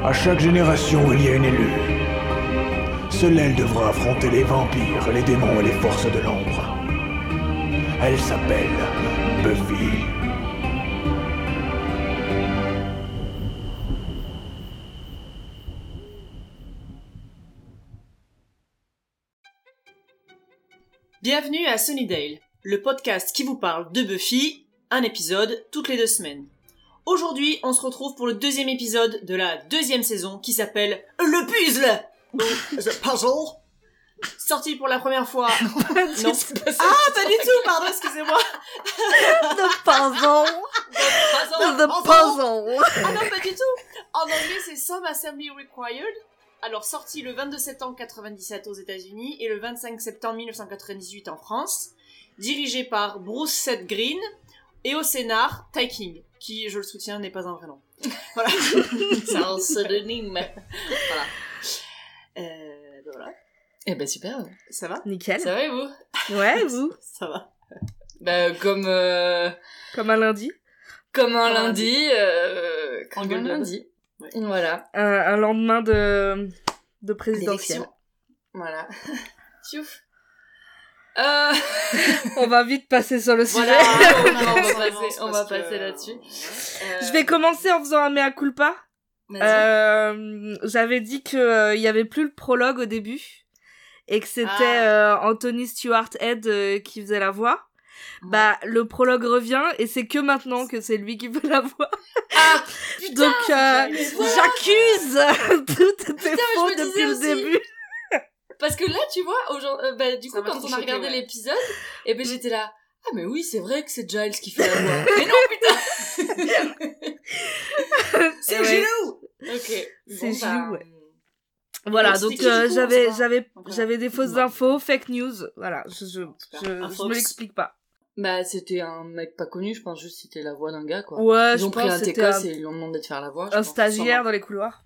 À chaque génération, il y a une élue. Seule elle devra affronter les vampires, les démons et les forces de l'ombre. Elle s'appelle Buffy. Bienvenue à Sunnydale, le podcast qui vous parle de Buffy, un épisode toutes les 2 semaines. Aujourd'hui, on se retrouve pour le 2e épisode de la 2e saison qui s'appelle Le Puzzle ou The Puzzle. Sorti pour la première fois. Non. Pas du tout, pardon, excusez-moi. The Puzzle. The Puzzle. Ah non, pas du tout. En anglais, c'est Some Assembly Required. Alors, sorti le 22 septembre 1997 aux États-Unis et le 25 septembre 1998 en France. Dirigé par Bruce Seth Green et au scénar, Ty King, qui, je le soutiens, n'est pas un vrai nom. Voilà. C'est un pseudonyme. Voilà. Voilà. Eh ben super. Ça va ? Nickel. Ça va et vous ? Ouais, vous ? Ça va. Bah comme Comme un lundi. comme un lundi. En Comme gueule un de lundi. Ouais. Voilà. Un lendemain de présidentielle. L'élection. Voilà. Tchouf. On va vite passer sur le sujet. Voilà, on va passer là-dessus. Je vais commencer en faisant un mea culpa. Vas-y. J'avais dit que il y avait plus le prologue au début et que c'était Anthony Stewart Head qui faisait la voix. Ouais. Bah le prologue revient et c'est que maintenant que c'est lui qui fait la voix. Ah putain. Donc j'accuse tout était Putain, faux je me depuis le disais aussi. début. Parce que là, tu vois, bah du coup, Ça m'a quand trop on a choqué, regardé ouais. l'épisode, et ben j'étais là. Ah mais oui, c'est vrai que c'est Giles qui fait la voix. Mais non, putain. C'est Ouais. Gilou. Ok. C'est Bon, Gilou, ouais. bah, Voilà, Donc, donc c'était qui, du coup, j'avais on sait pas. j'avais des fausses infos, fake news. Voilà, je Un me Fox. l'explique pas. Bah c'était un mec pas connu, je pense juste que c'était la voix d'un gars quoi. Ouais, Ils je ont pris pense un que c'était Técos et ils lui ont demandé de faire la voix. je un pense, stagiaire dans les couloirs.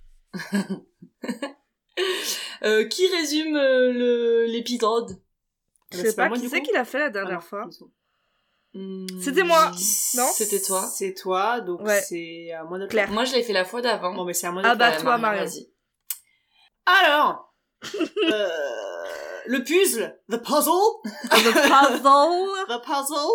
sûrement. Qui résume l'épisode? Je Bah, sais c'est pas pas moi, qui du c'est coup qui l'a fait la Ah non, dernière fois. du tout. C'était moi. Non C'était toi. C'est toi, donc Ouais. c'est à moi de le Claire. Moi je l'ai fait la fois d'avant. Bon, mais c'est à moi de Ah le bah faire. toi, Marion. Vas-y. Alors, le puzzle, the puzzle, The Puzzle. the puzzle.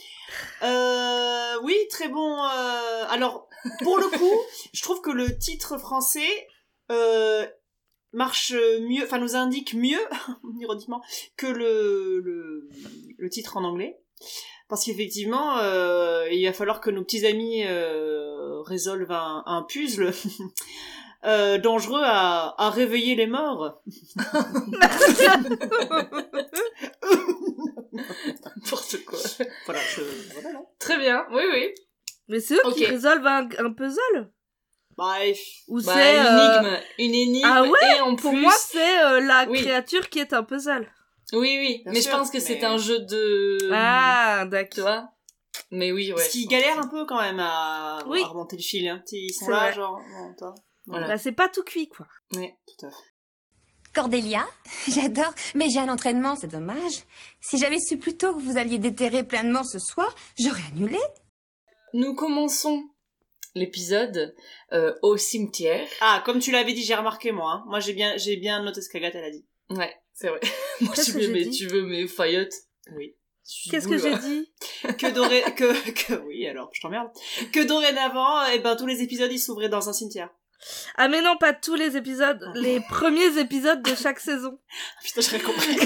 Oui, très bon. Alors, pour le coup, je trouve que le titre français marche mieux, enfin nous indique mieux, ironiquement, que le titre en anglais. Parce qu'effectivement, il va falloir que nos petits amis résolvent un puzzle dangereux à réveiller les morts. N'importe quoi. Voilà, voilà, non. Très bien. Oui oui. Mais c'est eux Ok. qui résolvent un puzzle. Bref. Ou Bah, c'est une énigme Ah ouais, et en pour plus moi c'est la Oui. créature qui est un puzzle. oui Bien mais sûr, je pense que mais- c'est un jeu de Ah, tu d'accord. vois, mais oui ouais Parce qu'ils je pense galèrent que- un peu quand même à Oui. remonter le fil. Hein. Ils sont C'est là, vrai. genre, bon, toi. Voilà. Bah c'est pas tout cuit quoi. Ouais. Tout à fait. Cordélia, j'adore, mais j'ai un entraînement, c'est dommage. Si j'avais su plus tôt que vous alliez déterrer plein de morts ce soir, j'aurais annulé. Nous commençons l'épisode au cimetière. Ah, comme tu l'avais dit, j'ai remarqué moi. Hein. Moi, j'ai bien noté ce qu'Agathe elle a dit. Ouais, c'est vrai. Moi Qu'est-ce que j'ai dit tu veux mes faillottes. Oui. Qu'est-ce que j'ai dit? Oui, alors, je t'emmerde. Que dorénavant, eh ben, tous les épisodes, ils s'ouvraient dans un cimetière. Ah mais non, pas tous les épisodes, les premiers épisodes de chaque saison. Putain, j'aurais compris.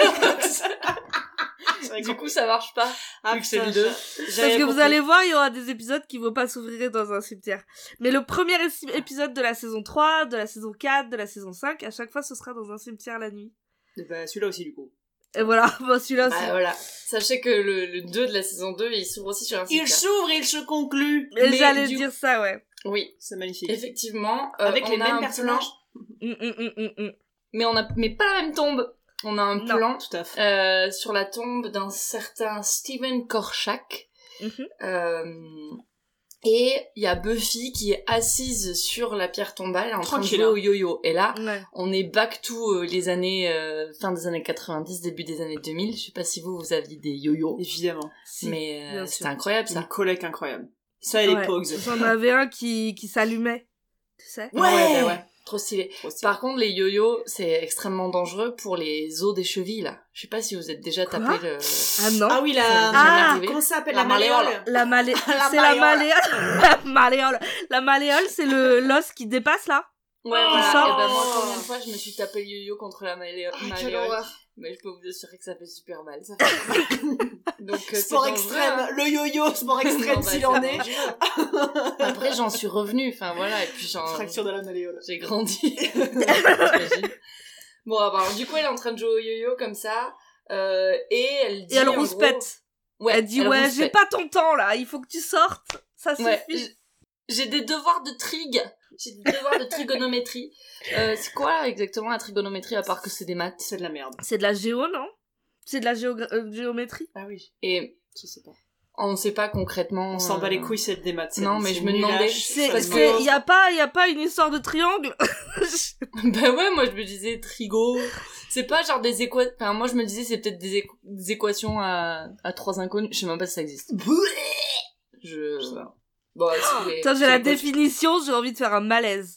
Du coup, ça marche pas. Ah, vu que c'est putain, le 2. Parce que vous allez voir, il y aura des épisodes qui vont pas s'ouvrir dans un cimetière. Mais le premier épisode de la saison 3, de la saison 4, de la saison 5, à chaque fois ce sera dans un cimetière la nuit. Bah, celui-là aussi, du coup. Et voilà, bon celui-là Bah c'est... voilà. Sachez que le 2 de la saison 2, il s'ouvre aussi sur un Il cimetière. s'ouvre et il se conclut. mais J'allais du dire ça, ouais. Oui, C'est magnifique. effectivement. Avec on les a mêmes un personnages. plan, mais pas la même tombe. On a un Non. plan Tout à fait. sur la tombe d'un certain Steven Korchak. Et il y a Buffy qui est assise sur la pierre tombale en train de Tranquille, jouer hein. au yo-yo. Et là, Ouais. on est back to les années fin des années 90, début des années 2000. Je sais pas si vous aviez des yo-yo, Évidemment. Si, mais bien c'était sûr. incroyable Une ça. collecte incroyable. Ça et les Ouais. Pogs. J'en avais un qui s'allumait. tu sais. Ouais. Trop stylé. Trop stylé. Par contre, les yo-yo, c'est extrêmement dangereux pour les os des chevilles, là. Je sais pas si vous êtes déjà Quoi tapé le... Ah non. Ah oui, Ça la... m'est jamais Ah, arrivé. Comment ça s'appelle? La La malléole. La c'est la malléole. malléole. La malléole. La malléole, c'est l'os qui dépasse là. Ouais, Oh. voilà. sort. Et ben moi, combien de fois je me suis tapé le yo-yo contre la malléole. Quelle horreur. Mais je peux vous assurer que ça fait super mal. Ça fait mal. Donc, c'est Sport dangereux, extrême. hein. Le yo-yo, sport extrême Non, bah, s'il c'est en est. dangereux. Après, j'en suis revenue. Enfin, voilà. Et puis, Fracture de la malléole. j'ai grandi. T'imagines. Bon, alors, du coup, elle est en train de jouer au yo-yo comme ça. Et elle dit. Et elle en rouspète. gros- Ouais, Elle dit ouais, j'ai rouspète. pas ton temps là, il faut que tu sortes. Ça Ouais, suffit. j'ai des devoirs de trig. J'ai des devoirs de trigonométrie. C'est quoi exactement la trigonométrie à part que c'est des maths? C'est de la merde. C'est de la géo, non? C'est de la géométrie. Ah oui. Et Je sais pas. on sait pas concrètement. On s'en bat les couilles, c'est des maths. Non, mais je me demandais- Parce C'est que- y a pas une histoire de triangle. Bah ouais, moi je me disais trigo. C'est pas genre des équations. Enfin, moi je me disais c'est peut-être des équations à 3 inconnus. Je sais même pas si ça existe. Je. Bon, si vous voulez- Attends, j'ai je la sais pas. définition, j'ai envie de faire un malaise.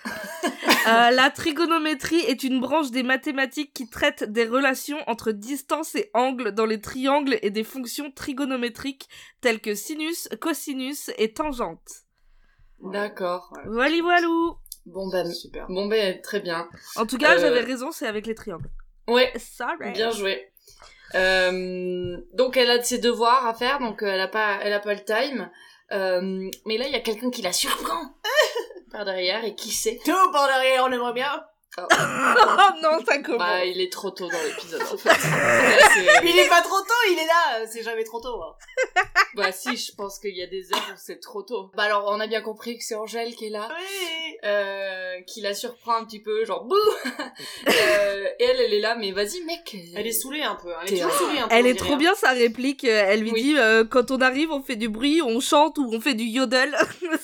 La trigonométrie est une branche des mathématiques qui traite des relations entre distance et angle dans les triangles et des fonctions trigonométriques telles que sinus, cosinus et tangente. D'accord. Voilà, voilou. Bon bah Super. bon bah très bien. En tout cas, Euh, j'avais raison, c'est avec les triangles. Ouais, Sorry. bien joué. Donc elle a de ses devoirs à faire, donc elle a pas le time. Mais là il y a quelqu'un qui la surprend par derrière et qui sait. Tout par derrière, on aimerait bien. Oh non, ça commence. Bah il est trop tôt dans l'épisode en fait. Là, c'est- Mais il est pas trop tôt, il est là. C'est jamais trop tôt. Hein. Bah si, je pense qu'il y a des heures où c'est trop tôt. Bah alors on a bien compris que c'est Angèle qui est là. Oui. Qui la surprend un petit peu, genre bouh. Et elle est là, mais vas-y mec. Elle est saoulée un peu. Elle T'es est toujours saoulée un peu. Elle on est dirait, trop hein. bien sa réplique. Elle lui Oui. dit quand on arrive, on fait du bruit, on chante ou on fait du yodel.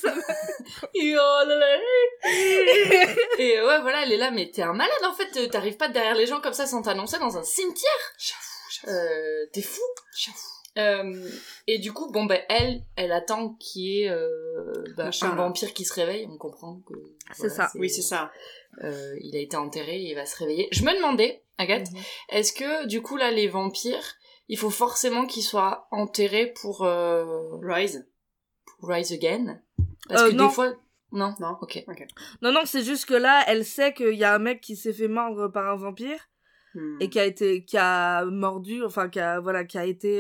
Et ouais voilà, elle est là, mais t'es un malade en fait. T'arrives pas derrière les gens comme ça sans t'annoncer dans un cimetière. T'es fou. Et du coup, bon ben elle attend qu'il y ait Machin, un là. vampire qui se réveille. On comprend que C'est ça. Oui, c'est ça. il a été enterré, il va se réveiller. Je me demandais, Agathe, est-ce que du coup là les vampires, il faut forcément qu'ils soient enterrés pour Rise. rise again? Parce que non. des fois, non, Non. ok. Non, c'est juste que là, elle sait qu'il y a un mec qui s'est fait mordre par un vampire et qui a mordu, enfin qui a été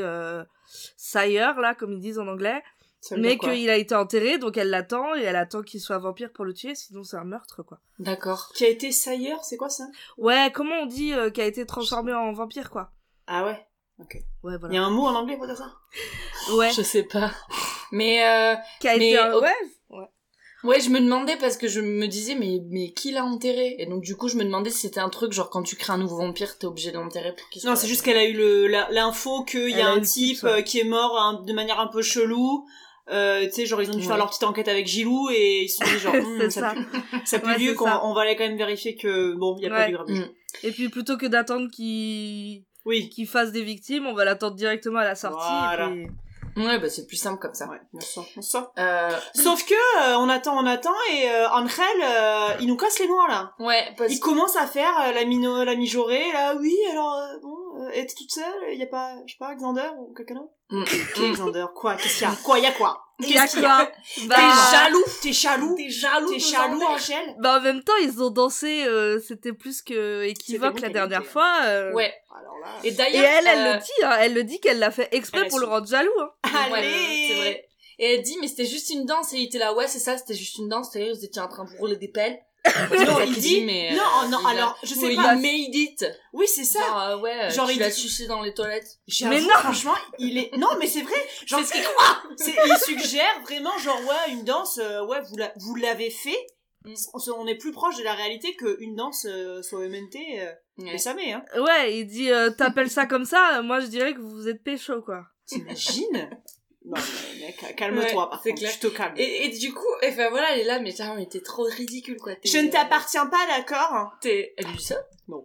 sire là, comme ils disent en anglais, Ça veut mais dire quoi? qu'il a été enterré, donc elle l'attend et elle attend qu'il soit vampire pour le tuer, sinon c'est un meurtre quoi. D'accord. Qui a été sire, c'est quoi ça? Ouais, comment on dit qui a été transformé en vampire quoi. Ah ouais. Ouais, Il y voilà. a un mot en anglais pour dire ça? Ouais, Je sais pas. Mais qui a mais été au- ouais. ouais, je me demandais parce que je me disais mais qui l'a enterré? Et donc du coup, je me demandais si c'était un truc genre quand tu crées un nouveau vampire, t'es obligé de l'enterrer pour qu'il soit. Non, c'est juste qu'elle a eu l'info qu'il y Elle a a eu un le type tips, ouais. qui est mort de manière un peu chelou. Tu sais, genre ils ont dû faire Ouais. leur petite enquête avec Gilou et ils se sont dit genre C'est ça. ça pue Ouais, lieu c'est qu'on ça. on va aller quand même vérifier que bon, il y a pas Ouais. du grabuge. Et puis plutôt que d'attendre qu'il fasse des victimes, on va l'attendre directement à la sortie. Voilà. Et puis... Ouais, bah c'est plus simple comme ça. Ouais, on sent. Euh, Sauf que on attend et Angel il nous casse les noix là. ouais, parce Il commence à faire la mijaurée là. Oui, alors elle était toute seule, il y a pas je sais pas Xander ou quelqu'un d'autre. Qui est Xander? Quoi? Qu'est-ce qu'il y a? Quoi? Il y a quoi? Il y a Qu'est-ce qu'il y a? quoi? T'es Bah... jaloux? T'es jaloux? T'es jaloux, T'es jaloux, Angèle? Bah en même temps, ils ont dansé, c'était plus que équivoque bon la qualité, dernière hein. fois. Ouais. Alors là... Et Et d'ailleurs, elle le dit qu'elle l'a fait exprès Elle pour a le su. rendre jaloux. Hein. ouais, Allez! c'est vrai. Et elle dit mais c'était juste une danse et il était là ouais c'est ça c'était juste une danse. Vous étiez en train de rouler des pelles. Non, il dit... mais Non, il a- alors, je sais Oui, pas. il made it. Oui, c'est ça. Genre ouais, Genre, tu il l'as dit- sucé dans les toilettes. J'avoue, Mais non. franchement, il est... Non, mais c'est vrai. Genre, C'est ce qu'il croit. il suggère vraiment, genre, ouais, une danse, ouais, vous l'avez fait. On est plus proche de la réalité qu'une danse soit MNT Ouais. et Samé, hein. Ouais, il dit t'appelles ça comme ça, moi je dirais que vous êtes pécho quoi. T'imagines? Non, mais mec, calme-toi, Ouais, par c'est contre, clair. je te calme. Et du coup, enfin voilà, elle est là, mais putain, mais t'es trop ridicule quoi. Je ne t'appartiens pas, d'accord? Elle lui dit ça? Non.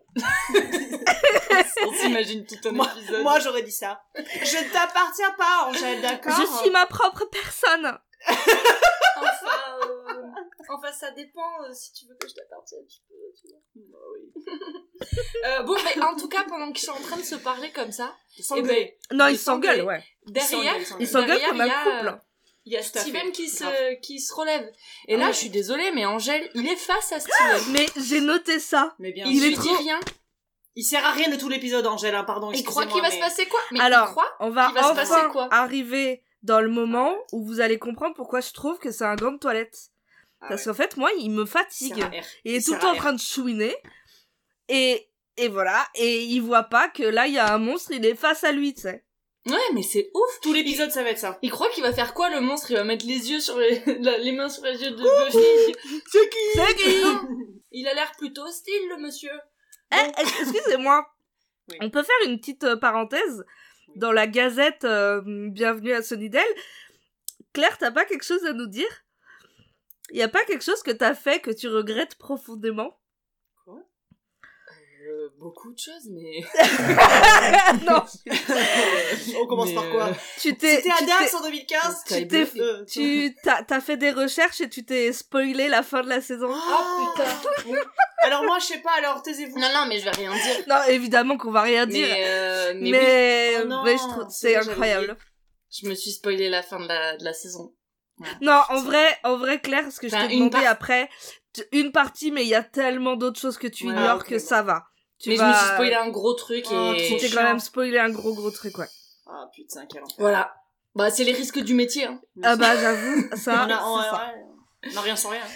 On s'imagine tout un épisode. Moi, j'aurais dit ça. Je ne t'appartiens pas, Angèle, d'accord? Je suis ma propre personne. Enfin, Enfin, ça dépend, si tu veux que je t'appartienne, tu peux, tu vois. Bah oui. Bon, mais en tout cas, pendant qu'ils sont en train de se parler comme ça, S'engueuler. Non, Ils ils s'engueulent, ouais. derrière, Ils s'engueulent derrière, comme un il y a, couple. il y a Tout à Steven fait. qui se relève. Et là, ouais. je suis désolée, mais Angèle, il est face à Steven. Mais j'ai noté ça. Mais bien Il sûr. lui dit rien. Il sert à rien de tout l'épisode, Angèle, hein, pardon. Il croit excusez-moi, qu'il va mais- se passer quoi? Mais Alors, il croit on va qu'il va se passer enfin quoi? arriver dans le moment où vous allez comprendre pourquoi je trouve que c'est un gant de toilette. Ah Parce ouais. qu'en fait, moi, il me Il sert fatigue. à R. Il est tout sert le temps à en R. train de chouiner. Et voilà. Et il voit pas que là, il y a un monstre, il est face à lui, tu sais. Ouais, mais c'est ouf. Tout l'épisode, ça va être ça. Il croit qu'il va faire quoi, le monstre? Il va mettre les yeux sur les mains sur les yeux de Buffy. C'est qui C'est qui? Il a l'air plutôt hostile, le monsieur. Excusez-moi. Oui. On peut faire une petite parenthèse. Oui. Dans la gazette Bienvenue à Sunnydale, Claire, t'as pas quelque chose à nous dire? Y a pas quelque chose que t'as fait que tu regrettes profondément? Beaucoup de choses, mais... Non. On commence par quoi C'était à Dax en 2015. tu t'es t'as fait des recherches et tu t'es spoilé la fin de la saison. Oh, putain. Alors moi, je sais pas, alors taisez-vous. Non, mais je vais rien dire. Non, évidemment qu'on va rien dire. Mais oui, Mais, Oh non, mais je trouve c'est c'est vrai, incroyable. je me suis spoilé la fin de la saison. Non, en vrai, Claire, ce que je Enfin, t'ai une demandé part- après, une partie, mais il y a tellement d'autres choses que tu Ouais, ignores ok, que bon. ça va. Tu Mais vas... je me suis spoilé un gros truc Oh, et... Tu t'es chiant. quand même spoilé un gros truc, ouais. Ah putain, quel enfer. Voilà. Bah, c'est les risques du métier, hein. Ah bah, j'avoue, ça, On a, c'est ça. on a rien sans rien.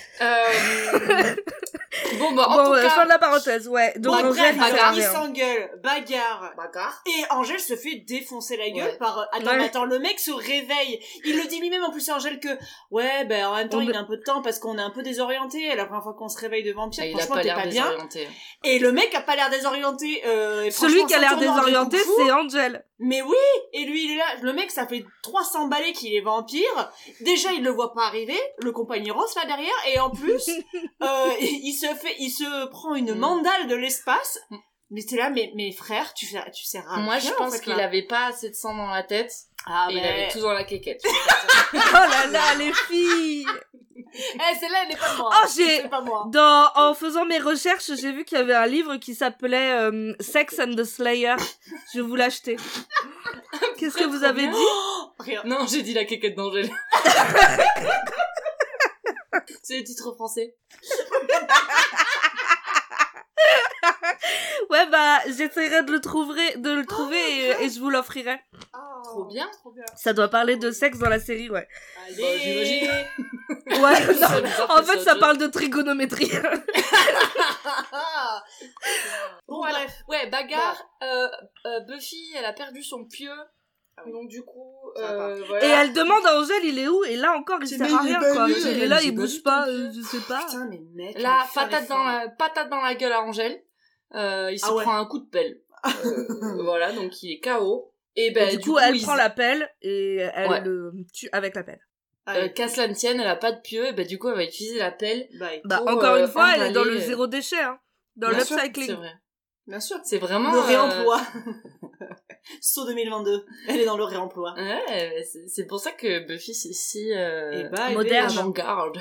Bon, bah, en Bon, tout cas... fin de la parenthèse, ouais. Donc, Bon, Angèle, bref, il alors, sert à il rien. s'engueule, bagarre. Bagarre. Et Angèle se fait défoncer la gueule Ouais. par... Attends, Ouais. mais attends, le mec se réveille. Il le dit lui-même en plus à Angèle que... Ouais, ben en même temps, On il ne- a un peu de temps parce qu'on est un peu désorienté. La première fois qu'on se réveille de vampire, Ah, il a franchement, pas t'es l'air pas bien. désorienté. Et le mec a pas l'air désorienté. Et Celui franchement, qui a l'air Saint-Tournant de désorienté, Kung Fu. c'est Angel. Mais oui, et lui il est là, le mec ça fait 300 balais qu'il est vampire, déjà il le voit pas arriver, le compagnon Ross là derrière, et en plus, il se prend une mandale de l'espace, mais t'es là, mais frère, tu sers à Moi, rien, je en pense fait, qu'il là. avait pas assez de sang dans la tête. Ah, Et il avait tout dans la quéquette. Oh là là, les filles! celle-là elle n'est pas de moi. Oh, j'ai- C'est pas moi. En faisant mes recherches, j'ai vu qu'il y avait un livre qui s'appelait Sex and the Slayer. Je vais vous l'acheter. Qu'est-ce que vous avez dit? Rien. Non, j'ai dit la quéquette d'Angèle. C'est le titre français. Ouais, bah, j'essaierai de le trouver et je vous l'offrirai. Ah, Trop bien. Trop bien. Ça doit parler de sexe dans la série, ouais. Allez. Bah, j'imagine. Ouais, non. Ça nous a En fait fait, ça, ça tu parle de trigonométrie. Bon, bah, bref. Ouais, bagarre. Buffy, elle a perdu son pieu. Ah oui. Donc du coup, Ça va pas. voilà. Et elle demande à Angèle, il est où? Et là encore, il C'est sert bien, à il est rien, pas quoi. vu, Il est elle là, dit, il bah, bouge oui, pas, ton je sais pas. Putain, mais mec. La il fait patate dans la gueule à Angèle. Il se Ah ouais. prend un coup de pelle. Voilà, donc il est KO. Et ben Et du coup, elle il prend la pelle et elle Ouais. le tue avec la pelle. Allez. qu'à cela ne tienne, elle a pas de pieu, et ben du coup, elle va utiliser la pelle. Bye. Bah, Pour, encore une fois, elle est dans emballer, le zéro déchet, hein. Dans Bien sûr, l'upcycling. C'est vrai. Bien sûr. C'est vraiment... Le réemploi. Saut 2022. Elle est dans le réemploi. Ouais, c'est pour ça que Buffy, c'est si... Et bah, moderne. avant-garde.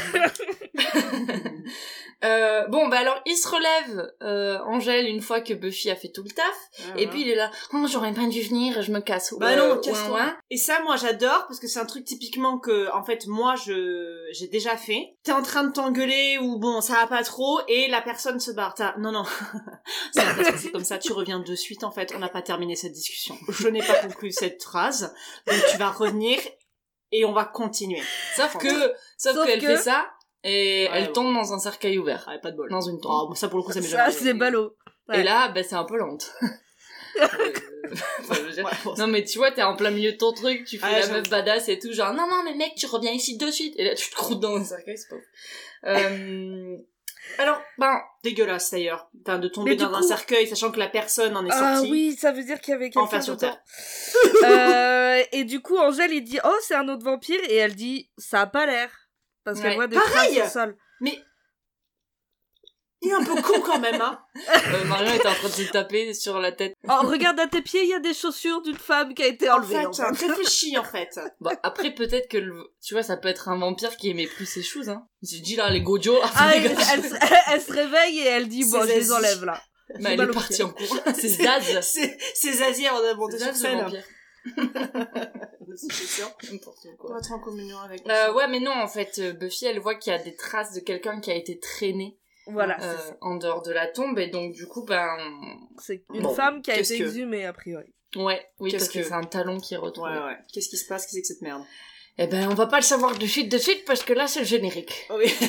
Bon, bah alors, il se relève, Angèle, une fois que Buffy a fait tout le taf. Et puis, il est là, oh, j'aurais pas dû venir, je me casse. Bah non, ouin, casse-toi. ouin. Et ça, moi, j'adore, parce que c'est un truc typiquement que, en fait, moi, j'ai déjà fait. T'es en train de t'engueuler, ou bon, ça va pas trop, et la personne se barre. Non. Ça va pas se passer comme ça, tu reviens de suite, en fait, on n'a pas terminé cette discussion. Je n'ai pas conclu cette phrase, donc tu vas revenir, et on va continuer. Sauf qu'elle que- fait ça, et Ouais, elle ouais. tombe dans un cercueil ouvert. Ah, pas de bol. Dans une tombe. Oh, bon, ça, pour le coup, ça m'est jamais Ça, arrivé. c'est ballot. Ouais. Et là, bah, c'est un peu lente. Enfin, je veux dire- Ouais, bon, Non, mais tu vois, t'es en plein milieu de ton truc, tu fais Ouais, la j'avoue. meuf badass et tout, genre, non, mais mec, tu reviens ici de suite. Et là, tu te croûtes dans un cercueil, c'est pas ouf. Alors, ben, dégueulasse, d'ailleurs. Enfin, de tomber Mais du dans un coup- cercueil, sachant que la personne en est Ah sortie. oui, ça veut dire qu'il y avait quelqu'un Enfin, sur dedans. Terre. Et du coup, Angèle, il dit, oh, c'est un autre vampire, et elle dit, ça a pas l'air. Parce qu'elle Ouais. voit des Pareil. traces au sol. Mais Il est un peu con quand même, hein. Marion était en train de se taper sur la tête. Oh, regarde à tes pieds, il y a des chaussures d'une femme qui a été En enlevée. fait, réfléchis, en fait. Bah, après, peut-être que, tu vois, ça peut être un vampire qui aimait plus ses choses, hein. J'ai dit, là, les gojo, Ah, elle se réveille et elle dit, bon, C'est je les Zazie. enlève, là. Mais elle est partie en cours. C'est Zaz. C'est Zazie, on a monté sur Zaz, le scène. vampire. C'est sûr. N'importe On quoi. va être en communion avec Ouais, mais non, en fait, Buffy, elle voit qu'il y a des traces de quelqu'un qui a été traîné Voilà, c'est ça. en dehors de la tombe, et donc, du coup, C'est une Bon, femme qui a qu'est-ce été que- exhumée, a priori. ouais, oui, Qu'est-ce parce que que- c'est un talon qui est retrouvé. Ouais. Qu'est-ce qui se passe? Qu'est-ce que c'est que cette merde? Eh ben, on va pas le savoir de suite, parce que là, c'est le générique. Oh oui.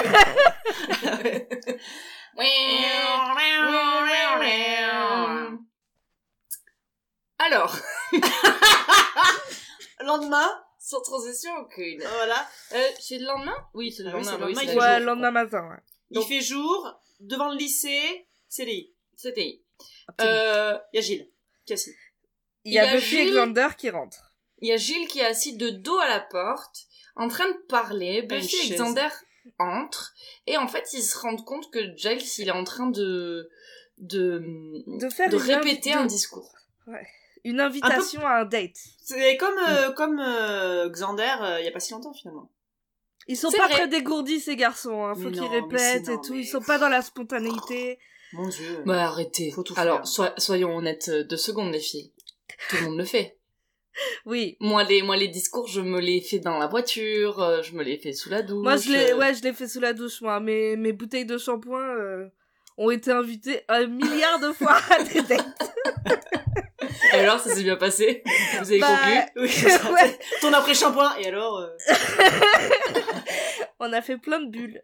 Alors, Lendemain, sans transition aucune. voilà. C'est le lendemain? Oui, c'est le Ah oui, lendemain. c'est le bah oui, lendemain, c'est il la fait Ouais, jour, le lendemain matin, ouais. Il fait jour, devant le lycée, c'est les. C'était. Il y a Gilles. Cassie. Il y a il y a Buffy et Gilles- Xander qui rentrent. Il y a Gilles qui est assis de dos à la porte, en train de parler. Buffy et chaise. Xander entrent, et en fait, ils se rendent compte que Giles, il est en train de faire une répéter invi- un de- discours. Une invitation à un date. C'est comme Xander, il y a pas si longtemps finalement. Ils sont C'est pas vrai. très dégourdis, ces garçons, hein. Faut Mais qu'ils non, mais répètent c'est- et non, tout. mais- Ils sont pas dans la spontanéité. Mon dieu. Bah, arrêtez. Faut tout Alors, faire. soyons honnêtes 2 secondes, les filles. Tout le monde le fait. Oui. Moi, les discours, je me les fais dans la voiture, je me les fais sous la douche. Moi, je l'ai fait sous la douche, moi. Mes bouteilles de shampoing ont été invitées un milliard de fois à des dates. Et alors, ça s'est bien passé? Vous avez Bah, conclu? Oui, c'est ça. Ouais. Ton après-shampoing, et alors On a fait plein de bulles.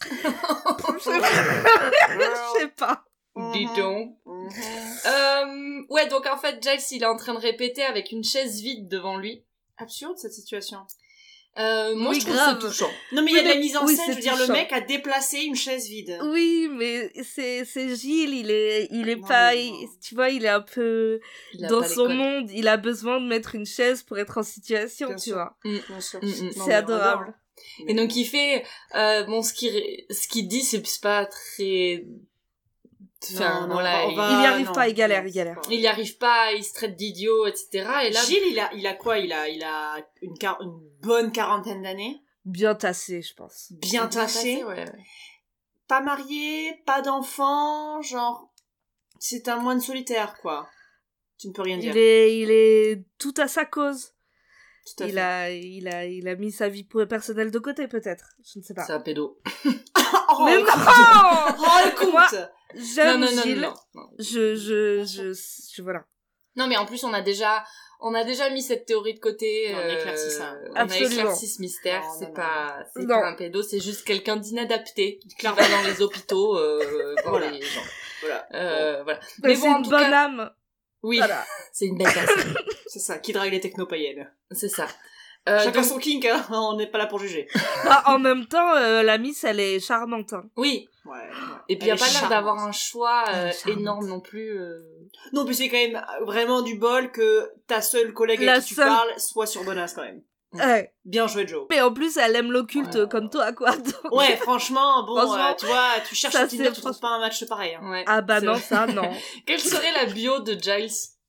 Je sais pas. Dis donc. Ouais, donc en fait, Giles, il est en train de répéter avec une chaise vide devant lui. Absurde cette situation. Moi, Oui, je trouve grave. ça touchant. Non mais il y a Oui, de la mais- mise en oui, scène, c'est je veux dire, le touchant. mec a déplacé une chaise vide. Oui, mais c'est Gilles, il est Non, pas, mais non. tu vois, il est un peu Il a dans pas les son codes. monde, il a besoin de mettre une chaise pour être en situation, Bien tu sûr. vois. Bien sûr. Mm, mm. Non, C'est mais adorable. on adore. Et donc, il fait... bon, ce qu'il dit, c'est pas très... Enfin, Non, voilà, on va- Il y arrive non, pas, il galère, non, il galère. il y arrive pas, il se traite d'idiot, etc. Et là, Gilles, il a quoi? Il a une bonne quarantaine d'années. Bien tassé, je pense. Bien tassé. ouais. Pas marié, pas d'enfant, genre... C'est un moine solitaire, quoi. Tu ne peux rien dire. Il est tout à sa cause. Tout à Il fait. a mis sa vie personnelle de côté, peut-être. Je ne sais pas. C'est un pédo. Oh, Mais écoute. non! Oh, écoute. Moi, Non, j'aime non, non, Gilles. non, non. Voilà. Non, mais en plus, on a déjà mis cette théorie de côté. On éclaircit ça. On a Absolument. éclarci ce mystère. Non, C'est non, pas non. pas un pédo, c'est juste quelqu'un d'inadapté qui va Clairement. dans les hôpitaux voir Voilà. les gens. Voilà. Voilà. Mais Mais c'est bon, en une tout bonne cas, âme. oui, Voilà. c'est une belle personne. C'est ça, qui drague les techno-païennes. C'est ça. Chacun Donc- son kink, hein. On n'est pas là pour juger. Bah, en même temps, la Miss, elle est charmante. Hein. Oui. Ouais. Et puis il y a Elle pas est l'air charmante. d'avoir un choix Elle est charmante. énorme non plus. Non, puis c'est quand même vraiment du bol que ta seule collègue La avec qui tu seule- parles soit sur Bonas quand même. Ouais. Bien joué, Joe. Mais en plus, elle aime l'occulte Ouais. comme toi, quoi. Donc- Ouais, franchement, bon, Franchement, tu vois, tu cherches ça, sur Tinder, c'est tu trouves pas un match pareil. Hein. Ouais. Ah bah C'est non, vrai. ça, non. Quelle serait la bio de Giles?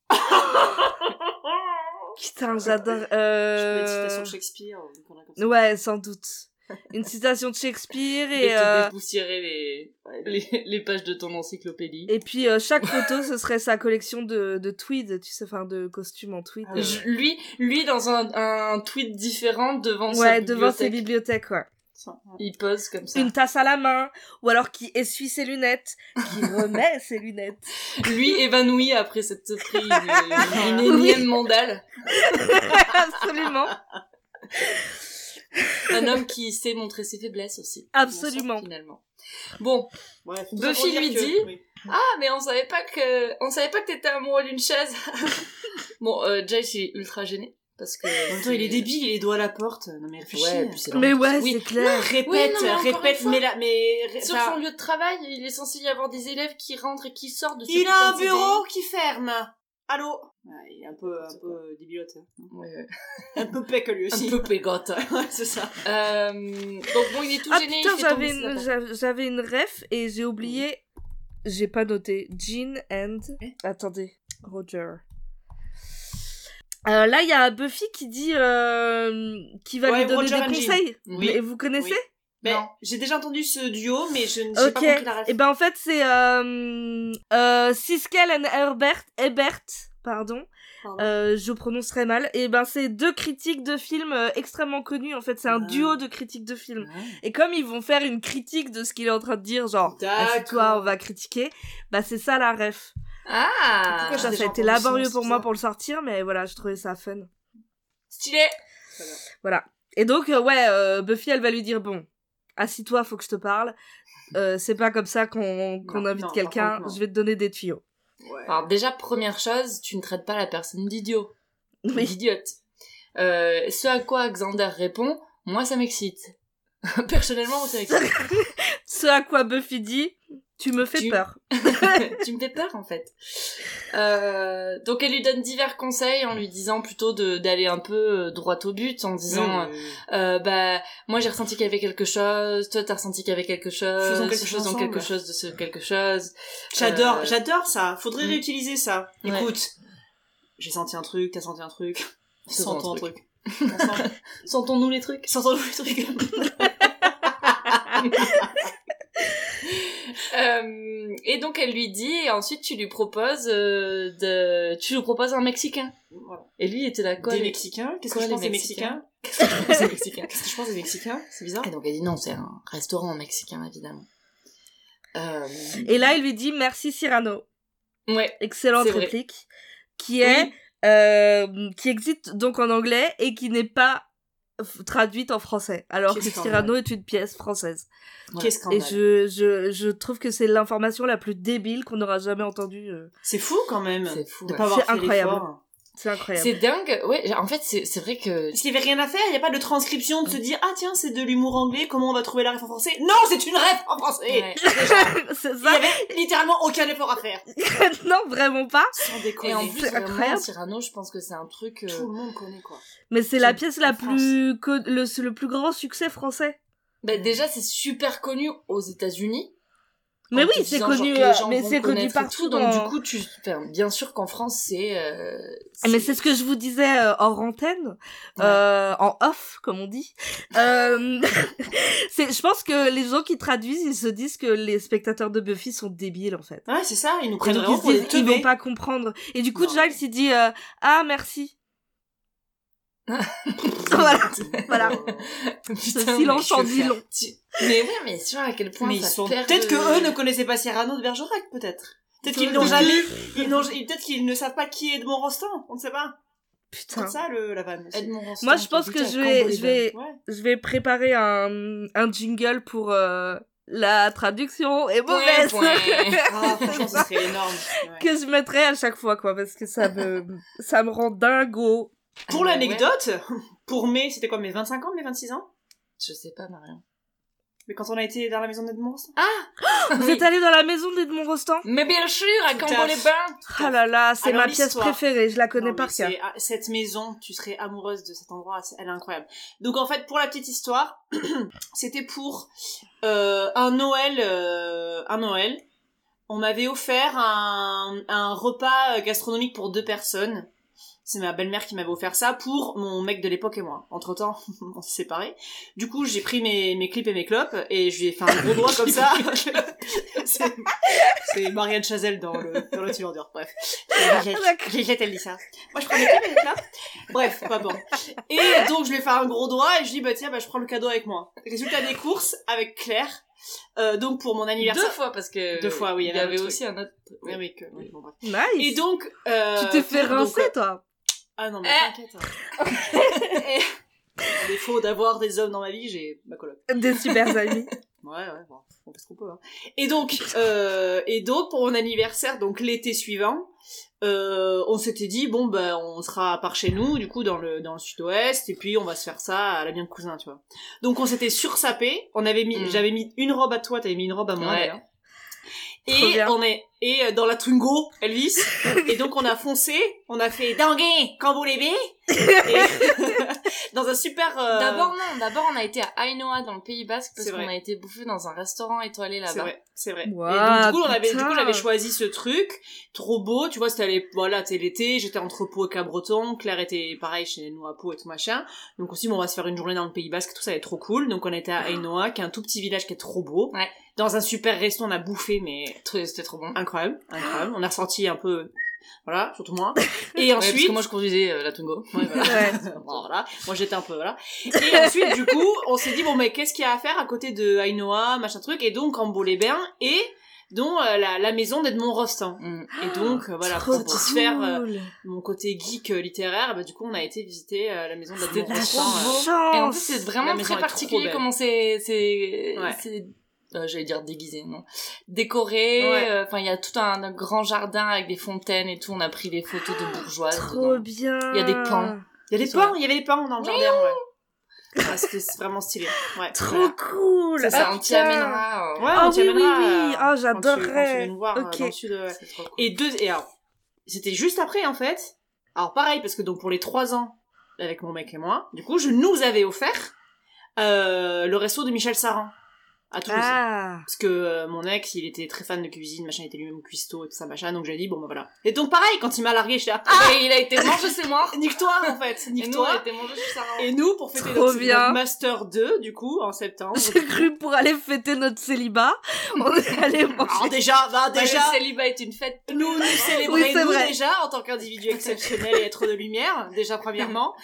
Putain, j'adore. Je peux une citation de Shakespeare ou une connerie comme ça. Ouais, sans doute. Une citation de Shakespeare Je et... vais te dépoussiérer les pages de ton encyclopédie. Et puis chaque photo, ce serait sa collection de tweed, tu sais, enfin de costumes en tweed. Ah oui. Lui dans un tweet différent devant sa Ouais, devant ses bibliothèque. bibliothèques, ouais. Ça, ouais. Il pose comme ça. Une tasse à la main, ou alors qui essuie ses lunettes, qui remet ses lunettes. Lui évanoui après s'être pris une énième mandale. Absolument, Un homme qui sait montrer ses faiblesses aussi. absolument. Finalement. Bon, Bref, tout Buffy ça pour dire lui que- dit- oui. ah mais on savait pas que t'étais amoureux d'une chaise. Bon, Giles il est ultra gêné parce que En même temps, il est débile, il est les doigts à la porte. Non, mais réfléchis. Ouais, puis c'est Mais ouais, Oui. c'est clair. Répète, Oui, non, mais encore répète, une fois, mais là, mais... Sur enfin, son lieu de travail, il est censé y avoir des élèves qui rentrent et qui sortent de ce il putain a un de bureau qui ferme. Allô? Ouais, il est un peu débilote. Hein. Ouais. Un peu pec lui aussi. Un peu pégote. Ouais, c'est ça. Donc bon, il est tout Ah gêné. putain, il fait tomber sa table. j'avais une ref et j'ai oublié. J'ai pas noté. Jean and. Attendez. Roger. Là, il y a Buffy qui dit qui va lui donner Roger des and Jean. conseils. Oui. Mais vous connaissez? Oui. Ben, Non. j'ai déjà entendu ce duo, mais je n'ai pas Ok. compris la ref. Et ben en fait c'est Siskel and Ebert, pardon. Je prononcerai mal. Et ben c'est deux critiques de films extrêmement connus. En fait c'est un duo de critiques de films. Et comme ils vont faire une critique de ce qu'il est en train de dire, genre assis-toi, on va critiquer. Bah c'est ça la ref. Ah. Pourquoi Ça j'ai a été entendu laborieux ça, pour c'est moi ça. pour le sortir, mais voilà, je trouvais ça fun. Stylé. Voilà. Et donc Buffy elle va lui dire bon, assis-toi, faut que je te parle. C'est pas comme ça qu'on Non, invite non, quelqu'un. par contre, non. Je vais te donner des tuyaux. Ouais. Alors déjà, première chose, tu ne traites pas la personne d'idiot. Oui. D'idiote. Ce à quoi Xander répond, moi ça m'excite. Personnellement, moi ça m'excite. Ce à quoi Buffy dit, tu me fais peur. Tu me fais peur en fait. Donc elle lui donne divers conseils en lui disant plutôt d'aller un peu droit au but, en disant bah moi j'ai ressenti qu'il y avait quelque chose, toi t'as ressenti qu'il y avait quelque chose, Faisons quelque chose de ce quelque chose. J'adore ça. Faudrait réutiliser ça. Ouais. Écoute, j'ai senti un truc, t'as senti un truc. Faisons Sentons un un truc. truc. Ensemble. Sentons-nous les trucs. Sentons les trucs. Et donc elle lui dit, et ensuite tu lui proposes tu lui proposes un Mexicain. Voilà. Et lui il était là, quoi, Des les- Mexicains. Qu'est-ce que quoi, je pense les des Mexicains Mexicains? Qu'est-ce que tu penses des Mexicains? Qu'est-ce que je pense des Mexicains? C'est bizarre. Et donc elle dit non, c'est un restaurant mexicain évidemment. Et là, il lui dit merci Cyrano. Ouais. Excellente C'est vrai. réplique. Qui est, qui existe donc en anglais et qui n'est pas traduite en français. Alors Qu'est-ce que qu'on Cyrano est une pièce française. Qu'est-ce Et scandale. je trouve que c'est l'information la plus débile qu'on aura jamais entendue. C'est fou quand même. C'est fou, De ouais. pas avoir C'est fait incroyable. l'effort. C'est incroyable. C'est dingue. Ouais, en fait c'est vrai que Parce qu'il y avait rien à faire, il n'y a pas de transcription de se dire, ah tiens, c'est de l'humour anglais, comment on va trouver la ref en français? Non, c'est une ref en français! Ouais. C'est Il y ça. avait littéralement aucun effort à faire. Non, vraiment pas. Sans déconner. Et en plus, C'est vraiment, incroyable. Cyrano, je pense que c'est un truc... Tout le monde connaît, quoi. Mais c'est la C'est pièce la en plus le plus grand succès français. Bah, déjà, c'est super connu aux États-Unis. Mais En oui, te c'est disant, connu, genre, que les gens mais vont c'est connu connaître et partout. tout, donc dans- du coup, bien sûr qu'en France, c'est... Mais c'est ce que je vous disais hors antenne, Ouais. en off, comme on dit. Je pense que les gens qui traduisent, ils se disent que les spectateurs de Buffy sont débiles, en fait. Ouais, c'est ça, ils nous Et prennent donc vraiment ils, pour se des disent, ils teubés. vont pas comprendre. Et du coup, Non. Giles, il dit ah, merci. Voilà, voilà. Ce silence en dit long. Mais ouais, mais tu vois à quel point Mais ça ils sont... perd Peut-être de- que eux ne connaissaient pas Cyrano de Bergerac, peut-être. Peut-être qu'ils n'ont Peut-être. jamais... Peut-être qu'ils ne savent pas qui est Edmond Rostand, on ne sait pas. C'est Putain. ça, la vanne. aussi. Edmond Rostand, Moi, je pense qui que habite je à vais, Cambo-les-Bains. Ouais. je vais préparer un jingle pour la traduction est Point, mauvaise. point. Ah, franchement, ça serait énorme. Ouais. Que je mettrai à chaque fois, quoi, parce que ça me rend dingo. Pour Ah, l'anecdote, pour c'était quoi, mes 25 ans, mes 26 ans? Je sais pas, Marion. Mais quand on a été dans la maison d'Edmond Rostand. Vous êtes allé dans la maison d'Edmond Rostand? Mais bien sûr, à Tout à Cambo-les-Bains. Ah là là, c'est Alors, ma pièce l'histoire. préférée, je la connais Non, par mais cœur. cette maison, tu serais amoureuse de cet endroit, elle est incroyable. Donc en fait, pour la petite histoire, c'était pour un Noël. On m'avait offert un repas gastronomique pour 2 personnes. C'est ma belle-mère qui m'avait offert ça pour mon mec de l'époque et moi. Entre-temps, on s'est séparés. Du coup, j'ai pris mes clips et mes clopes et je lui ai fait un gros doigt comme ça. C'est Marianne Chazelle dans le Tueur. Bref. Juliette, elle dit ça. Moi, je prends mes clips et mes clopes. Bref, pas bon. Et donc, je lui ai fait un gros doigt et je lui dis, bah tiens, je prends le cadeau avec moi. Résultat des courses avec Claire. Donc, pour mon anniversaire. 2 fois, parce que... 2 fois, oui. Il y avait un autre aussi un autre... truc. Oui, bon, bref. Nice. Et donc, tu t'es fait rincer, donc, toi. ah non, mais t'inquiète. Hein. Et, à défaut d'avoir des hommes dans ma vie, j'ai ma coloc. Des super amis. Ouais, bon, on fait ce qu'on peut. Hein. Et donc, pour mon anniversaire, donc l'été suivant, on s'était dit, bon, ben, on sera par chez nous, du coup, dans le sud-ouest, et puis on va se faire ça à la bien de cousin, tu vois. Donc, on s'était sursapé, j'avais mis une robe à toi, t'avais mis une robe à moi, Ouais. d'ailleurs. Trop bien. Dans la Twingo, Elvis. Et donc, on a foncé, on a fait Danguin, Cambolébé. Et dans un super, D'abord, on a été à Ainoa dans le Pays Basque parce C'est qu'on vrai. a été bouffé dans un restaurant étoilé là-bas. c'est vrai. Wow, Et donc, du putain. coup, j'avais choisi ce truc. Trop beau. Tu vois, c'était l'été. J'étais entre Pau et Cabreton. Claire était pareil chez nous à Pau et tout machin. Donc aussi, bon, on va se faire une journée dans le Pays Basque. Tout ça, est trop cool. Donc, on était à Ainoa, qui est un tout petit village qui est trop beau. Ouais. Dans un super resto, on a bouffé, mais C'était trop bon. incroyable. On a ressorti un peu, voilà, surtout moi. Et Ouais, ensuite, parce que moi je conduisais la Twingo. ouais, voilà. Ouais. Bon, voilà. Moi, j'étais un peu, voilà. Et ensuite, du coup, on s'est dit, bon, mais qu'est-ce qu'il y a à faire à côté de Ainoa, machin truc, et donc, en Beau-les-Bains, et dont la maison d'Edmond Rostand. Et donc, voilà, Trop pour satisfaire cool. mon côté geek littéraire, bah, du coup, on a été visiter la maison d'Edmond C'était Rostand. trop Et en plus, Chance. c'est La vraiment maison très est trop particulier belle. comment Ouais. c'est j'allais dire déguisé, non. Décoré, Ouais. enfin, il y a tout un grand jardin avec des fontaines et tout. On a pris des photos de bourgeoises. Trop dedans. bien. Il y a des pans. Il y avait des pans dans le jardin, ouais. Ah, c'était vraiment stylé. Ouais. Trop Voilà. cool. C'est Ça, Ah, on t'y putain. amènera. Ouais, Ah on t'y oui, amènera, oui, oui. Ah, quand j'adorerais. tu viens nous voir Ok. dans le sud. C'est trop cool. Et alors, c'était juste après, en fait. Alors, pareil, parce que donc, pour les 3 ans, avec mon mec et moi, du coup, je nous avais offert, le resto de Michel Saran, à Toulouse. Ah. Parce que mon ex, il était très fan de cuisine, machin, il était lui-même cuistot et tout ça, machin, donc j'ai dit, bon, bah voilà. Et donc, pareil, quand il m'a largué, j'étais là, Et il a été mangé, c'est mort. nique-toi, en fait, Et nous, on a nique-toi. été mangé chez Sarah. Et nous, pour fêter Trop notre bien. Master 2, du coup, en septembre. J'ai cru pour aller fêter notre célibat, on est allé manger. Alors déjà, Le célibat est une fête. nous célébrer, Oui, c'est nous vrai. déjà, en tant qu'individu exceptionnel et être de lumière, déjà premièrement,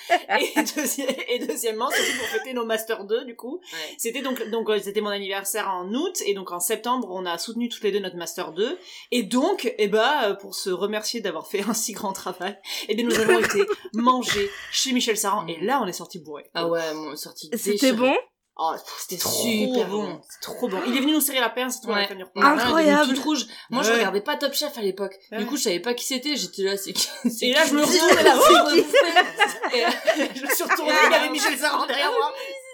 et deuxièmement, surtout pour fêter nos Master 2, du coup. Ouais. C'était donc c'était mon anniversaire en août, et donc en septembre, on a soutenu toutes les deux notre Master 2, et donc, pour se remercier d'avoir fait un si grand travail, nous avons été manger chez Michel Saran, et là, on est sorti bourré. Ah ouais, mon sorti. C'était bon. Oh, c'était Trop super bon. bon. C'est trop bon. Il est venu nous serrer la pince, toi, à la fin du repas. Incroyable. Toute rouge. Moi, je Ouais. regardais pas Top Chef à l'époque. Ouais. Du coup, je savais pas qui c'était. J'étais là, c'est qui? Et là, je me retourne, et là, je me suis retournée, il y avait Michel Saran derrière moi.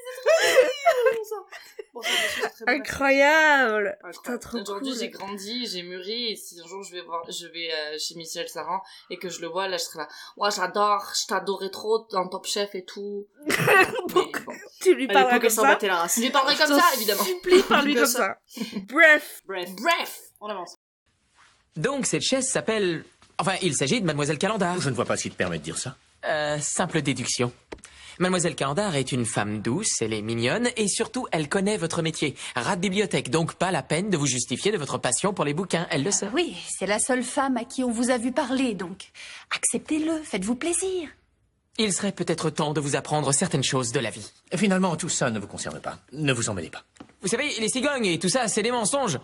Bon, ça, je suis très bonne. Incroyable. Incroyable. Putain, trop Aujourd'hui, cool. j'ai grandi, j'ai mûri, et si un jour je vais chez Michel Saran et que je le vois, là, je serai là. Ouais, je t'adorais trop dans Top Chef et tout. Mais bon. Tu lui À parleras l'époque, comme elle s'en ça. battait la race. Je lui parlerai Je comme t'en ça, évidemment. supplie, parle-lui Comme comme ça. ça. Bref. Bref, on avance. Donc cette chaise s'appelle... Enfin, il s'agit de Mademoiselle Calendar. Je ne vois pas ce qui te permet de dire ça. Simple déduction. Mademoiselle Calendar est une femme douce, elle est mignonne, et surtout, elle connaît votre métier. Rat de bibliothèque, donc pas la peine de vous justifier de votre passion pour les bouquins, elle le sait. Oui, c'est la seule femme à qui on vous a vu parler, donc acceptez-le, faites-vous plaisir. Il serait peut-être temps de vous apprendre certaines choses de la vie. Finalement, tout ça ne vous concerne pas. Ne vous en mêlez pas. Vous savez, les cigognes et tout ça, c'est des mensonges.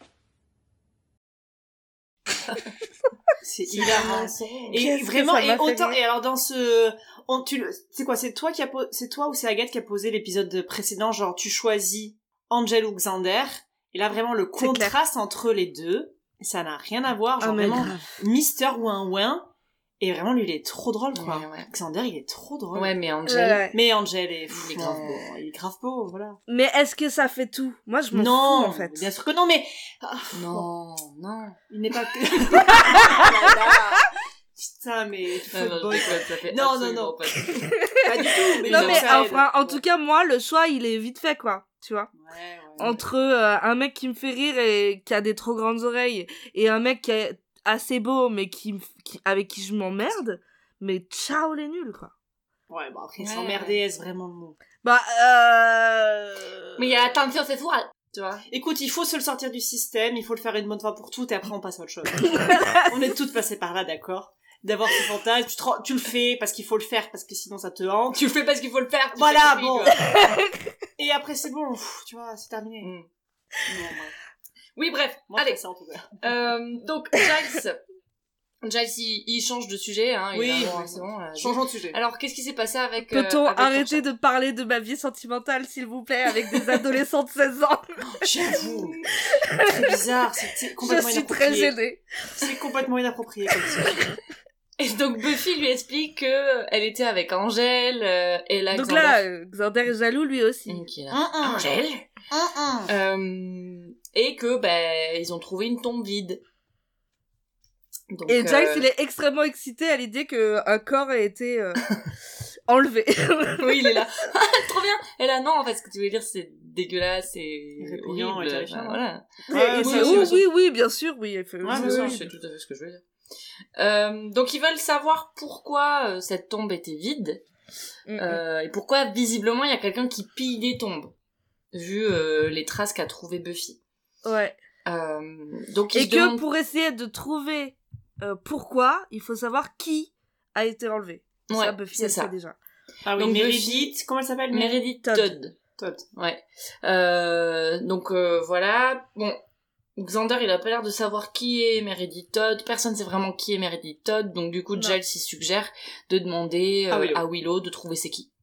C'est hilarant. Et Qu'est-ce que vraiment, ça et m'a fait autant, rire. et alors dans ce, c'est quoi, c'est toi ou c'est Agathe qui a posé l'épisode précédent, genre tu choisis Angel ou Xander, et là vraiment le C'est contraste entre les deux, ça n'a rien à voir, genre Ah, mais vraiment grave. Mister ou un ouin, et vraiment lui il est trop drôle quoi. Ouais. Xander il est trop drôle. Ouais, mais Angel. Ouais. Mais Angel est, Il est grave beau. il est grave beau, voilà. Mais est-ce que ça fait tout? Moi, je m'en Non, fous, en fait. bien sûr que non, mais Non. il n'est pas que. Ah là là. Putain, mais Non, football, je déconne, ça fait Non, absolument non. pas de- pas du tout. Mais Non, non, mais ça aide. enfin, en tout cas, moi, le choix, il est vite fait, quoi. Tu vois? Ouais. Entre un mec qui me fait rire et qui a des trop grandes oreilles et un mec qui est assez beau mais avec qui je m'emmerde, mais ciao les nuls, quoi. Ouais, bon après, Ouais. s'emmerder, est-ce vraiment le mot? Bah, Mais il y a attention, c'est toi. Tu vois. Écoute, il faut se le sortir du système, il faut le faire une bonne fois pour toutes et après on passe à autre chose. On est toutes passées par là, d'accord? D'avoir ce fantasme, tu le fais parce qu'il faut le faire, parce que sinon ça te hante. Tu le fais parce qu'il faut le faire. tu Voilà, fais bon. quoi. Et après c'est bon, tu vois, c'est terminé. Mm. Non, bref. Oui, bref. Moi, Allez. je fais ça en tout cas. Donc, Giles, il change de sujet, hein. Oui, il a- bon, oui. c'est bon. Changeons de sujet. Alors, qu'est-ce qui s'est passé avec... peut-on avec arrêter ton de parler de ma vie sentimentale, s'il vous plaît, avec des adolescents de 16 ans? J'avoue. C'est bizarre, c'est Je complètement suis très inapproprié. gênée. C'est complètement inapproprié comme ça. Et donc, Buffy lui explique que elle était avec Angèle, et là, Donc Xander- là, Xander est jaloux, lui aussi. Qui est là. Angèle et que ils ont trouvé une tombe vide. Donc, Et Giles, il est extrêmement excité à l'idée qu'un corps ait été enlevé. Oui, il est là. Trop bien. Et là, non, en fait, ce que tu voulais dire, c'est dégueulasse, c'est répugnant et terrifiant. Voilà. Oui, bien sûr, oui. C'est tout à fait ce que je veux dire. Donc, ils veulent savoir pourquoi cette tombe était vide, et pourquoi, visiblement, il y a quelqu'un qui pille des tombes, vu les traces qu'a trouvé Buffy. Ouais. Donc, et que pour essayer de trouver pourquoi, il faut savoir qui a été enlevé. Ouais, ça, Buffy, c'est elle ça. sait déjà. Ah oui, donc Meredith, comment elle s'appelle? Meredith Todd. Ouais. Donc voilà. Bon, Xander, il a pas l'air de savoir qui est Meredith Todd. Personne sait vraiment qui est Meredith Todd. Donc du coup, Giles il suggère de demander à Willow de trouver c'est qui.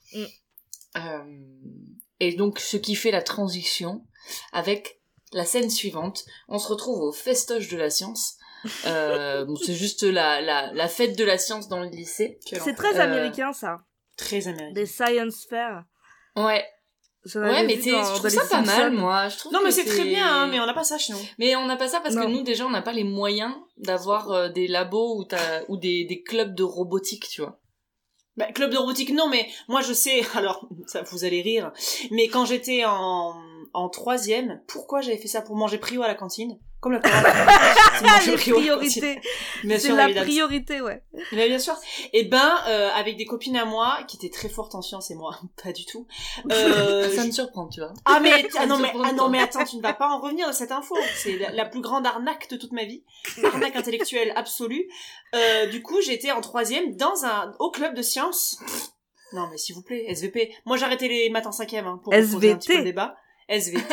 Et donc, ce qui fait la transition avec la scène suivante. On se retrouve au festoche de la science. Bon, c'est juste la fête de la science dans le lycée. C'est très américain, ça. Très américain. Des science fairs. Ouais. Mais je trouve ça pas mal, moi. Je trouve non, mais c'est très bien, hein, mais on n'a pas ça chez nous. Mais on n'a pas ça parce que nous, déjà, on n'a pas les moyens d'avoir des labos ou des clubs de robotique, tu vois. Bah, club de robotique, non, mais moi je sais, alors, ça vous allez rire, mais quand j'étais en troisième, pourquoi j'avais fait ça? Pour manger prio à la cantine? Comme la les priorités. C'est la priorité, ouais. Mais bien sûr. Et avec des copines à moi, qui étaient très fortes en sciences et moi, pas du tout. Ça me surprend, tu vois. Non, mais attends, tu ne vas pas en revenir de cette info. C'est la plus grande arnaque de toute ma vie. Arnaque intellectuelle absolue. Du coup, j'étais en troisième au club de sciences. Non, mais s'il vous plaît, SVP. Moi, j'ai arrêté les maths en cinquième, pour poser un petit peu le débat. SVP.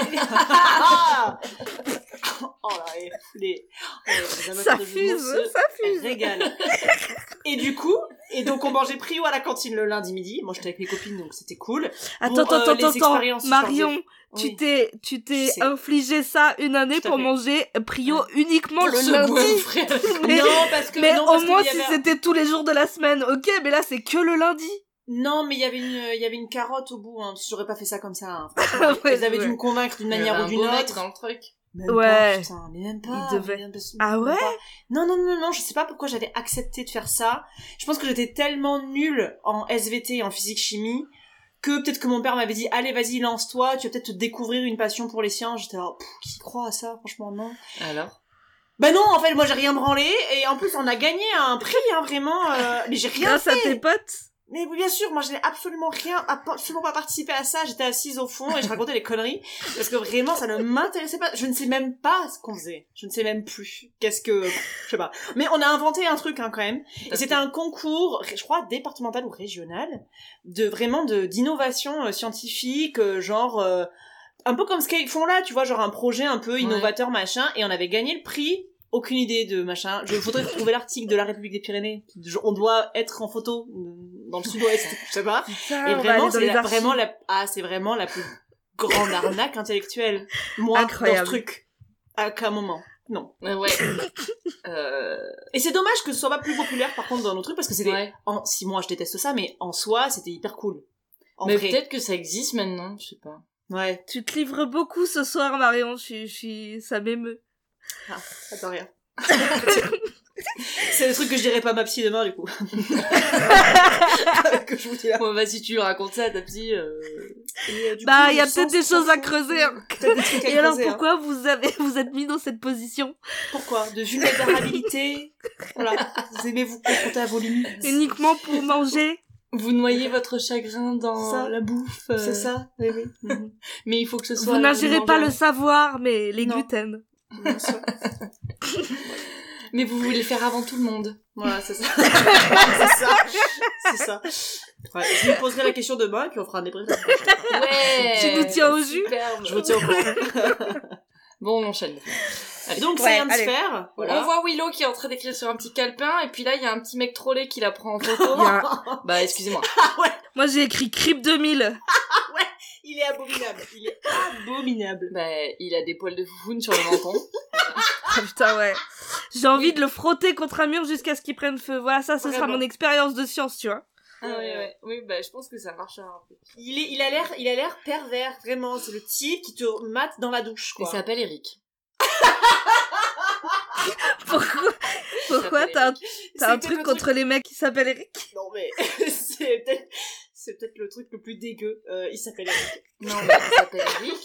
Oh là, ça fuse. Régale. Et du coup, donc on mangeait prio à la cantine le lundi midi. Moi j'étais avec mes copines donc c'était cool. Attends, Marion, tu t'es infligé ça une année pour manger prio uniquement le lundi. Mais au moins si c'était tous les jours de la semaine, ok, mais là c'est que le lundi. Non, mais il y avait une carotte au bout, hein. J'aurais pas fait ça comme ça, hein. Ils avaient dû me convaincre d'une manière ou d'une autre. Dans le truc. Même pas, putain, mais même pas. Il devait. Ah ouais? Non, je sais pas pourquoi j'avais accepté de faire ça. Je pense que j'étais tellement nulle en SVT et en physique-chimie que peut-être que mon père m'avait dit, allez, vas-y, lance-toi, tu vas peut-être te découvrir une passion pour les sciences. J'étais là, qui croit à ça? Franchement, non. Alors? Bah non, en fait, moi j'ai rien branlé, et en plus on a gagné un prix, hein, vraiment, mais j'ai rien fait. Grâce à tes potes? Mais bien sûr, moi je n'ai absolument pas participé à ça, j'étais assise au fond et je racontais des conneries, parce que vraiment ça ne m'intéressait pas, je ne sais même pas ce qu'on faisait, je ne sais même plus, je sais pas. Mais on a inventé un truc, hein, quand même, et c'était un concours, je crois, départemental ou régional, d'innovation scientifique, genre, un peu comme ce qu'ils font là, tu vois, genre un projet un peu innovateur, machin, et on avait gagné le prix. Aucune idée de machin. Il faudrait trouver l'article de la République des Pyrénées. On doit être en photo dans le sud-ouest, je sais pas. Putain, et vraiment, c'est vraiment la plus grande arnaque intellectuelle. Moi, incroyable. Dans ce truc. À qu'un moment. Non. Ouais. Et c'est dommage que ce soit pas plus populaire, par contre, dans nos trucs, parce que c'était, si moi je déteste ça, mais en soi, c'était hyper cool. Mais peut-être que ça existe maintenant, je sais pas. Ouais. Tu te livres beaucoup ce soir, Marion, ça m'émeut. Ah, attends, rien. C'est le truc que je dirais pas à ma psy demain, du coup. Que je vous dis là. Bon, vas-y, tu lui racontes ça à ta psy. Il y a peut-être des choses à creuser. Hein. Et alors, pourquoi vous êtes mis dans cette position? Pourquoi? De vulnérabilité. Voilà. Vous aimez vous confronter à vos limites. Uniquement pour manger. Vous noyez votre chagrin dans la bouffe. C'est ça, oui. Mais il faut que ce soit... Vous n'ingérez pas le savoir, mais les gluten. Mais vous voulez le faire avant tout le monde. Voilà, c'est ça. C'est ça. Ouais, je lui poserai la question demain et puis on fera un débrief. Ouais. Tu nous tiens au jus. Je vous tiens au courant. Bon, on enchaîne. Allez. Donc, science fair. Voilà. On voit Willow qui est en train d'écrire sur un petit calepin et puis là, il y a un petit mec trollé qui la prend en photo. Bah, excusez-moi. Ah ouais. Moi, j'ai écrit Crip 2000. Ouais. Il est abominable. Bah, il a des poils de foufoune sur le menton. Ah putain, ouais. J'ai envie de le frotter contre un mur jusqu'à ce qu'il prenne feu. Voilà, ça, ce sera mon expérience de science, tu vois. Oui, bah, je pense que ça marchera un peu. Il a l'air pervers, vraiment. C'est le type qui te mate dans la douche, quoi. Il s'appelle Eric. Pourquoi t'as un peut-être truc le contre les mecs qui s'appellent Eric? Non, mais c'est peut-être le truc le plus dégueu. Il s'appelle Eric. Non, mais il s'appelle Eric.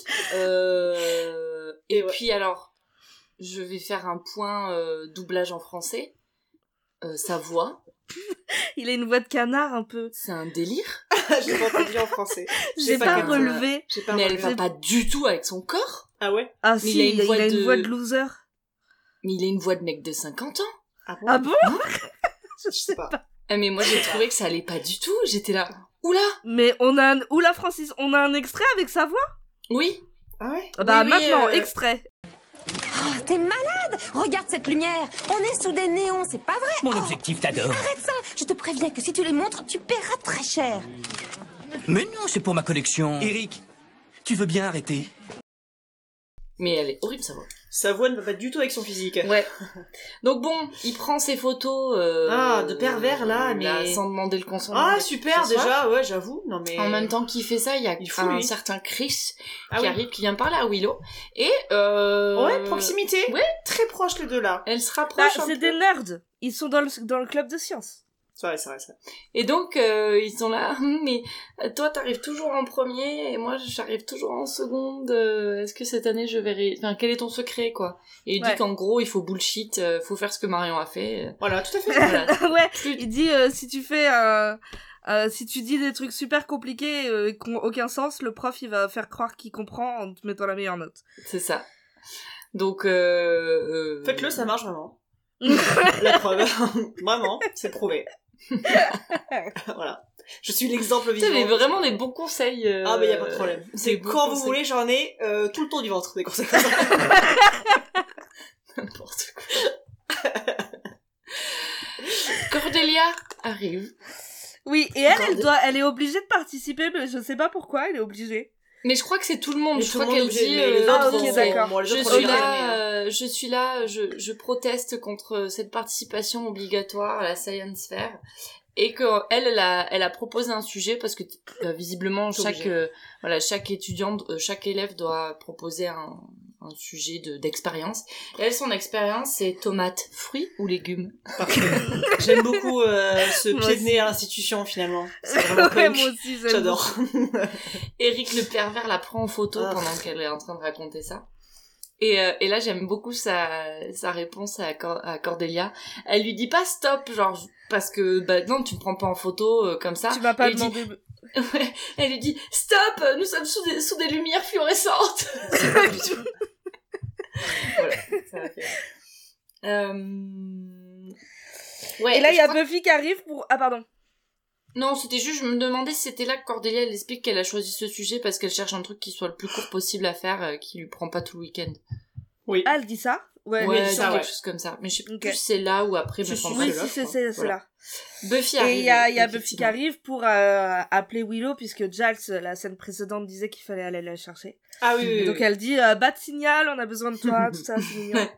Et ouais. puis alors, je vais faire un point doublage en français. Sa voix, Il a une voix de canard un peu. c'est un délire. Je l'ai pas entendu en français. J'ai pas pas capté. relevé. J'ai pas Mais elle relevé. va pas du tout avec son corps. Ah ouais? Ah Mais si, il a une voix de- loser. Mais il a une voix de mec de 50 ans. Ah bon? Ah bon? Je sais pas. Ah, mais moi, j'ai trouvé que ça allait pas du tout. J'étais là. Oula! Mais on a Oula Francis, on a un extrait avec sa voix? Oui. Ah ouais? Bah oui, maintenant, extrait. Oh, t'es malade! Regarde cette lumière! On est sous des néons, c'est pas vrai! Mon objectif t'adore. Arrête ça! Je te préviens que si tu les montres, tu paieras très cher. Mais non, c'est pour ma collection. Eric, tu veux bien arrêter? Mais elle est horrible, sa voix. Sa voix ne va pas du tout avec son physique. Ouais. Donc bon, il prend ses photos. De pervers, là, mais... sans demander le consentement. Ah, de qui super, que ce soit. déjà, ouais, j'avoue. Non, mais... En même temps qu'il fait ça, il y a Il est fou, un lui. certain Chris Ah qui oui. arrive, qui vient parler à Willow. Et Ouais, proximité. Ouais. Très proches, les deux, là. Elle se Bah, rapproche un c'est peu. des nerds. Ils sont dans le club de science. C'est vrai. Et donc, ils sont là, mais toi, t'arrives toujours en premier, et moi, j'arrive toujours en seconde. Est-ce que cette année, je vais... Enfin, quel est ton secret, quoi? Et il Ouais. dit qu'en gros, il faut bullshit, faut faire ce que Marion a fait. Voilà, tout à fait. Voilà. Ouais, Plus- il dit si tu fais si tu dis des trucs super compliqués qui n'ont aucun sens, le prof il va faire croire qu'il comprend en te mettant la meilleure note. C'est ça. Donc, Faites-le, ça marche vraiment. La preuve. Vraiment, c'est prouvé. Voilà. Je suis l'exemple tu sais, vivant. mais vraiment des bons conseils. Ah, mais y a pas de problème. des C'est bons quand vous conseils. voulez, j'en ai tout le tour du ventre, des conseils. N'importe quoi. Cordelia arrive. Oui, et elle est obligée de participer, mais je sais pas pourquoi elle est obligée. Mais je crois que c'est tout le monde. Mais Je tout le crois monde qu'elle est obligé, dit. mais les Ah, autres ok, vont- d'accord. bon, les Je autres, on suis les là, je proteste contre cette participation obligatoire à la Science Fair. Et qu'elle a proposé un sujet parce que visiblement C'est chaque obligé. chaque étudiante, chaque élève doit proposer un sujet d'expérience. Et elle, son expérience, c'est tomates, fruits ou légumes. J'aime beaucoup ce Moi pied de aussi. nez à l'institution, finalement. C'est vraiment Ouais, punk. moi aussi j'aime J'adore. Eric le pervers la prend en photo Ah. pendant qu'elle est en train de raconter ça. Et là, j'aime beaucoup sa réponse à Cordelia. Elle lui dit pas stop, genre, parce que, bah, non, tu me prends pas en photo, comme ça. Tu m'as pas Elle lui dit- demandé. Ouais, elle lui dit stop, nous sommes sous des lumières fluorescentes. Voilà, ça m'a fait rire. Ouais, Et là il y je a crois Buffy qui arrive pour... Ah pardon. Non, c'était juste, je me demandais si c'était là que Cordelia, elle explique qu'elle a choisi ce sujet parce qu'elle cherche un truc qui soit le plus court possible à faire, qui lui prend pas tout le week-end. Oui. Ah, elle dit ça? Ouais, Ouais, mais c'est ça, quelque ouais. chose comme ça. Mais je sais Ok. plus si c'est là ou après, Je me suis semble Oui, que si, c'est Voilà. là. Buffy Et arrive. il y a Buffy qui effectivement. arrive pour appeler Willow, puisque Giles, la scène précédente, disait qu'il fallait aller la chercher. Ah oui, oui, Et oui. donc elle dit bas de signal, on a besoin de toi, tout ça, c'est mignon.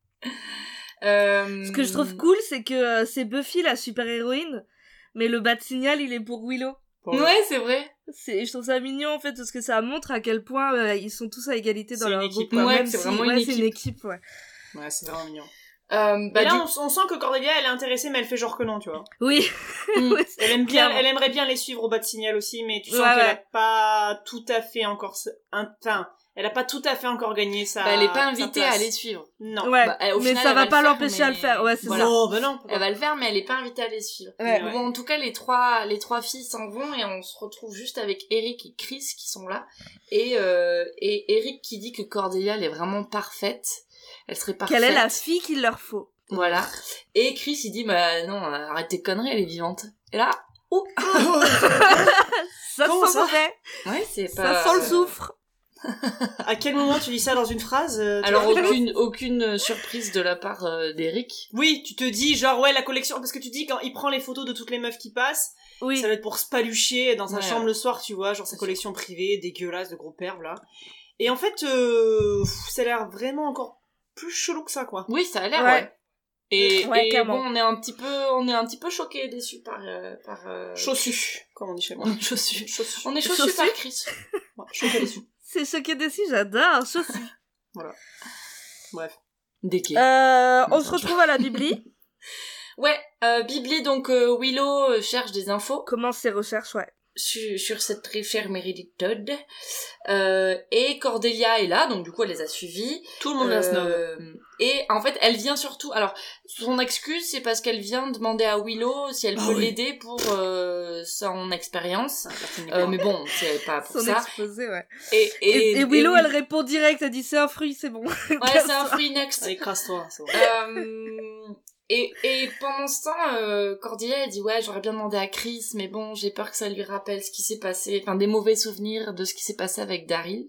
Ce que je trouve cool, c'est que c'est Buffy la super-héroïne, mais le bas de signal, il est pour Willow. Ouais, c'est vrai. Je trouve ça mignon en fait, parce que ça montre à quel point ils sont tous à égalité dans C'est une leur équipe. groupe. quoi. Ouais, Même c'est si- vraiment une c'est une équipe, ouais. Ouais, c'est vraiment mignon. Bah, Et là, on sent que Cordelia, elle est intéressée, mais elle fait genre que non, tu vois. Oui. Mm. Ouais, Elle aime bien, clairement. elle aimerait bien les suivre au bas de signal aussi, mais tu sens Ouais, qu'elle ouais. a pas tout à fait encore, enfin, elle a pas tout à fait encore gagné sa. bah, elle est pas sa invitée place. à les suivre. Non. Ouais, Bah, au mais final, ça elle va le pas faire, l'empêcher à le mais- faire, ouais, c'est Voilà. ça. Non, bah non. Elle va le faire, mais elle est pas invitée à les suivre. Ouais. Bon, en tout cas, les trois filles s'en vont et on se retrouve juste avec Eric et Chris qui sont là. Et Eric qui dit que Cordelia, elle est vraiment parfaite. Elle serait parfaite. Quelle est la fille qu'il leur faut? Voilà. Et Chris, il dit, bah non, arrête tes conneries, elle est vivante. Et là, Ça Comment sent ça mauvais. ouais, c'est pas... Ça sent le soufre. À quel moment tu dis ça dans une phrase tu Alors, vois aucune surprise de la part d'Eric. Oui, tu te dis genre ouais la collection parce que tu dis quand il prend les photos de toutes les meufs qui passent, Oui. ça doit être pour se palucher dans sa Ouais. chambre le soir, tu vois, genre sa collection privée dégueulasse de gros pervs là. Et en fait ça a l'air vraiment encore plus chelou que ça quoi. Oui, ça a l'air, Ouais. ouais. Et clairement. bon, on est un petit peu choqués et déçus par Chaussu, comme on dit chez moi. On est chaussus. Chaussu. On est chaussus Chaussus. par Chris. Ouais, choqué dessus. C'est choqué dessus, j'adore. Chaussu. Bref. Déqué. On se retrouve à la Bibli. Ouais, Bibli, donc Willow cherche des infos Commence ses recherches, ouais. sur cette très chère Meredith Todd. Et Cordelia est là, donc du coup elle les a suivis. Tout le monde la snob. Et en fait, elle vient surtout... Alors, son excuse, c'est parce qu'elle vient demander à Willow si elle peut l'aider pour son expérience. Mais bon, c'est pas pour Son ça. exposé, ouais. Et Willow, elle répond direct, elle dit c'est un fruit, c'est bon. Ouais, c'est un fruit next. Écrase-toi. Et pendant ce temps, Cordelia, elle dit ouais, j'aurais bien demandé à Chris, mais bon, j'ai peur que ça lui rappelle ce qui s'est passé, enfin des mauvais souvenirs de ce qui s'est passé avec Daryl.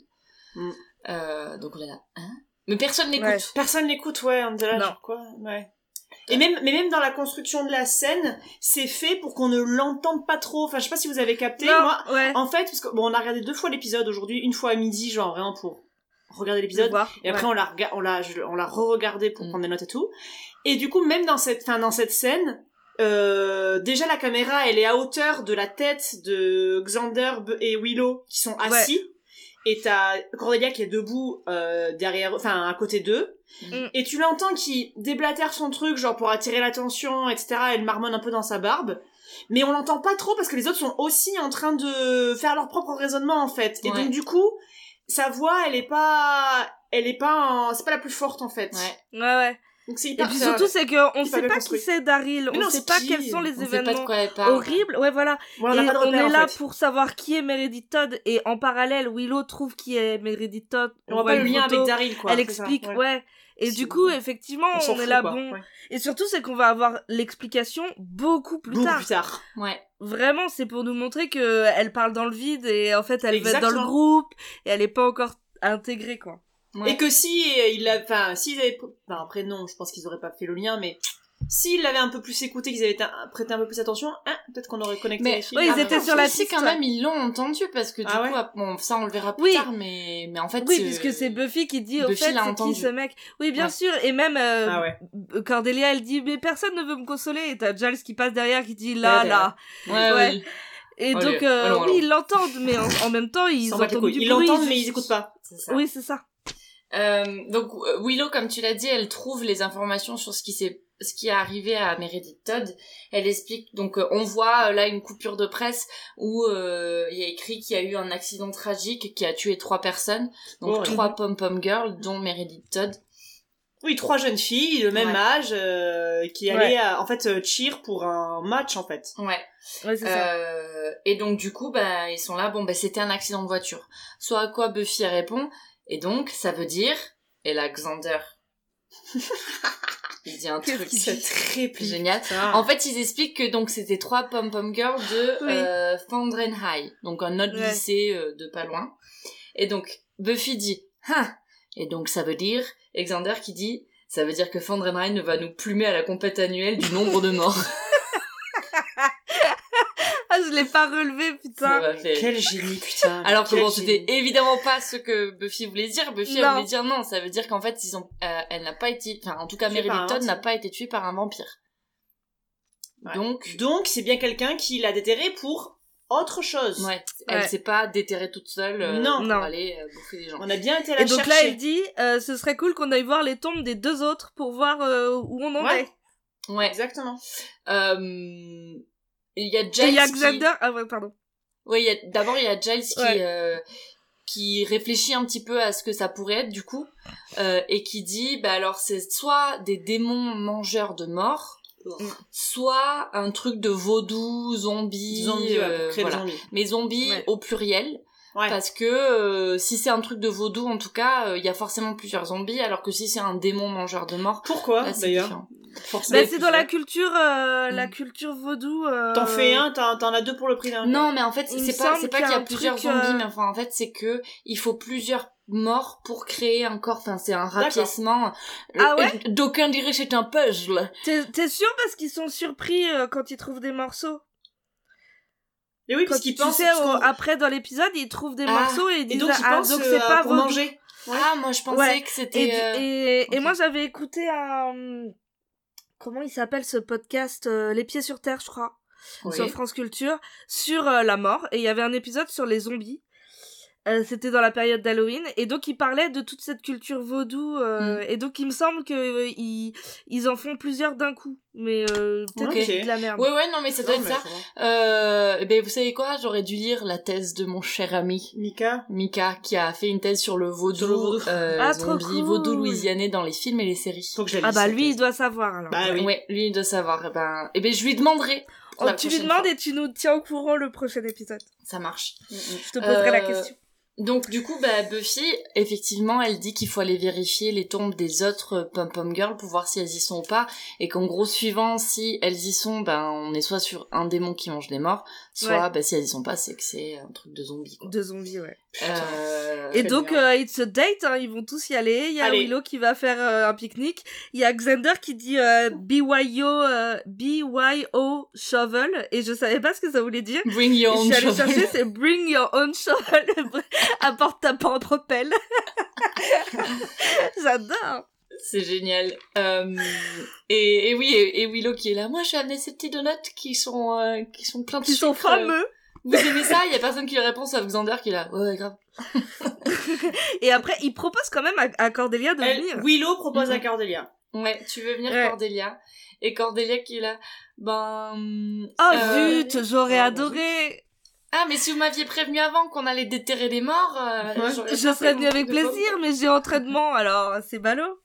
Donc on est là, hein? Mais personne n'écoute. Ouais. Personne n'écoute, ouais, on est là, Non. genre, quoi, ouais. Et même dans la construction de la scène, c'est fait pour qu'on ne l'entende pas trop. Enfin, je sais pas si vous avez capté. Non, Moi, ouais. en fait, parce que bon, on a regardé 2 fois l'épisode aujourd'hui, une fois à midi, genre vraiment pour regarder l'épisode, Voir, et après ouais. on l'a re-regardé pour prendre des notes et tout. Et du coup, même dans cette scène, déjà la caméra, elle est à hauteur de la tête de Xander et Willow qui sont assis. Ouais. Et t'as Cordelia qui est debout derrière, enfin à côté d'eux, et tu l'entends qui déblatère son truc genre pour attirer l'attention, etc. Elle marmonne un peu dans sa barbe, mais on l'entend pas trop parce que les autres sont aussi en train de faire leur propre raisonnement en fait. Et donc du coup, sa voix, c'est pas la plus forte en fait. Ouais. Donc c'est hyper. Et puis surtout, c'est qu'on sait pas construit. qui c'est Daryl, on sait pas quels sont les événements horribles. Ouais, voilà. Ouais, on est là pour savoir qui est Meredith Todd, et en parallèle, Willow trouve qui est Meredith Todd. On voit pas le lien avec Daryl, quoi. Elle explique, ouais. Et du coup, effectivement, on est là, bon. Ouais. Et surtout, c'est qu'on va avoir l'explication beaucoup plus tard. Ouais. Vraiment, c'est pour nous montrer que elle parle dans le vide, et en fait, elle va être dans le groupe, et elle est pas encore intégrée, quoi. Ouais. Et que s'ils avaient, après non, je pense qu'ils auraient pas fait le lien, mais s'ils l'avaient un peu plus écouté, qu'ils avaient prêté un peu plus attention, peut-être qu'on aurait connecté les films. Oui, ils étaient sur la piste. quand même, ils l'ont entendu, parce que du coup, bon, ça on le verra plus tard, mais en fait... Oui, puisque c'est Buffy qui dit, Buffy au fait, c'est entendu. qui ce mec? Oui, bien sûr, et même Cordelia, elle dit, mais personne ne veut me consoler, et t'as Giles qui passe derrière, qui dit, là. Ouais. Et donc, oui, ils l'entendent, mais en même temps, ils entendent du bruit. Ils l'entendent, mais ils écoutent pas. C'est ça. Oui, c'est ça. Donc Willow, comme tu l'as dit, elle trouve les informations sur ce qui est arrivé à Meredith Todd. Elle explique, donc on voit là une coupure de presse où il y a écrit qu'il y a eu un accident tragique qui a tué 3 personnes, donc 3 pom-pom girls, dont Meredith Todd. Oui, 3 jeunes filles de même âge qui allaient en fait cheer pour un match en fait. Ouais, c'est ça. Et donc du coup, ils sont là, c'était un accident de voiture. Soit à quoi Buffy répond, et donc ça veut dire, et là Xander il dit un truc c'est très génial. En fait, ils expliquent que donc c'était 3 pom-pom girls de Fandren High, donc un autre lycée de pas loin. Et donc Buffy dit et donc ça veut dire, et Xander qui dit, ça veut dire que Fandren High va nous plumer à la compète annuelle du nombre de morts. Je l'ai pas relevé, putain. Quel génie, putain. Alors que bon, c'était évidemment pas ce que Buffy voulait dire. Buffy, elle voulait dire non, ça veut dire qu'en fait, elle n'a pas été, enfin, en tout cas, Meredith Todd n'a pas été tuée par un vampire. Ouais. Donc, c'est bien quelqu'un qui l'a déterré pour autre chose. Ouais. Elle s'est pas déterrée toute seule pour aller bouffer des gens. On a bien été la chercher. Et donc là, elle dit, ce serait cool qu'on aille voir les tombes des 2 autres pour voir où on en est. Ouais. Exactement. Il y a Giles il y a Xander... Ah ouais, pardon. Oui, d'abord, il y a Giles qui réfléchit un petit peu à ce que ça pourrait être, du coup, et qui dit, alors, c'est soit des démons mangeurs de morts, soit un truc de vaudou, zombies, pour créer des zombies. Mais zombies au pluriel. Parce que si c'est un truc de vaudou, en tout cas, il y a forcément plusieurs zombies, alors que si c'est un démon mangeur de morts... Pourquoi, d'ailleurs différent. C'est dans la culture vaudou. T'en fais un, t'en as 2 pour le prix d'un. Non, mais en fait, c'est pas qu'il y a plusieurs zombies, mais enfin, en fait, c'est que il faut plusieurs morts pour créer un corps. Enfin, c'est un rapiècement. Ah ouais? D'aucuns diraient que c'est un puzzle. T'es sûr parce qu'ils sont surpris quand ils trouvent des morceaux? Et oui, parce qu'ils pensent... après, dans l'épisode, ils trouvent des morceaux et ils disent, donc c'est pas pour manger. Ouais. Ah, moi, je pensais que c'était... Et moi, j'avais écouté comment il s'appelle ce podcast, Les Pieds sur Terre, je crois, Oui. sur France Culture, sur la mort, et il y avait un épisode sur les zombies. C'était dans la période d'Halloween, et donc ils parlaient de toute cette culture vaudou, et donc il me semble que ils en font plusieurs d'un coup, mais peut-être Ok. que c'est de la merde. Ouais, non, mais ça doit Non, être mais ça. ça va. Ben, vous savez quoi? J'aurais dû lire la thèse de mon cher ami, Mika, qui a fait une thèse sur le vaudou, Sur le vaudou. Ah, trop zombie, cool. vaudou louisianais dans les films et les séries. Faut que je la Ah lise, bah cette lui il thèse. doit savoir alors. Bah oui. Ouais, lui, il doit savoir. Et ben, je lui demanderai. Oh, la tu lui prochaine demandes fois. et tu nous tiens au courant le prochain épisode. Ça marche. Je te poserai la question. Donc du coup, Buffy, effectivement, elle dit qu'il faut aller vérifier les tombes des autres pom-pom girls pour voir si elles y sont ou pas, et qu'en gros, suivant si elles y sont, on est soit sur un démon qui mange les morts, soit si elles y sont pas, c'est que c'est un truc de zombie, quoi. De zombies, ouais. Euh, Et donc, it's a date, hein, ils vont tous y aller. Il y a Allez. Willow qui va faire un pique-nique. Il y a Xander qui dit BYO shovel. Et je savais pas ce que ça voulait dire. Bring your Et je own suis allée shovel. chercher, c'est Bring your own shovel. Apporte ta propre pelle. J'adore. C'est génial. Et oui, et Willow qui est là. Moi, je vais amener ces petits donuts qui sont pleins de Ils sont sucre. fameux. Vous aimez ça? Il y a personne qui lui répond sauf Xander qui est là. Ouais, grave. Et après, il propose quand même à Cordelia de venir. Willow propose Mhm. à Cordelia. Ouais, tu veux venir, Ouais. Cordelia? Et Cordelia qui est là. Oh zut, j'aurais adoré. Ah, mais si vous m'aviez prévenu avant qu'on allait déterrer les morts, j'aurais Je pas serais fait venue mon avec truc de plaisir, mais j'ai entraînement, alors c'est ballot.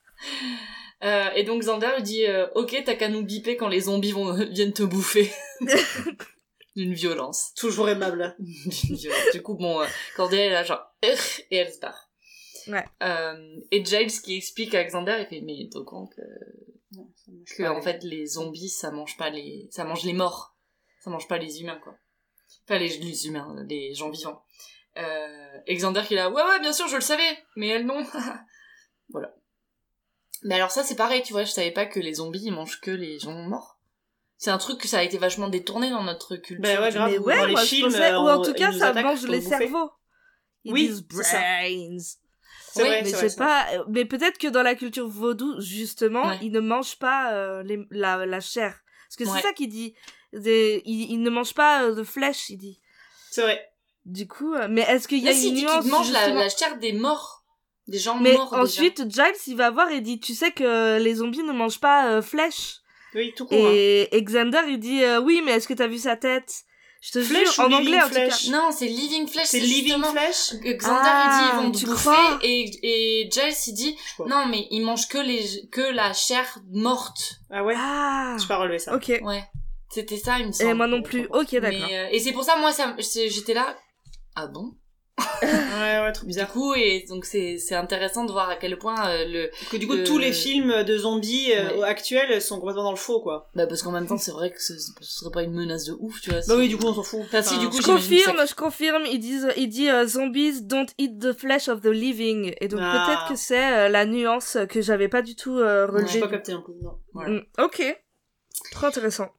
Et donc Xander lui dit ok, t'as qu'à nous biper quand les zombies viennent te bouffer. D'une violence. Toujours aimable. D'une violence. Du coup, Cordelia est là genre et elle se barre. Ouais. Et Giles qui explique à Xander, il fait mais t'es au courant que en fait les zombies ça mange les morts, ça mange pas les humains quoi. Enfin les humains, les gens vivants. Et Xander qui est là ouais bien sûr je le savais, mais elle non. Voilà. Mais alors ça c'est pareil, tu vois, je savais pas que les zombies ils mangent que les gens morts. C'est un truc que ça a été vachement détourné dans notre culture. Bah ouais, grave. Mais Dans ouais, les moi je films, pensais, ou en on- tout ils cas nous ça attaquent mange pour les bouffer. cerveaux. Ils Oui, disent c'est ça. brains. C'est Oui, vrai, Mais c'est je vrai, sais pas, mais peut-être que dans la culture vaudou, justement, Ouais. ils ne mangent pas la chair. Parce que Ouais. c'est ça qu'il dit. Ils ne mangent pas de flèche, il dit. C'est vrai. Du coup, mais est-ce qu'il y a Là, si, une il dit nuance qu'ils mangent justement la chair des morts. Des gens Mais morts déjà. ensuite, Giles, il va voir et dit, tu sais que les zombies ne mangent pas flèche. Oui, tout court. Hein. Et Xander, il dit, oui, mais est-ce que t'as vu sa tête? Je te Flèche jure, ou en living anglais en tout cas. flesh? Non, c'est Living Flesh. C'est Living justement Flesh que Xander Ah, il dit ils vont tu te crois bouffer et Giles il dit crois. non mais ils mangent que la chair morte. Ah ouais. Ah, J'ai pas relevé ça. ok. Ouais. C'était ça il me semble. Et moi non plus. Ok, d'accord. Mais, et c'est pour ça moi j'étais là ah bon. Ouais, trop Du bizarre. coup et donc c'est intéressant de voir à quel point Que du coup, tous les films de zombies Ouais. actuels sont complètement dans le faux, quoi. bah parce qu'en même temps c'est vrai que ce serait pas une menace de ouf tu vois. Bah oui, du coup, on s'en fout. Enfin, si, du coup, Je j'imagine ça. confirme, il dit zombies don't eat the flesh of the living. Et donc Ah. peut-être que c'est la nuance que j'avais pas du tout J'ai relevée. pas capté un peu, non. Voilà. Ok. Trop intéressant.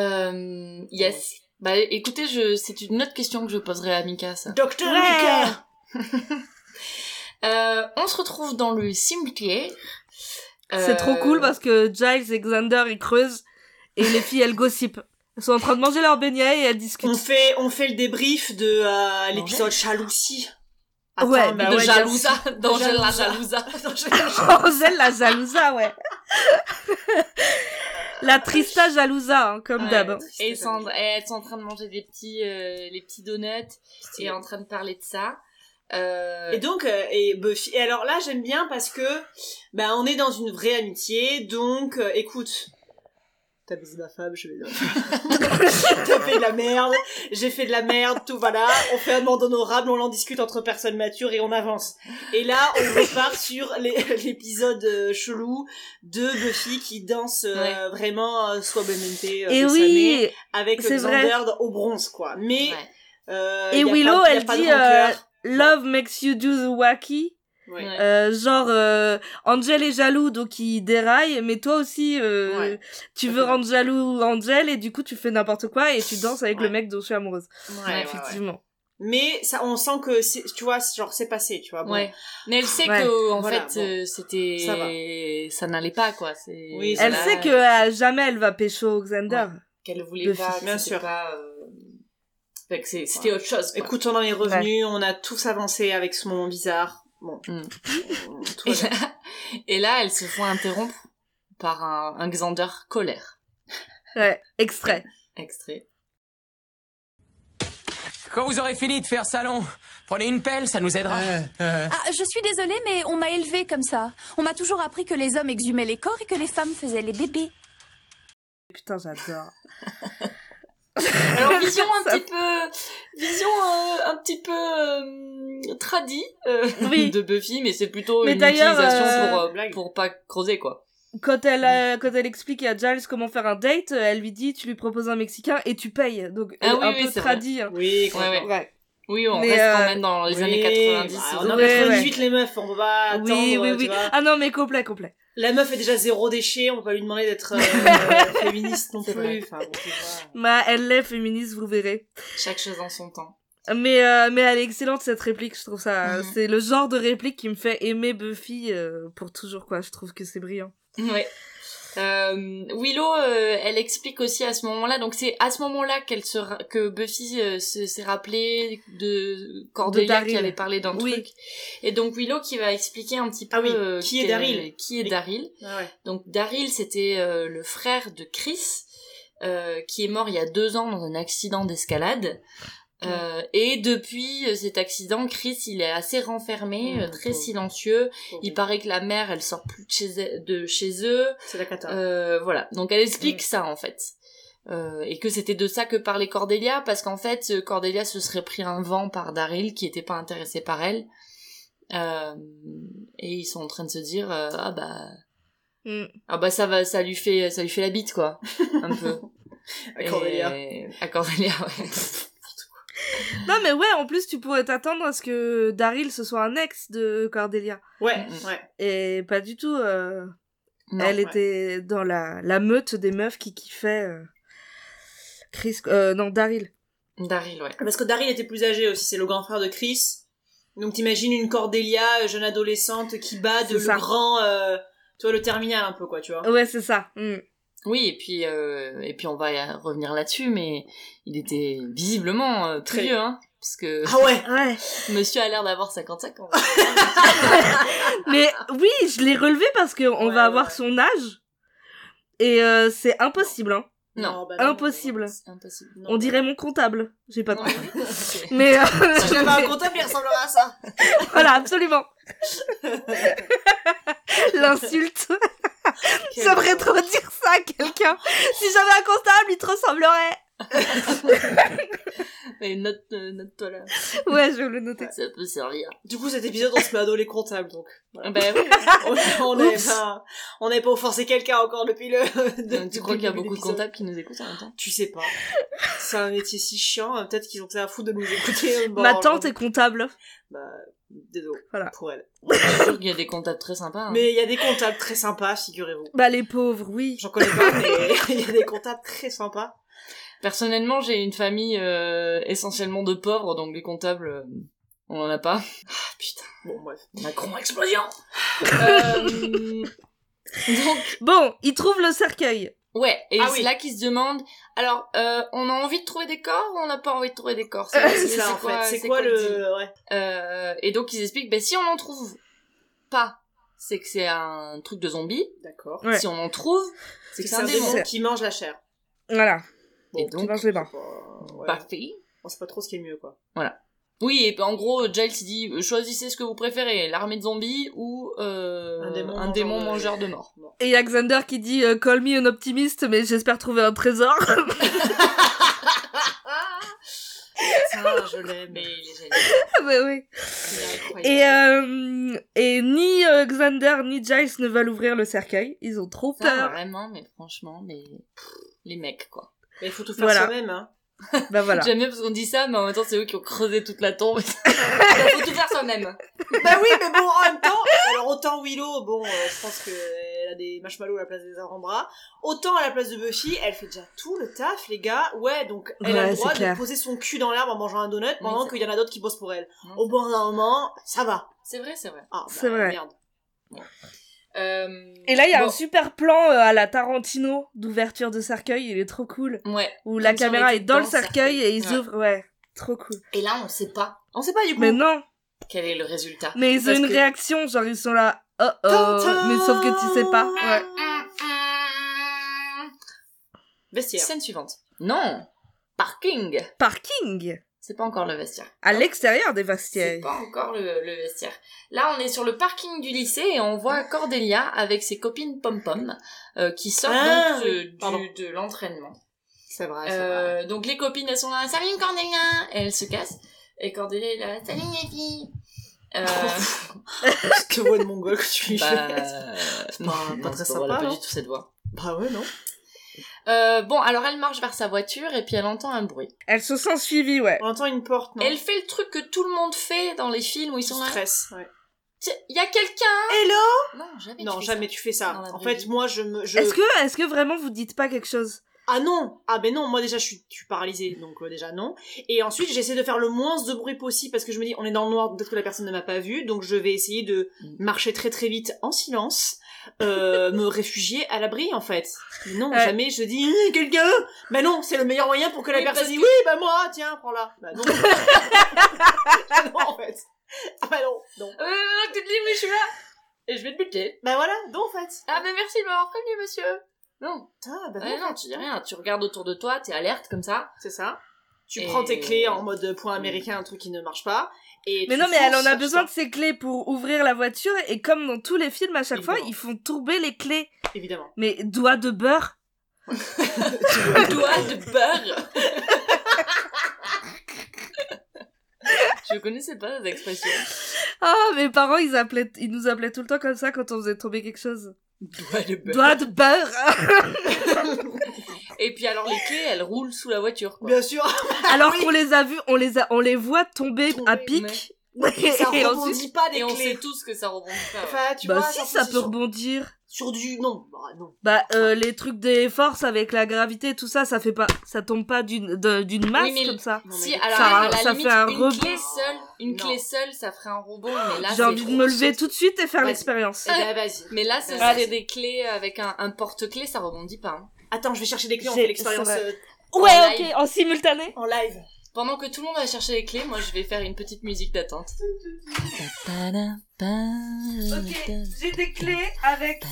Yes. Bah écoutez, c'est une autre question que je poserai à Mika, ça. Docteur Ouais. Mika. On se retrouve dans le cimetière. C'est trop cool parce que Giles et Xander ils creusent et les filles elles gossipent. Elles sont en train de manger leur beignet et elles discutent. On fait le débrief de l'épisode Jalousie. Ouais, bah de ouais, Jalousa, d'Angèle la Jalousa. Jalousa. Angèle la jalousa, ouais. La trista jalousa, hein, comme Ouais. d'hab. hein. Et elles sont en train de manger les petits donuts et en train de parler de ça. Et donc, et Buffy. Et alors là, j'aime bien parce que, on est dans une vraie amitié. Donc, écoute, t'as baisé ma femme, je vais. T'as fait de la merde, j'ai fait de la merde, tout voilà. On fait un monde honorable, on en discute entre personnes matures et on avance. Et là, on repart sur l'épisode chelou de Buffy qui danse Ouais. vraiment Suavemente Et oui, avec c'est Xander au bronze, quoi. Mais et y a Willow, pas- y a elle pas de dit rancœur. Love makes you do the wacky. Ouais. Genre, Angel est jaloux, donc il déraille, mais toi aussi, Ouais. tu veux rendre jaloux Angel, et du coup, tu fais n'importe quoi, et tu danses avec le mec dont je suis amoureuse. Ouais, Effectivement. mais ça, on sent que tu vois, genre c'est passé, tu vois. Bon. Ouais. Mais elle sait Ouais. que en Voilà, fait bon. c'était ça n'allait pas quoi. Oui, Elle voilà. sait que jamais elle va pécho Xander. qu'elle voulait Buffy. pas, que Bien c'était sûr. pas. Fait que c'était autre chose. Quoi. Écoute, on en est revenu, on a tous avancé avec ce moment bizarre. Bon. Tout va bien. Et là, elle se fait interrompre par un Xander colère. Ouais, extrait. Extrait. Quand vous aurez fini de faire salon, prenez une pelle, ça nous aidera. Ah, je suis désolée, mais on m'a élevée comme ça. On m'a toujours appris que les hommes exhumaient les corps et que les femmes faisaient les bébés. Putain, j'adore. Alors vision un petit peu tradie Oui. de Buffy, mais c'est plutôt Mais une d'ailleurs, utilisation pour pas creuser quoi. Quand elle explique à Giles comment faire un date, elle lui dit tu lui proposes un Mexicain et tu payes. Donc Ah oui, un oui, peu c'est tradit. Hein. Oui, Ouais. Ouais. Oui, on Mais, reste quand même dans les années 90. On est en Ouais, 98 les meufs, on peut pas attendre, Oui. tu vois. Ah non, mais complet. La meuf est déjà zéro déchet, on va pas lui demander d'être féministe non C'est vrai. plus. Enfin, bon, tu vois. Bah, elle l'est féministe, vous verrez. Chaque chose en son temps. Mais elle est excellente cette réplique, je trouve ça. Mhm. C'est le genre de réplique qui me fait aimer Buffy pour toujours quoi. Je trouve que c'est brillant. Ouais. Willow, elle explique aussi à ce moment-là, donc c'est à ce moment-là que Buffy s'est rappelé de Cordelia Daryl. qui avait parlé d'un Oui. truc. Et donc Willow qui va expliquer un petit peu Ah oui, qui est Daryl. Qui est Daryl. Ah ouais. Donc Daryl, c'était le frère de Chris, qui est mort il y a 2 ans dans un accident d'escalade. Et depuis cet accident, Chris, il est assez renfermé, très pauvre. silencieux. Pauvre. Il paraît que la mère, elle sort plus de chez eux. C'est la cata. Voilà. Donc elle explique ça, en fait. Et que c'était de ça que parlait Cordelia, parce qu'en fait, Cordelia se serait pris un vent par Daryl, qui était pas intéressé par elle. Et ils sont en train de se dire, ça lui fait la bite, quoi. Un peu. À Cordelia. À Cordelia, ouais. Non mais ouais, en plus tu pourrais t'attendre à ce que Daryl ce soit un ex de Cordelia. Ouais. Et pas du tout. Non, elle ouais. était dans la meute des meufs qui kiffaient Daryl. Daryl, ouais. Parce que Daryl était plus âgé aussi, c'est le grand frère de Chris. Donc t'imagines une Cordelia, jeune adolescente, qui bat C'est le ça. grand, tu vois, le terminal un peu, quoi, tu vois. Ouais, c'est ça. Oui, et puis on va y revenir là-dessus, mais il était visiblement très Très. vieux, hein. Parce que Ah ouais. Ouais. monsieur a l'air d'avoir 55 ans. Mais oui, je l'ai relevé parce que on Ouais, va avoir ouais. son âge. Et c'est impossible, hein. Non, bah non, Impossible. c'est impossible. non. On dirait mon comptable. J'ai pas de Ouais. comptable. Ok. Mais Si j'avais un comptable, il ressemblerait à ça. voilà, absolument. L'insulte. J'aimerais trop dire ça à quelqu'un. Si j'avais un comptable, il te ressemblerait. Mais note-toi là. Ouais, je vais le noter. Ça peut servir. Du coup, cet épisode, on se met à dos les comptables, donc. Voilà. Ben oui. On n'avait pas offensé quelqu'un encore depuis le... Tu crois qu'il y a beaucoup de comptables qui nous écoutent en même temps? Tu sais pas. C'est un métier si chiant, peut-être qu'ils ont que ça à foutre de nous écouter. Bon, Ma tante est comptable. Bah, désolé. Voilà. Pour elle. Je suis sûre qu'il y a des comptables très sympas. Hein. Mais il y a des comptables très sympas, figurez-vous. Bah les pauvres, oui. J'en connais pas, mais il y a des comptables très sympas. Personnellement, j'ai une famille essentiellement de pauvres, donc les comptables, on en a pas. Ah putain. Bon, bref. Macron explosion. Donc Bon, il trouve le cercueil. ouais, et Ah c'est oui. là qu'ils se demandent. Alors, on a envie de trouver des corps ou on n'a pas envie de trouver des corps? C'est ça, en fait. C'est quoi le deal le... Ouais. Et donc ils expliquent, ben si on n'en trouve pas, c'est que c'est un truc de zombie. D'accord. Ouais. Si on en trouve, c'est que c'est un démon. qui mange la chair. Voilà. Et Tu donc, manges les mains. Ouais. Buffy. On sait pas trop ce qui est le mieux, quoi. Oui, et en gros, Giles dit, choisissez ce que vous préférez, l'armée de zombies ou un démon mangeur de mort. Bon. Et il y a Xander qui dit call me un optimiste, mais j'espère trouver un trésor. Ça, je l'aime. Mais il est génial. Ah bah oui. Il est incroyable. Et ni Xander ni Giles ne veulent ouvrir le cercueil. Ils ont trop Ça, peur. vraiment, mais franchement, les mecs, quoi. Mais il faut tout faire Voilà. soi-même, hein. Bah voilà. J'aime bien parce qu'on dit ça, mais en même temps, c'est eux qui ont creusé toute la tombe. Il faut tout faire soi-même. Bah oui, mais bon, en même temps, alors autant Willow, bon, je pense que elle a a des marshmallows à la place des avant-bras. Autant à la place de Buffy, elle fait déjà tout le taf, les gars. Ouais, donc elle a le droit de poser son cul dans l'herbe en mangeant un donut pendant qu'il y en a d'autres qui bossent pour elle. Au bout d'un moment, ça va. C'est vrai. Ah, C'est vrai. Merde. Bon. Et là, il y a un super plan à la Tarantino d'ouverture de cercueil, il est trop cool. Ouais. Où la caméra est dans le cercueil et ils Ouais. ouvrent, ouais, trop cool. Et là, on sait pas du coup. Mais non, quel est le résultat. mais ils ont une réaction, genre ils sont là, mais sauf que tu sais pas, ouais. Vestiaire. Scène suivante. Non. Parking. Parking, C'est pas encore le vestiaire. à l'extérieur des C'est vestiaires. pas encore le vestiaire. Là, on est sur le parking du lycée et on voit Cordelia avec ses copines pom-pom qui sortent donc de l'entraînement. C'est vrai. Donc les copines, elles sont là, salut Cordelia, et elles se cassent. Et Cordelia est là, salut les filles. Je te vois de mongol que tu pas très sympa. Elle a pas du tout cette voix. Bah ouais, non. Bon, alors elle marche vers sa voiture et puis elle entend un bruit. Elle se sent suivie, ouais. On entend une porte, non? Elle fait le truc que tout le monde fait dans les films où ils sont là. Stress, ouais. Il y a quelqu'un. Hello? Non, jamais. Tu fais ça. Dans la En vraie fait, vie. moi, je... Est-ce que vraiment vous dites pas quelque chose? Ah non! Ah ben non, moi déjà je suis paralysée, donc déjà non. Et ensuite j'essaie de faire le moins de bruit possible parce que je me dis on est dans le noir, peut-être que la personne ne m'a pas vu, donc je vais essayer de marcher très très vite en silence, me réfugier à l'abri en fait. Mais non, jamais je dis quelqu'un! Bah non, c'est le meilleur moyen pour que la personne dise oui, bah moi, tiens, prends-la. Bah non. Non en fait. Ah bah non, non. Maintenant que tu te dis, mais je suis là. Et je vais te buter. Bah voilà, donc en fait. Ah mais merci de m'avoir prévenu, monsieur. Non. Ah bah Non, tu dis rien. Tu regardes autour de toi, t'es alerte comme ça. C'est ça. Tu prends tes clés en mode point américain, un truc qui ne marche pas. Et mais non, mais elle en a besoin de ses clés pour ouvrir la voiture, et comme dans tous les films, à chaque fois, ils font tourner les clés. Évidemment. Mais doigt de beurre. Doigt de beurre. Je connaissais pas cette expression. Ah, mes parents, ils nous appelaient tout le temps comme ça quand on faisait tomber quelque chose. Doigt de beurre. Doigt de beurre. Et puis alors les clés, elles roulent sous la voiture, quoi. Bien sûr. Alors qu'on les a vus, on les voit tomber à pic. Et ça rebondit ensuite... pas des et clés. on sait tous que ça rebondit pas. Ouais. Enfin, tu bah vois, si, ça peut rebondir. Sur du... Non, bah non. Bah, les trucs des forces avec la gravité, tout ça, ça fait pas... Ça tombe pas d'une masse oui, comme ça. Non, Si, alors, ça, à la ça limite, fait un une rebond. clé seule, ça ferait un rebond, mais là, J'ai envie de me lever tout de suite et faire Vas-y. l'expérience. Eh ben, vas-y. Mais là, ce Vas-y. serait des clés avec un porte-clés, ça rebondit pas. Hein. Attends, je vais chercher des clés, on J'ai- fait l'expérience c'est vrai. en Ouais, live. ok, en simultané. live. Pendant que tout le monde va chercher les clés, moi, je vais faire une petite musique d'attente. Ok, j'ai des clés avec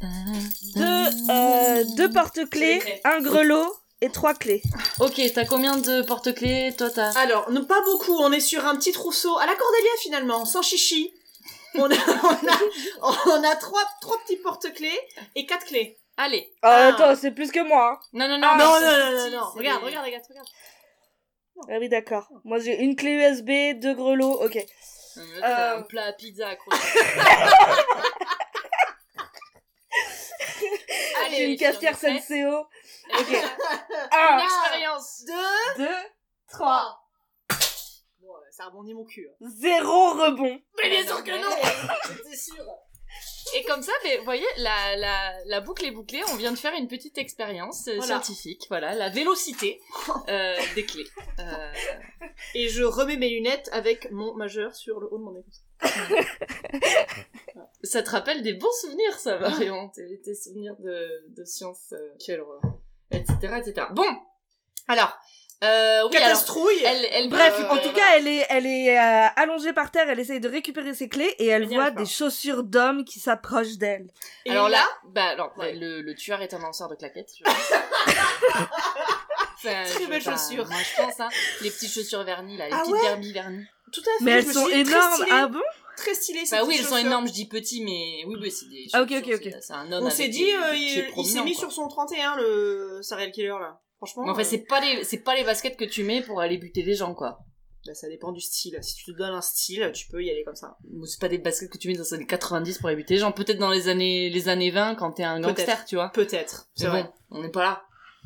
deux porte-clés, un grelot et 3 clés. Ok, t'as combien de porte-clés? Toi, t'as... Alors, non, pas beaucoup, on est sur un petit trousseau, à la Cordelia finalement, sans chichi. On a trois petits porte-clés et 4 clés. Allez. Attends, c'est plus que moi. Hein. Non, Non, mais non, c'est non, petit, non, non. c'est Regarde, des- regarde. Ah oui, d'accord. Moi, j'ai une clé USB, 2 grelots, ok. Non, mais là, t'as un plat à pizza accroché. J'ai une cafetière prête. Senseo. Ok. Une 1, expérience. 2, 3. Bon, ça rebondit mon cul. 0 rebond. Mais bien sûr que non. J'étais sûre. Et comme ça, mais, vous voyez, la boucle est bouclée, on vient de faire une petite expérience scientifique, voilà, la vélocité des clés. Et je remets mes lunettes avec mon majeur sur le haut de mon écoute. Ça te rappelle des bons souvenirs, ça, Marion, tes souvenirs de science, quelle horreur, etc., etc. Bon, alors, oui, Catastrouille. alors, elle Bref, va- en tout cas, elle est allongée par terre, elle essaye de récupérer ses clés et elle Elle n'y voit arrive pas. des chaussures d'hommes qui s'approchent d'elle. Et alors là, ouais, le tueur est un lanceur de claquettes, je pense. Enfin, Très belle bah, chaussure. Moi, je pense, hein, les petites chaussures vernies, là, les Ah petites ouais derbies vernies. tout à fait. Mais je elles me sont suis dit, très énormes. stylé. Ah bon? Très stylé. Bah oui, elles sont énormes, je dis petit, mais oui, c'est des Ah, ok, chaussures, ok. c'est un homme On avec s'est dit, des il pieds s'est prominents, mis quoi. sur son 31, le serial killer, là. Franchement. Mais en fait, c'est pas les baskets que tu mets pour aller buter les gens, quoi. Bah, ça dépend du style. Si tu te donnes un style, tu peux y aller comme ça. Ou c'est pas des baskets que tu mets dans les années 90 pour aller buter les gens. Peut-être dans les années 20 quand t'es un gangster, Peut-être. tu vois. Peut-être. C'est C'est vrai. bon, on n'est pas là.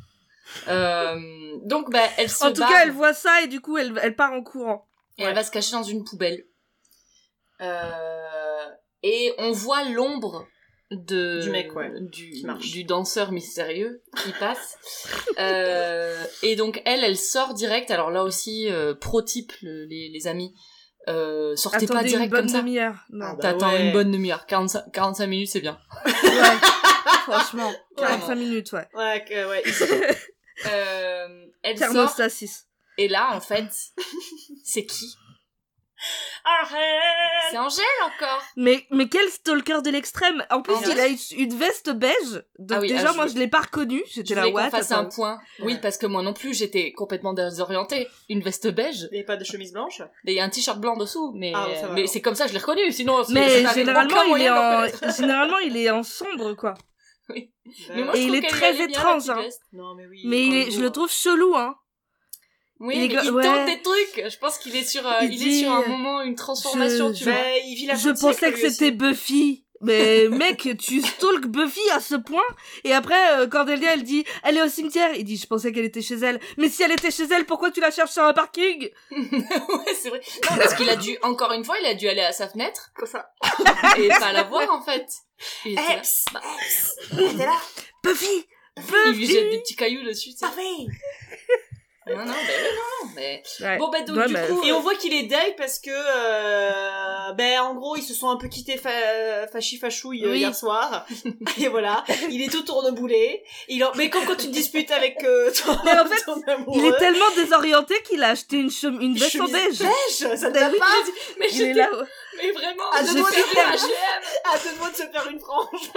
Donc, bah, elle se En tout barre cas, elle voit ça et du coup, elle part en courant. et elle va se cacher dans une poubelle. Et on voit l'ombre Du mec, ouais. Du danseur mystérieux qui passe. Et donc elle sort direct. Alors là aussi, pro type, les amis. Sortez pas direct comme ça. Demi-heure. Non. Ah bah T'attends ouais. une bonne demi-heure. 45 minutes, c'est bien. Ouais. Franchement, 45 minutes, ouais. Ouais. Elle sort. Thermostat 6. Et là, en fait, c'est qui? Arrête. C'est Angèle encore. Mais quel stalker de l'extrême. En plus, En il a une veste beige. Donc Ah oui, déjà, je moi, voulais- je l'ai pas reconnu. J'étais Je là, voulais qu'on what? fasse un point. Oui, Ouais. parce que moi non plus, j'étais complètement désorientée. Une veste beige, Et pas de chemise blanche. et il y a un t-shirt blanc dessous, mais, Ah, ouais, ça va, mais alors. c'est comme ça, je l'ai reconnu. Sinon, Mais ça n'avait généralement, aucun moyen de le reconnaître. généralement, il est en sombre, quoi. Mais Ouais. moi, je Et il trouve est qu'elle très allait bien, la étrange, petite hein. veste. Non, mais oui. Mais je le trouve chelou, hein. Oui, Il est mais il ouais. tente des trucs. Je pense qu'il est sur, Il il est dit, sur un moment, une transformation, tu vois. Bah, il vit la Je fin de pensais siècle, que lui aussi. c'était Buffy. Mais mec, tu stalks Buffy à ce point. Et après, Cordelia, elle dit, elle est au cimetière. Il dit, je pensais qu'elle était chez elle. Mais si elle était chez elle, pourquoi tu la cherches sur un parking? Ouais, c'est vrai. Non, parce qu'il a dû, encore une fois, il a dû aller à sa fenêtre. Comme ça. Et pas la voir, en fait. Il était là. Psst, Bah, t'es là. Buffy! il lui jette des petits cailloux dessus, tu sais. Parfait. Non, mais... Ouais. Bon, bah, donc, Ouais, du mais- coup... Et on voit qu'il est deg parce que, en gros, ils se sont un peu quittés fachouille Oui. hier soir. Et voilà. Il est tout tourneboulé. Mais comme quand tu te disputes avec Mais en fait, ton amoureux. Il est tellement désorienté qu'il a acheté une veste en chemise beige. beige, ça ne Bah va oui. pas. Mais Il est là. Mais vraiment, Ah, je deux doigts de suis faire- H&M. À deux doigts de se faire une frange.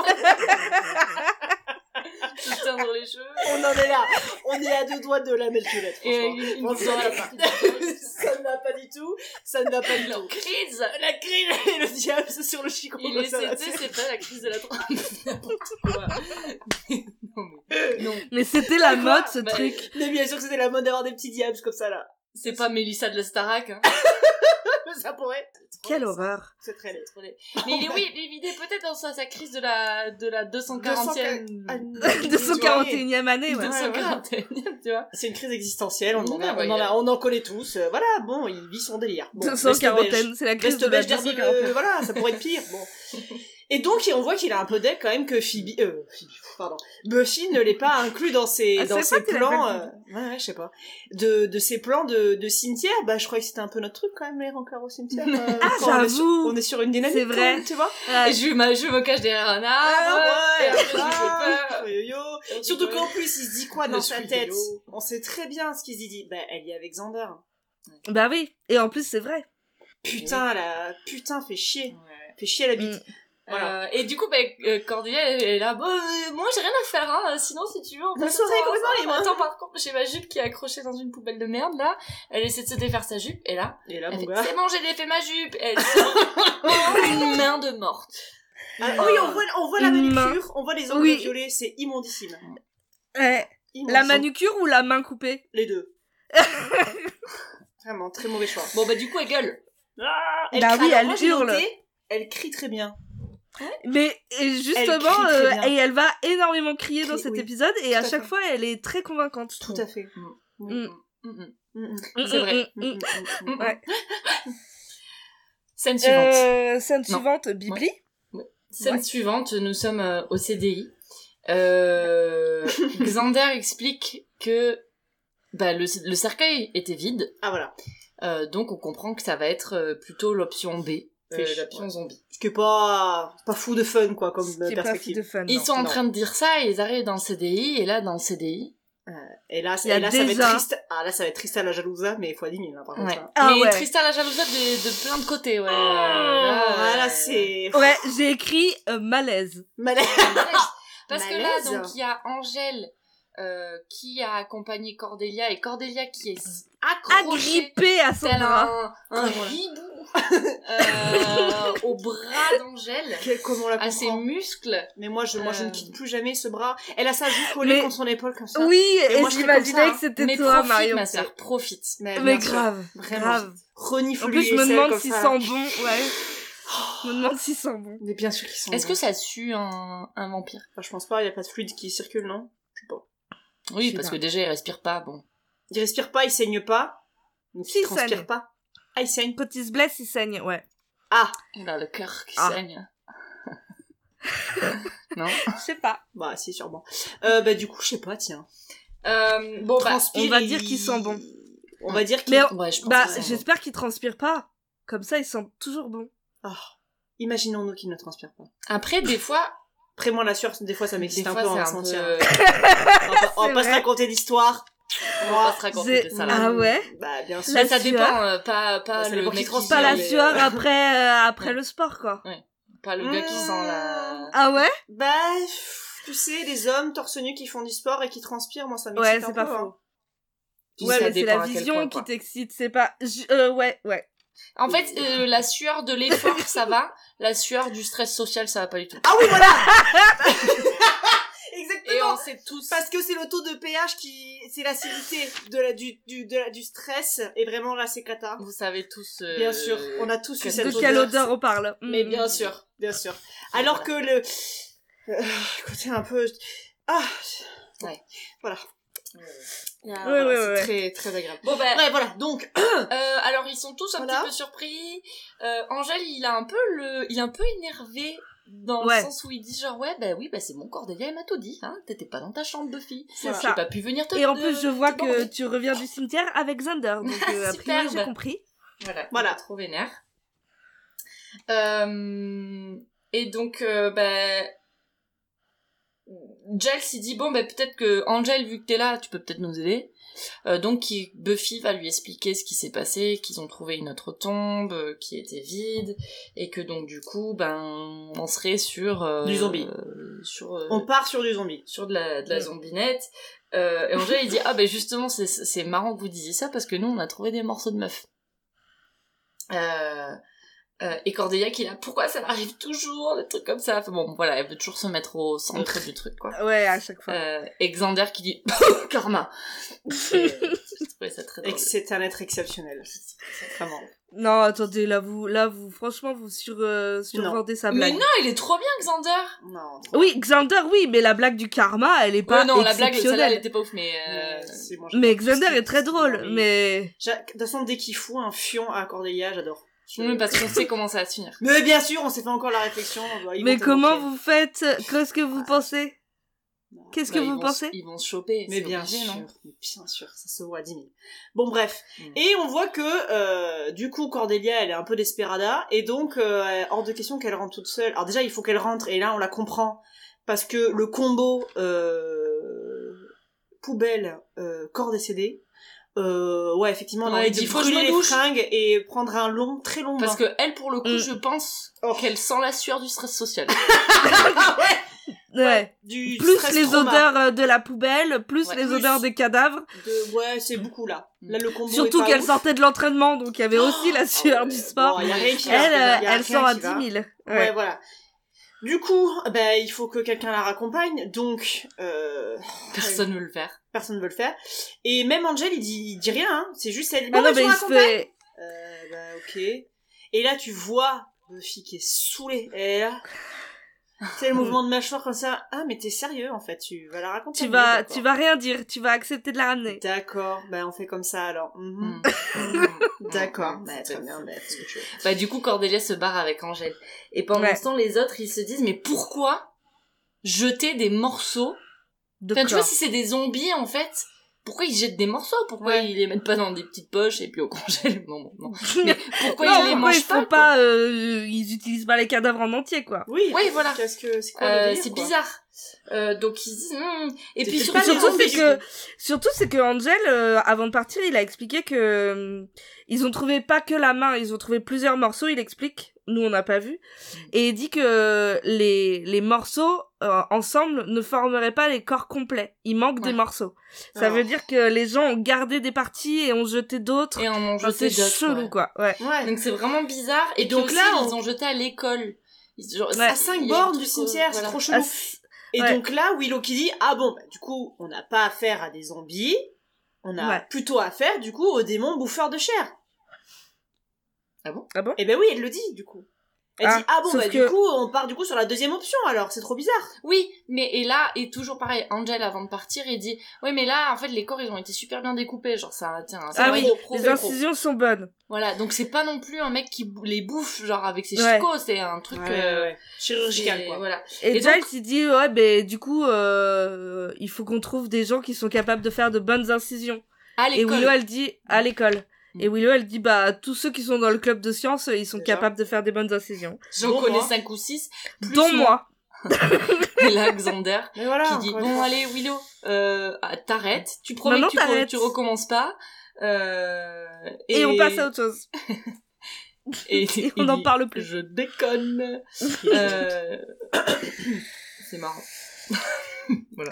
Putain, dans les cheveux. On en est là. On est à deux doigts de la Melchiolette, Et franchement. une Franchement, ça ne va pas du tout. Ça ne va pas du tout. crise. La crise et le diable sur le chicot. Il est, ça va. c'est pas la crise de la trompe. N'importe quoi. Non. Mais c'était la Quoi mode, ce Bah, truc. Mais bien sûr que c'était la mode d'avoir des petits diables comme ça, là. C'est pas Mélissa de la Starac, hein. Ça pourrait. Quelle horreur. C'est très laid. Trop laid. Mais il est peut-être dans sa crise de la 240e. 241e année, ouais. 241e, tu vois. C'est une crise existentielle, on Ouais, en connaît tous. Voilà, bon, il vit son délire. Bon, 240e, c'est la crise Veste de la beige d'herbe, 240e. voilà, ça pourrait être pire. Bon. Et donc, on voit qu'il a un peu deck quand même que Buffy ne l'est pas inclus dans ses, Ah, dans c'est ses pas qu'il a plans, pas ouais, je sais pas. De ses plans de cimetière, bah, je crois que c'était un peu notre truc quand même, les rencarts au cimetière. Ah, quand on est j'avoue. on est sur une dynamique, C'est quand vrai. même, tu vois. Ouais. Et je me cache derrière un arbre. Et après, je fais peur. Yo-yo. Surtout qu'en plus, il se dit quoi dans Je sa suis tête? yo-yo. On sait très bien ce qu'il se dit. Bah, elle y est avec Xander. Bah oui. Et en plus, c'est vrai. Putain, fait chier. Fait chier la bite. Voilà. Et du coup, Cordelia, elle est là, moi j'ai rien à faire, hein, sinon si tu veux, on La passe soirée, le temps comment ça, ensemble. Attends, par contre, j'ai ma jupe qui est accrochée dans une poubelle de merde, là, elle essaie de se défaire sa jupe, et là, Et là, elle mon fait, gars. c'est bon, j'ai défait ma jupe, et elle sort une main de morte. Ah, oui, on voit la Une manucure, on voit les ongles Oui. violets, c'est immondissime. Ouais. Immonde. La manucure ou la main coupée? Les deux. Vraiment, très mauvais choix. Bon, bah, du coup, elle gueule. Elle Bah crie- oui, alors, elle moi, j'ai hurle. noté, elle crie très bien. Mais et justement, Elle crie très bien. et elle va énormément crier dans Crie, cet oui. épisode, et à Tout à chaque fait. fois, elle est très convaincante. je Tout trouve. à fait. Mm. C'est vrai. Ouais. Scène suivante. Scène Non. suivante, Bibli. Scène Ouais. suivante, nous sommes au CDI. Xander explique que le cercueil était vide, Ah, voilà. donc on comprend que ça va être plutôt l'option B, Fait chier, l'option ouais. zombie. Ce qui est pas fou de fun, quoi, comme Qui est pas fou perspective. de fun. Ils non. sont en non. train de dire ça, et ils arrivent dans le CDI, et là, dans le CDI... Et là, Il y a ça va être déjà- triste. Ah, là, ça va être Tristan la jalousa, mais fois 10 000, hein, par contre. Ouais. hein. Ah mais ouais. Tristan la jalousa de plein de côtés, ouais. Ah, là, c'est... Ouais, j'ai écrit malaise. Malaise. Parce que là, Malaise. donc, il y a Angèle qui a accompagné Cordelia, et Cordelia qui est accrochée Agrippée à son tel bras. un hibou au bras d'Angèle, Comment on la à ses comprend. muscles. Mais moi, je ne quitte plus jamais ce bras. Elle a sa joue collée Mais- contre son épaule, comme ça. Oui, Et et moi, je serais comme j'imaginais ça, hein. que c'était Mais toi, profite, Marion. ma sœur, profite. Mais bien sûr. grave, Vraiment. grave. Renifle En plus, je me demande s'il sent bon, ouais. Je me demande s'il sent bon. Mais bien sûr qu'ils sont. Est-ce que ça sue un vampire? Enfin, je pense pas, il y a pas de fluide qui circule, non? Je sais pas. Oui, sais parce pas. que déjà, il respire pas, bon. Il respire pas, il saigne pas. Donc Si, il il transpire saigne. pas. Ah, il saigne. Quand il se blesse, il saigne, ouais. Ah! Il a le cœur qui Ah. saigne. Non. Je sais pas. Bah, si, sûrement. Du coup, je sais pas, tiens. Bon, bah, On va dire qu'il sent bon. On va dire qu'il... Mais ouais, je pense bah, que ça sent j'espère qu'il transpire pas. Comme ça, il sent toujours bon. Oh, imaginons-nous qu'il ne transpire pas. bon. Après, des fois, Après, moi, la sueur, des fois, ça m'excite des un fois, peu, on c'est va un se peu... mentir. C'est On va pas se vrai. raconter d'histoire. On va pas se raconter de ça, là. Ah ouais. Bah, bien sûr. La Mais ça sueur. dépend, pas ça le dépend qui mec qui transpire, Pas la mais- sueur après le sport, quoi. pas le gars qui sent la... Ah ouais? Bah, tu sais, les hommes torse nu qui font du sport et qui transpirent, moi, ça m'excite Ouais, un c'est peu. pas hein. faux. Puis Ouais, ça mais c'est dépend la à quel vision point, qui quoi. t'excite, c'est pas... ouais. En fait, la sueur de l'effort, ça va. La sueur du stress social, ça va pas du tout. Ah oui, voilà. Et Exactement. on sait tous... Parce que c'est le taux de pH qui, c'est l'acidité du stress, et vraiment là, c'est cata. Vous savez tous... Bien sûr, on a tous eu cette De quelle odeur on parle? Mais bien sûr, bien sûr. Alors que le côté un peu Ouais. voilà. Ouais. C'est très très agréable. Bon, ben... Ouais, voilà. Donc alors ils sont tous un Voilà. petit peu surpris. Angèle, il est un peu énervé dans Ouais. le sens où il dit genre ouais oui c'est bon, Cordelia elle m'a tout dit, hein, t'étais pas dans ta chambre, Buffy. C'est J'ai ça. pas pu venir te Et en plus, je vois te que border. tu reviens du cimetière avec Xander, donc a priori, j'ai Superbe. compris. Voilà, trop vénère. Et donc Giles il dit bon peut-être que Angel, vu que t'es là, tu peux peut-être nous aider. Donc Buffy va lui expliquer ce qui s'est passé, qu'ils ont trouvé une autre tombe qui était vide, et que donc du coup on serait sur Du zombie. On part sur du zombie. sur de la zombinette. Et Angel il dit justement c'est marrant que vous disiez ça parce que nous on a trouvé des morceaux de meufs. Et Cordelia qui est là, pourquoi ça m'arrive toujours, des trucs comme ça. Enfin, bon, voilà, elle veut toujours se mettre au centre du truc, quoi. Ouais, à chaque fois. Et Xander qui dit Karma. J'ai trouvé ça très Et drôle. que c'est un être exceptionnel. Vraiment. Non, attendez, là, vous franchement, vous survendez sa Mais blague. non, il est trop bien, Xander. Non. Oui, Xander, oui, mais la blague du karma, elle est pas non, la blague, celle-là, elle exceptionnelle. était pas ouf, mais... Mais Xander est très drôle, mais... De toute façon, dès qu'il fout un fion à Cordelia, j'adore. Oui, parce qu'on sait comment ça va se finir. Mais bien sûr, on s'est fait encore la réflexion. Mais comment vous faites? Qu'est-ce que vous pensez? Qu'est-ce que vous pensez? Ils vont se choper. Mais c'est bien obligé, sûr, non mais bien sûr, ça se voit à 10 000. Bon, bref. Et on voit que, du coup, Cordelia, elle est un peu desperada, et donc, hors de question qu'elle rentre toute seule. Alors déjà, il faut qu'elle rentre, et là, on la comprend, parce que le combo poubelle, corps décédé, ouais, effectivement, on a Ouais, envie dit, de faut que je brûler me les douche. fringues et prendre un long, très long Parce bain. que elle, pour le coup, je pense qu'elle sent la sueur du stress social. Ouais. Du Plus stress les trauma. odeurs de la poubelle, plus Ouais. les Plus odeurs des cadavres. Ouais, c'est beaucoup, là. Là, le combo Surtout est pas qu'elle ouf. sortait de l'entraînement, donc il y avait aussi la sueur du sport. Bon, y a rien qui va. Elle, Y a rien elle sort à qui 10 va. 000. Ouais, voilà. Du coup, il faut que quelqu'un la raccompagne, donc Personne ne veut le faire. personne ne veut le faire. Et même Angel, il dit rien, hein. C'est juste elle. Ah non, je mais vous il se raccompagne. fait... Ok. Et là, tu vois Buffy qui est saoulée. Elle est là. C'est le mouvement de mâchoire comme ça. Ah, mais t'es sérieux, en fait. Tu vas la raccompagner. Tu vas rien dire, tu vas accepter de la ramener. D'accord, on fait comme ça alors. D'accord, très bien, fais ce que tu veux. Du coup, Cordelia se barre avec Angèle. Et pendant ce temps, les autres, ils se disent, mais pourquoi jeter des morceaux? De Enfin, tu vois, corps. si c'est des zombies, en fait, pourquoi ils jettent des morceaux? Pourquoi ils les mettent pas dans des petites poches et puis au congèle? Non. Mais pourquoi Non, ils les pourquoi mangent ils font pas? ils utilisent pas les cadavres en entier, quoi. Oui, voilà. C'est quoi le délire, c'est quoi. bizarre. Donc ils disent, et puis peut-être surtout, pas les zombies, Surtout, c'est que Angel, avant de partir, il a expliqué que ils ont trouvé pas que la main, ils ont trouvé plusieurs morceaux, il explique. Nous, on n'a pas vu. Et il dit que les morceaux, ensemble, ne formeraient pas les corps complets. Il manque des morceaux. Ça veut dire que les gens ont gardé des parties et ont jeté d'autres. Et en ont Enfin, jeté c'est d'autres. chelou, quoi. Ouais. Donc c'est vraiment bizarre. Et donc donc là, là, ils ont jeté à l'école. À 5 bornes du cimetière, c'est trop chelou. Et Ouais. donc là, Willow qui dit, du coup, on n'a pas affaire à des zombies, on a plutôt affaire, du coup, aux démons bouffeurs de chair. Ah bon? Ah bon? Eh ben oui, elle le dit, du coup. Elle dit ah bon sauf bah que- du coup on part du coup sur la deuxième option alors c'est trop bizarre. Oui, mais et là, et toujours pareil, Angel avant de partir, il dit oui mais là en fait les corps ils ont été super bien découpés, genre ça tiens, Ah oui, pro, les pro. incisions sont bonnes. voilà, donc c'est pas non plus un mec qui les bouffe genre avec ses Ouais. chicots, c'est un truc chirurgical et quoi. voilà. Et Et Giles, donc- il dit, ouais, ben, du coup, il faut qu'on trouve des gens qui sont capables de faire de bonnes incisions. À Et l'école. Willow, elle dit, à l'école. Mm. Et Willow, elle dit, bah, tous ceux qui sont dans le club de sciences, ils sont Déjà. capables de faire des bonnes incisions. J'en Dont connais moi. 5 ou 6. Dont moi. Et là, Xander, Mais voilà. qui dit, encore une bon, fois. allez, Willow, t'arrêtes, tu promets Maintenant, que tu t'arrêtes. tu recommences pas, Et on passe à autre chose. et Et on il n'en dit, parle plus. Je déconne. C'est marrant. Voilà.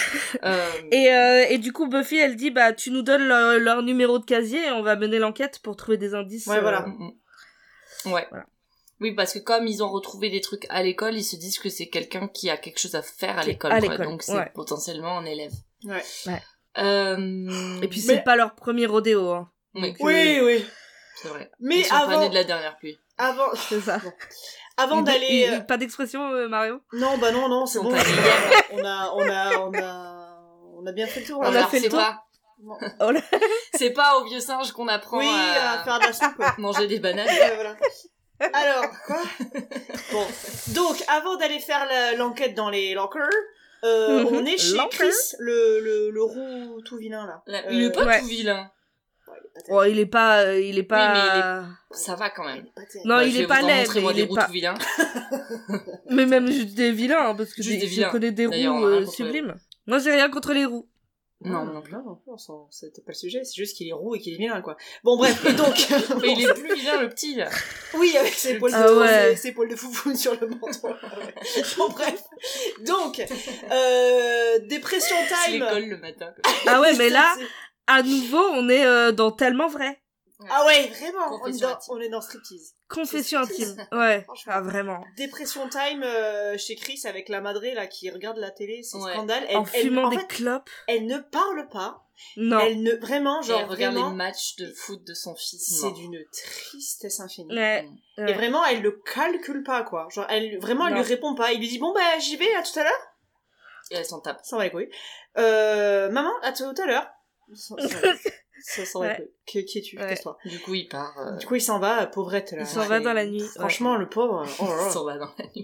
Et du coup, Buffy, elle dit, bah, tu nous donnes leur numéro de casier et on va mener l'enquête pour trouver des indices. Ouais, voilà. Ouais. Voilà. Oui, parce que comme ils ont retrouvé des trucs à l'école, ils se disent que c'est quelqu'un qui a quelque chose à faire à l'école. à quoi. l'école, Donc c'est ouais. potentiellement un élève. Ouais. Et puis, c'est pas leur premier rodéo, hein. Oui, Oui. c'est vrai. Mais Ils sont pas avant nés de la dernière pluie. avant C'est ça. avant d'aller Pas d'expression, Mario? non bah non c'est Ils bon. sont pas nés hier. On a bien fait le tour. On là. a Alors, fait le c'est tour. pas... Oh là. C'est pas au vieux singe qu'on apprend Oui, à faire de la soupe. Ouais, manger des bananes. voilà. Alors, quoi? Bon. Donc, avant d'aller faire l'enquête dans les lockers, on est chez Locker. Chris, le roux tout vilain, là. Il est pas Ouais. tout vilain. Oh, il est pas, il est pas... mais Ça va quand même. Pas terrible. Non, Bah, il je vais est pas vous en laid, montrer, mais moi, il des est roux pas... tout vilains. Mais même juste des vilains, hein, parce que Juste des je vilains. connais des D'ailleurs, roux on a rien contre les sublimes. Moi, j'ai rien contre les roux. Non, non plus. Non, c'était pas le sujet, c'est juste qu'il est roux et qu'il est vilain, quoi. Bon, bref, et donc... Mais il est plus vilain, le petit, là. Oui, avec ses épaules Ah ouais. ses épaules de foufou sur le menton. Bon, bref. Donc, dépression C'est time. l'école le matin. quoi. Ah ouais, mais là, à nouveau, on est dans Tellement Vrai. Ah ouais, vraiment, Confession intime. on est dans striptease. Confession Striptease. intime. Ouais. Franchement. Ah, vraiment. Dépression time chez Chris avec la madré là qui regarde la télé, c'est Ouais. scandale. En fumant en des fait, clopes. elle ne parle pas. Non. Elle ne vraiment Genre, genre regarde vraiment les matchs de foot de son fils. c'est mort. d'une tristesse infinie. Ouais. Et Ouais. vraiment elle le calcule pas quoi. Genre elle vraiment elle Non. lui répond pas. Il lui dit bon bah j'y vais à tout à l'heure. Et elle s'en tape. Ça va les couilles. Maman à tout à l'heure. Ça s'en va les Ouais. couilles. Qui es-tu? Ouais. Casse-toi. Du coup, il part. Du coup il s'en va pauvrette là. Il s'en va dans la nuit. Franchement le pauvre. Oh là Il là. s'en va dans la nuit.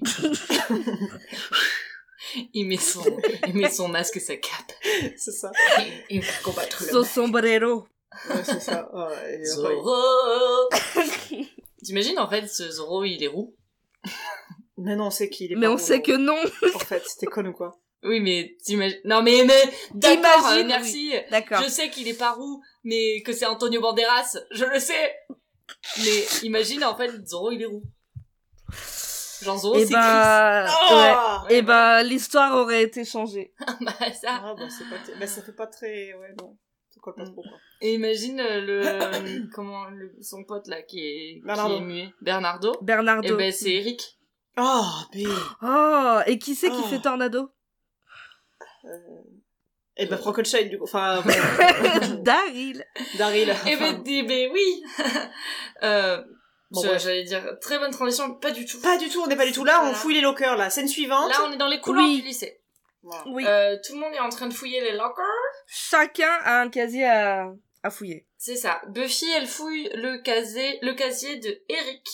il met son masque et sa cape. C'est ça. Et il va combattre Ouais. le Son mal. Ouais, sombrero. c'est ça. Oh, et- Zorro. T'imagines, en fait, ce Zorro, il est roux. Mais non, on sait qu'il est Mais pas on roux, sait non. que non. En fait, c'était con ou quoi? Oui, mais t'imagines... Non, mais d'accord, Imagine, merci. D'accord. Je sais qu'il est pas roux, mais que c'est Antonio Banderas, je le sais. Mais imagine, en fait, Zorro, il est roux. Genre, Zorro, Et c'est bah... Oh ouais. Et bah, l'histoire aurait été changée. Chris. Bah, ça. Ah, bah, c'est pas bah, ça fait pas très... Ouais, non. Ça colle pas trop, quoi. Et imagine son pote, là, qui est Bernardo. muet. Bernardo. Bernardo. Et ben, c'est Eric. Oh, B. Oh, et qui c'est qui Oh. fait Tornado? Et bah, Frankenstein, du coup. Enfin, Daryl. Daryl. Eh Enfin, ben oui. Bon, bref. J'allais dire très bonne transition, pas du tout. Pas du tout, on n'est pas du tout là, on Voilà. fouille les lockers, là. Scène suivante. Là, on est dans les couloirs Oui. du lycée. Voilà. Oui. Tout le monde est en train de fouiller les lockers. Chacun a un casier à fouiller. C'est ça. Buffy, elle fouille le casier de Eric.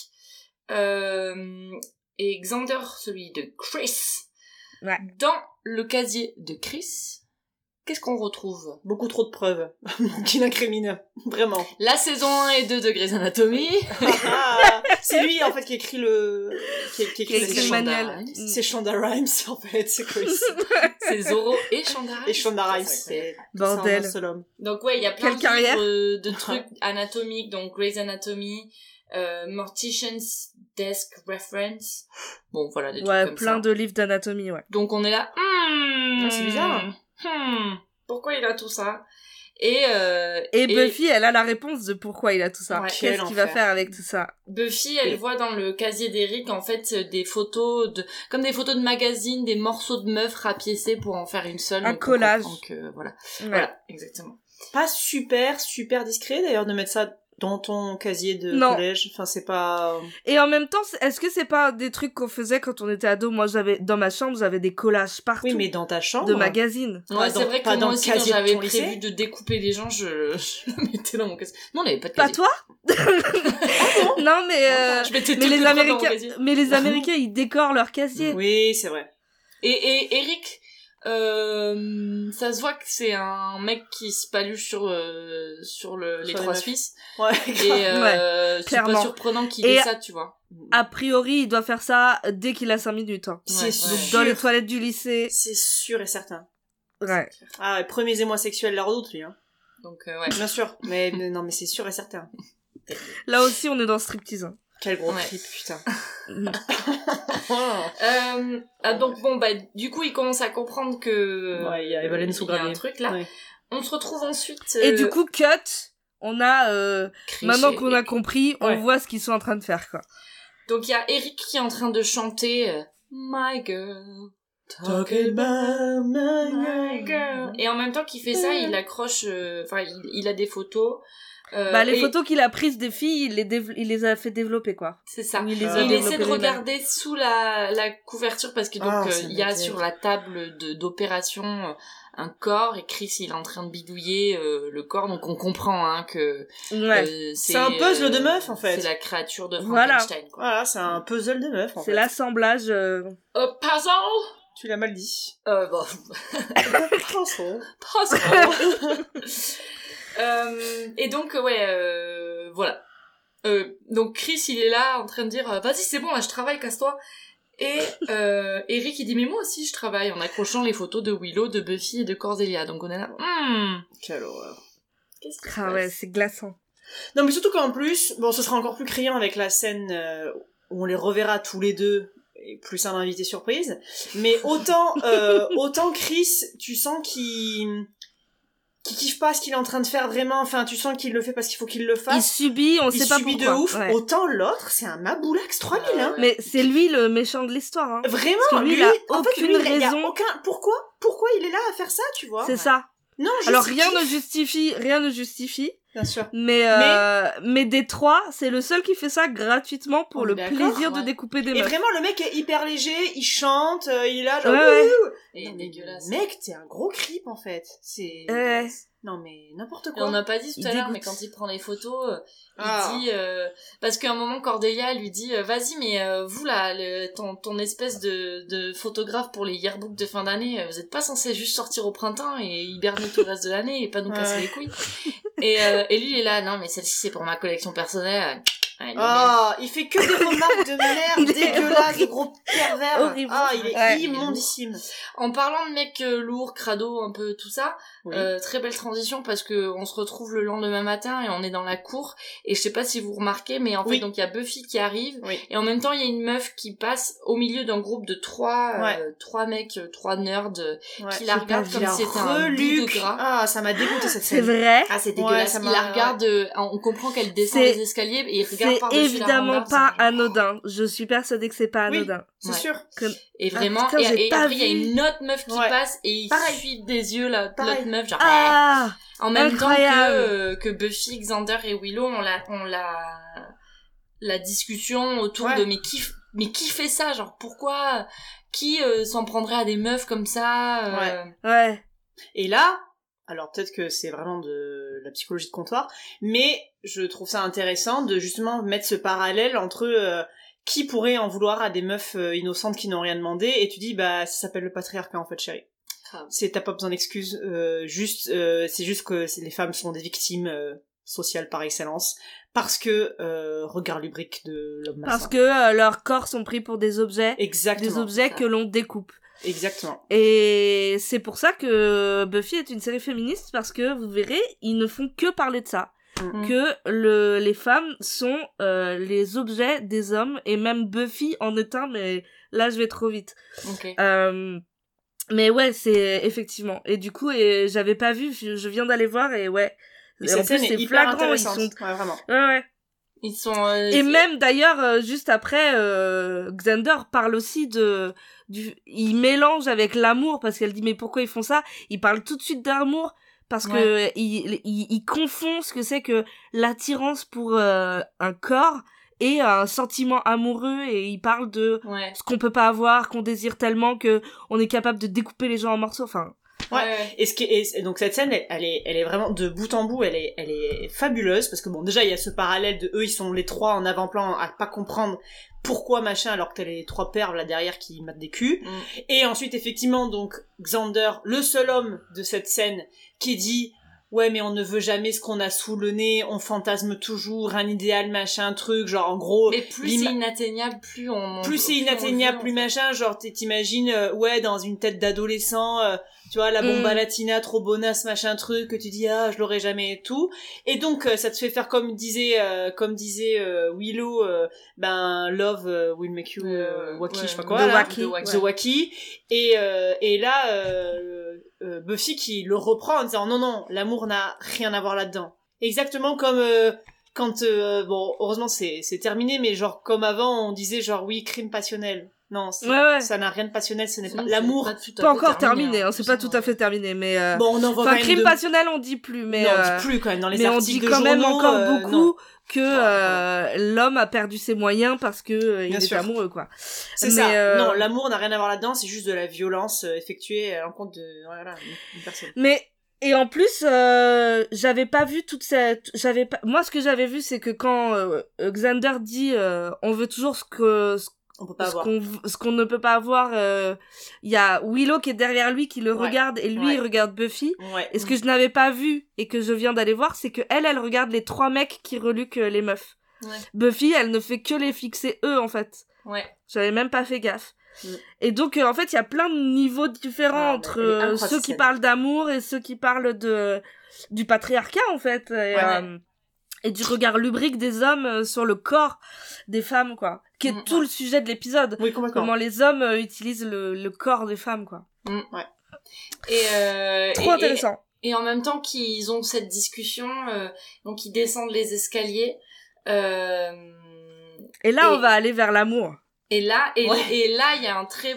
Et Xander, celui de Chris. Ouais. Dans le casier de Chris, qu'est-ce qu'on retrouve? Beaucoup trop de preuves qui l'incriminent. Vraiment. La saison 1 et 2 de Grey's Anatomy. Ah, c'est lui, en fait, qui écrit qui écrit Qui écrit les le Shonda manuel. Rhimes. C'est Shonda Rhimes, en fait, c'est Chris. C'est Zorro et Shonda Rhimes. Et Shonda Rhimes, c'est Bordel. c'est un seul homme. Donc ouais, il y a plein Quelle de carrière. livres de trucs anatomiques, donc Grey's Anatomy, Mortician's Desk Reference. Bon, voilà, des trucs Ouais, comme plein ça. de livres d'anatomie, ouais. Donc on est là, c'est bizarre. pourquoi il a tout ça? Et Buffy, elle a la réponse de pourquoi il a tout ça. Ouais. Qu'est-ce Quel qu'il va enfer. faire avec tout ça? Buffy, elle voit dans le casier d'Eric, en fait, des photos comme des photos de magazines, des morceaux de meufs rapiécés pour en faire une seule. Un Donc on collage. comprend que, voilà. Ouais. Voilà, exactement. Pas super discret, d'ailleurs, de mettre ça dans ton casier de Non. collège. Enfin, c'est pas... Et en même temps, est-ce que c'est pas des trucs qu'on faisait quand on était ado? Moi, dans ma chambre, j'avais des collages partout. Oui, mais dans ta chambre... De magazines. Ouais, Pas c'est dans- vrai que pas dans moi le aussi, quand casier de j'avais ton lycée. prévu de découper les gens, je le mettais dans mon casier. Non, on n'avait pas de Pas casier. toi? Non, mais Je mettais mais toutes les mes preuves dans mon Américains, casier. mais les Américains, ils décorent leur casier. Oui, c'est vrai. Et Eric, ça se voit que c'est un mec qui se paluche sur les Sur les trois meufs. Suisses. Ouais, Et c'est clairement. pas surprenant qu'il Et- ait ça, tu vois. A priori, il doit faire ça dès qu'il a 5 minutes. Hein. c'est Ouais. sûr. Donc, dans les toilettes du lycée. C'est sûr et certain. Ouais. Ah, ouais, premiers émois sexuels l'un d'autre, lui. Hein. Donc, ouais. Bien sûr. Mais non, mais c'est sûr et certain. Là aussi, on est dans striptease. Hein. Quel gros Ouais. creep, putain. Donc bon, du coup, il commence à comprendre que... Ouais, il y a Evelyn sous il y a un gravier. truc, là. Ouais. On se retrouve ensuite... Et du coup, cut, on a... maintenant qu'on a compris, on Ouais. voit ce qu'ils sont en train de faire, quoi. Donc il y a Eric qui est en train de chanter My Girl, Talking about My Girl. Et en même temps qu'il fait ça, il accroche... Enfin, il a des photos. Les et photos qu'il a prises des filles, il les a fait développer, quoi. c'est ça. Ou il les Ah. a Et il développées essaie de lui-même. regarder sous la couverture parce que donc Ah, ça il y a m'inquiète. sur la table d'opération un corps et Chris il est en train de bidouiller le corps, donc on comprend hein que Ouais. C'est un puzzle de meuf, en fait. C'est la créature de Voilà. Frankenstein, quoi. Voilà, c'est un puzzle de meuf, en C'est fait. l'assemblage... Puzzle. Tu l'as mal dit. Bon. Puzzle. Puzzle. Et donc voilà. Donc Chris il est là en train de dire vas-y c'est bon là je travaille, casse-toi. Et Eric il dit mais moi aussi je travaille en accrochant les photos de Willow, de Buffy et de Cordelia. Donc on est là Quelle horreur. qu'est-ce qui se Ah passe ouais, c'est glaçant. Non, mais surtout qu'en plus, bon, ce sera encore plus criant avec la scène où on les reverra tous les deux, et plus un invité surprise. Mais autant Chris, tu sens qu'il kiffe pas ce qu'il est en train de faire vraiment. Enfin, tu sens qu'il le fait parce qu'il faut qu'il le Il fasse. subit, on Il sait pas subit pourquoi. de ouf. Ouais. Autant l'autre, c'est un maboulax 3000, hein. Mais c'est lui le méchant de l'histoire, hein. Vraiment, Parce que lui, il a en fait, lui, aucune il y a raison. pourquoi il est là à faire ça, tu vois? C'est ça. Non, juste Alors il rien kiffe. ne justifie, Bien sûr. mais des trois, c'est le seul qui fait ça gratuitement pour On le est d'accord, plaisir de ouais. découper des Et meufs. vraiment, le mec est hyper léger, il chante, il est là, genre, Ouais, ouais. wouhou. Et Non, mais dégueulasse. Mec, t'es un gros creep, en fait. C'est... Ouais. Non, mais n'importe Et quoi. on n'a pas dit tout Il à l'heure, dégoûte. mais quand il prend les photos, Ah. il dit parce qu'à un moment Cordelia lui dit vas-y mais vous là ton espèce de photographe pour les yearbooks de fin d'année, vous êtes pas censé juste sortir au printemps et hiberner tout le reste de l'année et pas nous casser Ouais. les couilles. Et lui il est là non mais celle-ci c'est pour ma collection personnelle. Ouais, il est bien. Ah, il fait que des remarques de Il merde, est dégueulasse, de gros pervers. Horrible. Ah, il est Ouais. immondissime. En parlant de mecs lourds, crado, un peu tout ça, Oui. très belle transition parce que on se retrouve le lendemain matin et on est dans la cour et je sais pas si vous remarquez mais en fait Oui. donc il y a Buffy qui arrive Oui. et en même temps il y a une meuf qui passe au milieu d'un groupe de trois mecs, trois nerds Ouais. qui la regardent Il comme a si c'était un bout de reluque. gras. Ah, ça m'a dégoûté cette C'est scène. vrai. Ah c'est Ouais, dégueulasse. ça Il m'a- la regarde, on comprend qu'elle descend C'est- les escaliers et il C'est regarde par-dessus la évidemment rambarde, pas c'est- anodin. Je suis persuadée que c'est pas Oui. anodin. C'est Ouais. sûr. Et vraiment, putain, j'ai et pas après il y a vu. une autre meuf qui Ouais. passe et il Pareil. suit des yeux l'autre Pareil. meuf genre Ah, en même incroyable. temps que Buffy, Xander et Willow ont la discussion autour Ouais. de mais qui fait ça, genre pourquoi qui s'en prendrait à des meufs comme ça ouais. Et là, alors peut-être que c'est vraiment de la psychologie de comptoir, mais je trouve ça intéressant de justement mettre ce parallèle entre qui pourrait en vouloir à des meufs innocentes qui n'ont rien demandé, et tu dis bah ça s'appelle le patriarcat en fait, chérie. Grave. T'as pas besoin d'excuses, c'est juste que les femmes sont des victimes sociales par excellence, parce que regard lubrique de l'homme massin. Parce que leurs corps sont pris pour des objets, Exactement. des objets ça. que l'on découpe. Exactement. Et c'est pour ça que Buffy est une série féministe, parce que vous verrez, ils ne font que parler de ça. Mm. Que les femmes sont les objets des hommes, et même Buffy en est un, mais là je vais trop vite. Ok. Mais ouais, c'est effectivement. Et du coup, j'avais pas vu, je viens d'aller voir, et ouais. Et En cette plus, scène est c'est hyper flagrant, ils intéressante. sont... Ouais, vraiment. Ouais. Ils sont Et même d'ailleurs, juste après, Xander parle aussi il mélange avec l'amour, parce qu'elle dit mais pourquoi ils font ça? Il parle tout de suite d'amour parce que il confond ce que c'est que l'attirance pour un corps et un sentiment amoureux, et il parle de ce qu'on peut pas avoir, qu'on désire tellement que on est capable de découper les gens en morceaux, enfin... Ouais. Et donc cette scène, elle est vraiment de bout en bout, elle est fabuleuse, parce que bon, déjà il y a ce parallèle de eux, ils sont les trois en avant-plan à pas comprendre pourquoi machin, alors que t'as les trois pervs là derrière qui matent des culs. Et ensuite effectivement donc Xander, le seul homme de cette scène, qui dit ouais mais on ne veut jamais ce qu'on a sous le nez, on fantasme toujours un idéal machin truc, genre en gros mais plus c'est inatteignable, plus c'est inatteignable, plus machin, genre t'imagines ouais dans une tête d'adolescent, tu vois la bomba latina trop bonasse machin truc, que tu dis ah je l'aurais jamais et tout, et donc ça te fait faire comme disait Willow, ben love will make you wacky, je sais pas quoi, the wacky, et là Buffy qui le reprend en disant non, l'amour n'a rien à voir là-dedans. Exactement comme quand bon heureusement c'est terminé, mais genre comme avant on disait genre oui crime passionnel. Non, ça n'a rien de passionnel, ce n'est pas l'amour. Pas encore terminé, hein, c'est pas tout à fait terminé, mais bon, on en voit crime passionnel on dit plus, mais non, on dit plus quand même dans les articles de journaux. Mais on dit quand même encore beaucoup non. que l'homme a perdu ses moyens parce que il est amoureux, quoi. C'est ça. Non, l'amour n'a rien à voir là-dedans, c'est juste de la violence effectuée à l'encontre de une personne. Mais et en plus, j'avais pas vu toute cette... Moi, ce que j'avais vu, c'est que quand Xander dit on veut toujours ce qu'on ne peut pas avoir, il y a Willow qui est derrière lui, qui le regarde, et lui, il regarde Buffy. Et ce que je n'avais pas vu, et que je viens d'aller voir, c'est que elle regarde les trois mecs qui reluquent les meufs. Buffy, elle ne fait que les fixer eux, en fait. J'avais même pas fait gaffe. Et donc en fait il y a plein de niveaux différents entre ceux qui parlent d'amour et ceux qui parlent du patriarcat en fait, et du regard lubrique des hommes sur le corps des femmes, quoi, qui est tout le sujet de l'épisode. Comment les hommes utilisent le corps des femmes, quoi. Trop intéressant. Et en même temps qu'ils ont cette discussion, donc ils descendent les escaliers, et là on va aller vers l'amour. Et là, il y a une très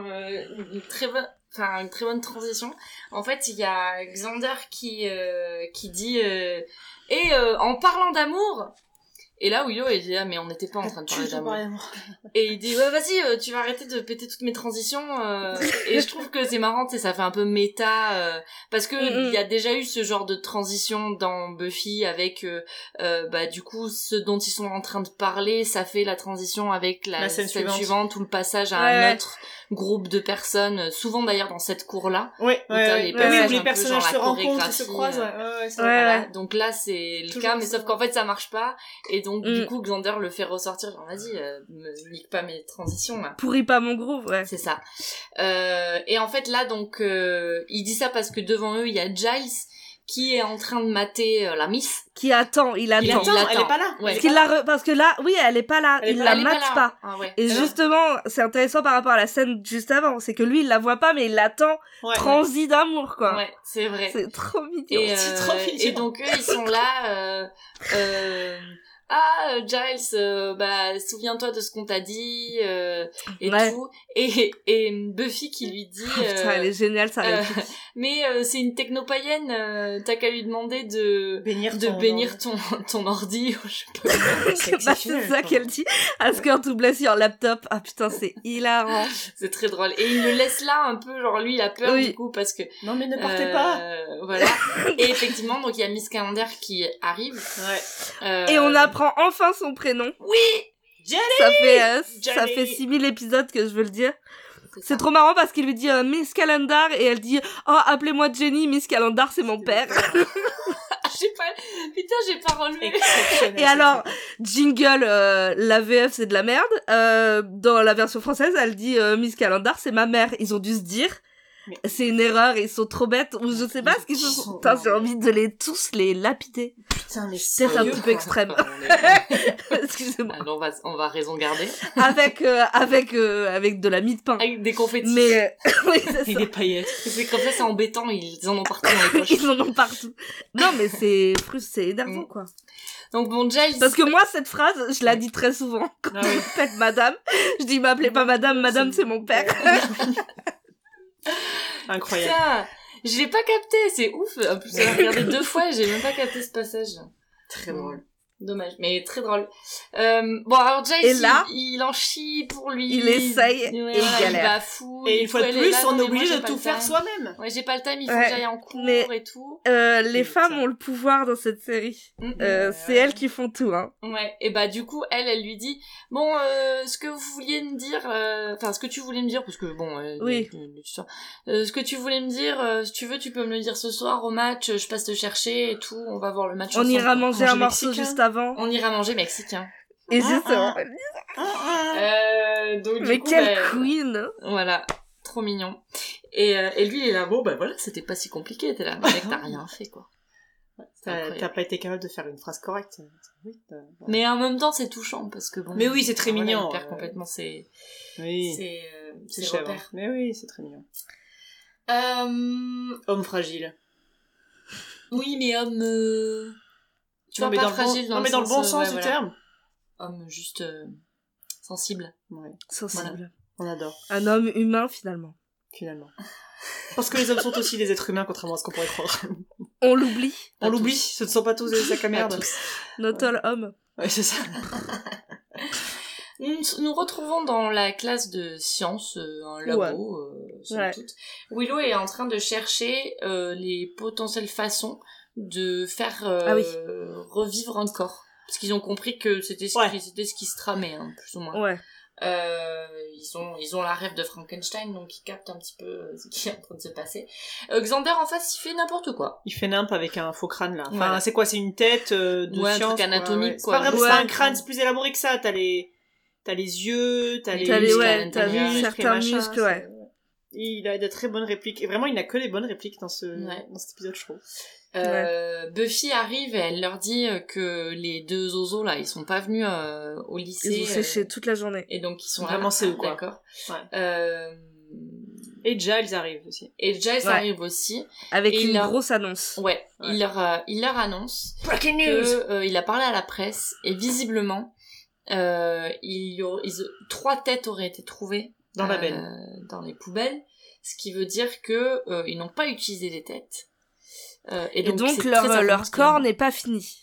bonne transition. En fait, il y a Xander qui dit en parlant d'amour. Et là, Willow, il dit, ah, mais on n'était pas en train de parler d'amour. Et il dit, ouais, vas-y, tu vas arrêter de péter toutes mes transitions. Et je trouve que c'est marrant, tu sais, ça fait un peu méta, parce que il y a déjà eu ce genre de transition dans Buffy avec, du coup, ce dont ils sont en train de parler, ça fait la transition avec la scène suivante ou le passage à un autre groupe de personnes, souvent d'ailleurs dans cette cour-là. Où les personnages se rencontrent et se croisent. Voilà. Donc là, c'est le cas, mais sauf qu'en fait, ça marche pas. Et donc, du coup, Xander le fait ressortir, genre, vas-y, me nique pas mes transitions, là. Pourris pas mon groove, ouais. C'est ça. Et en fait, là, donc, il dit ça parce que devant eux, il y a Giles, qui est en train de mater la Miss. Qui attend, il attend. Elle est pas là. Ouais. Parce que là, oui, elle est pas là. Il la mate pas. Ah, ouais. Et justement, c'est intéressant par rapport à la scène juste avant. C'est que lui, il la voit pas, mais il l'attend transi d'amour, quoi. Ouais, c'est vrai. C'est trop mignon. C'est trop mignon. Et donc, eux, ils sont là, Giles, souviens-toi de ce qu'on t'a dit, et tout. Et Buffy qui lui dit, putain, elle est géniale, ça réplique. Mais c'est une technopaïenne, t'as qu'à lui demander de bénir ton ordi, je sais pas. C'est ça qu'elle dit. Ask her to bless your laptop. Ah putain, c'est hilarant. C'est très drôle. Et il le laisse là un peu, genre lui il a peur du coup parce que non mais ne partez pas. Voilà. Et effectivement, donc il y a Miss Calendar qui arrive. Et on apprend enfin son prénom. Oui, Jenny. Ça fait 6000 épisodes que je veux le dire. C'est trop marrant parce qu'il lui dit Miss Calendar et elle dit appelez-moi Jenny, Miss Calendar c'est mon père. J'ai pas relevé. Et alors, jingle, la VF c'est de la merde. Dans la version française, elle dit Miss Calendar c'est ma mère. Ils ont dû se dire c'est une erreur, ils sont trop bêtes, ou je sais pas ce qu'ils se sont... Putain, j'ai envie de tous les lapider. Putain, mais c'est un petit peu extrême. Excusez-moi. Alors on va raison garder. Avec de la mie de pain. Avec des confettis. Mais, oui, c'est et des paillettes. C'est comme ça, c'est embêtant, ils en ont partout dans les poches. Ils en ont partout. Non, mais c'est énervant, quoi. Donc bon, Giles... Parce que moi, cette phrase, je la dis très souvent. Quand on me pète madame, je dis m'appelez pas madame, c'est mon père. Incroyable. Ça. Je l'ai pas capté, c'est ouf. En plus, j'ai regardé 2 fois et j'ai même pas capté ce passage. Très drôle. Dommage, mais très drôle. Bon, alors Jace, Et là, il en chie pour lui. il essaye et il galère. Il bafoue. Et une fois de elle est plus, là, on non, est mais moi, obligé j'ai de pas tout le faire time. soi-même. Ouais, j'ai pas le time, il faut Ouais, que j'aille en cours mais- et tout. Les femmes Putain. ont le pouvoir dans cette série. C'est elles qui font tout, hein. Ouais, et bah du coup, elle lui dit, bon, ce que vous vouliez me dire, enfin, ce que tu voulais me dire, parce que bon, Oui. ce que tu voulais me dire, si tu veux, tu peux me le dire ce soir au match, je passe te chercher et tout, on va voir le match On ensemble, ira quoi. manger un Manger morceau mexicain. juste avant. On ira manger mexicain. Et justement. Donc, Mais du coup, quelle bah, queen! voilà, trop mignon. Et lui, il est là, bon, bah voilà, c'était pas si compliqué, t'es là, mec, t'as rien fait, quoi. Ouais, c'est T'as incroyable. pas été capable de faire une phrase correcte. Oui, voilà. Mais en même temps, c'est touchant, parce que bon... Mais oui, c'est très voilà, mignon, il perd complètement ses Oui. ses chèvre. repères. Mais oui, c'est très mignon. Euh... Homme fragile. Oui, mais homme... Tu Non, vois, mais pas dans le bon- fragile non, mais dans le bon sens ouais, du voilà. terme. Homme juste sensible. Ouais, Sensible. on adore, Un homme humain, finalement. finalement. Parce que les hommes sont aussi des êtres humains, contrairement à ce qu'on pourrait croire. On l'oublie. On Pas l'oublie, tous. ce ne sont pas tous des sacs à merde. Pas tous. Not all hommes. Ouais, c'est ça. Nous retrouvons dans la classe de sciences, un labo, somme Ouais. toute. Willow est en train de chercher les potentielles façons de faire revivre un corps. Parce qu'ils ont compris que c'était ce qui se tramait, hein, plus ou moins. Ouais. Ils ont la rêve de Frankenstein, donc ils captent un petit peu ce qui est en train de se passer. Xander, en face, il fait n'importe quoi. Il fait nimp avec un faux crâne, là. Enfin, Voilà. c'est quoi, c'est une tête de Ouais, un science, truc anatomique, C'est quoi. pas vraiment, Ouais. c'est pas un crâne, c'est plus élaboré que ça. T'as les yeux, t'as les T'as les, muscles, ouais, t'as les vu muscles et certains machin, muscles, c'est- ouais. Il a de très bonnes répliques. Et vraiment, il n'a que des bonnes répliques dans Ouais. dans cet épisode, je trouve. Buffy arrive et elle leur dit que les 2 zozos là, ils sont pas venus au lycée. Ils ont séché toute la journée. Et donc ils sont Vraiment, là. c'est eux, quoi. D'accord. Ouais. Et Giles arrive aussi. Et Giles Ouais. arrive aussi. Avec Et une il a- grosse annonce. Ouais. Ouais. Il leur annonce Breaking que il a parlé à la presse et visiblement 3 têtes auraient été trouvées Dans la benne. dans les poubelles, ce qui veut dire que ils n'ont pas utilisé les têtes. Et donc c'est très leur important. corps n'est pas fini.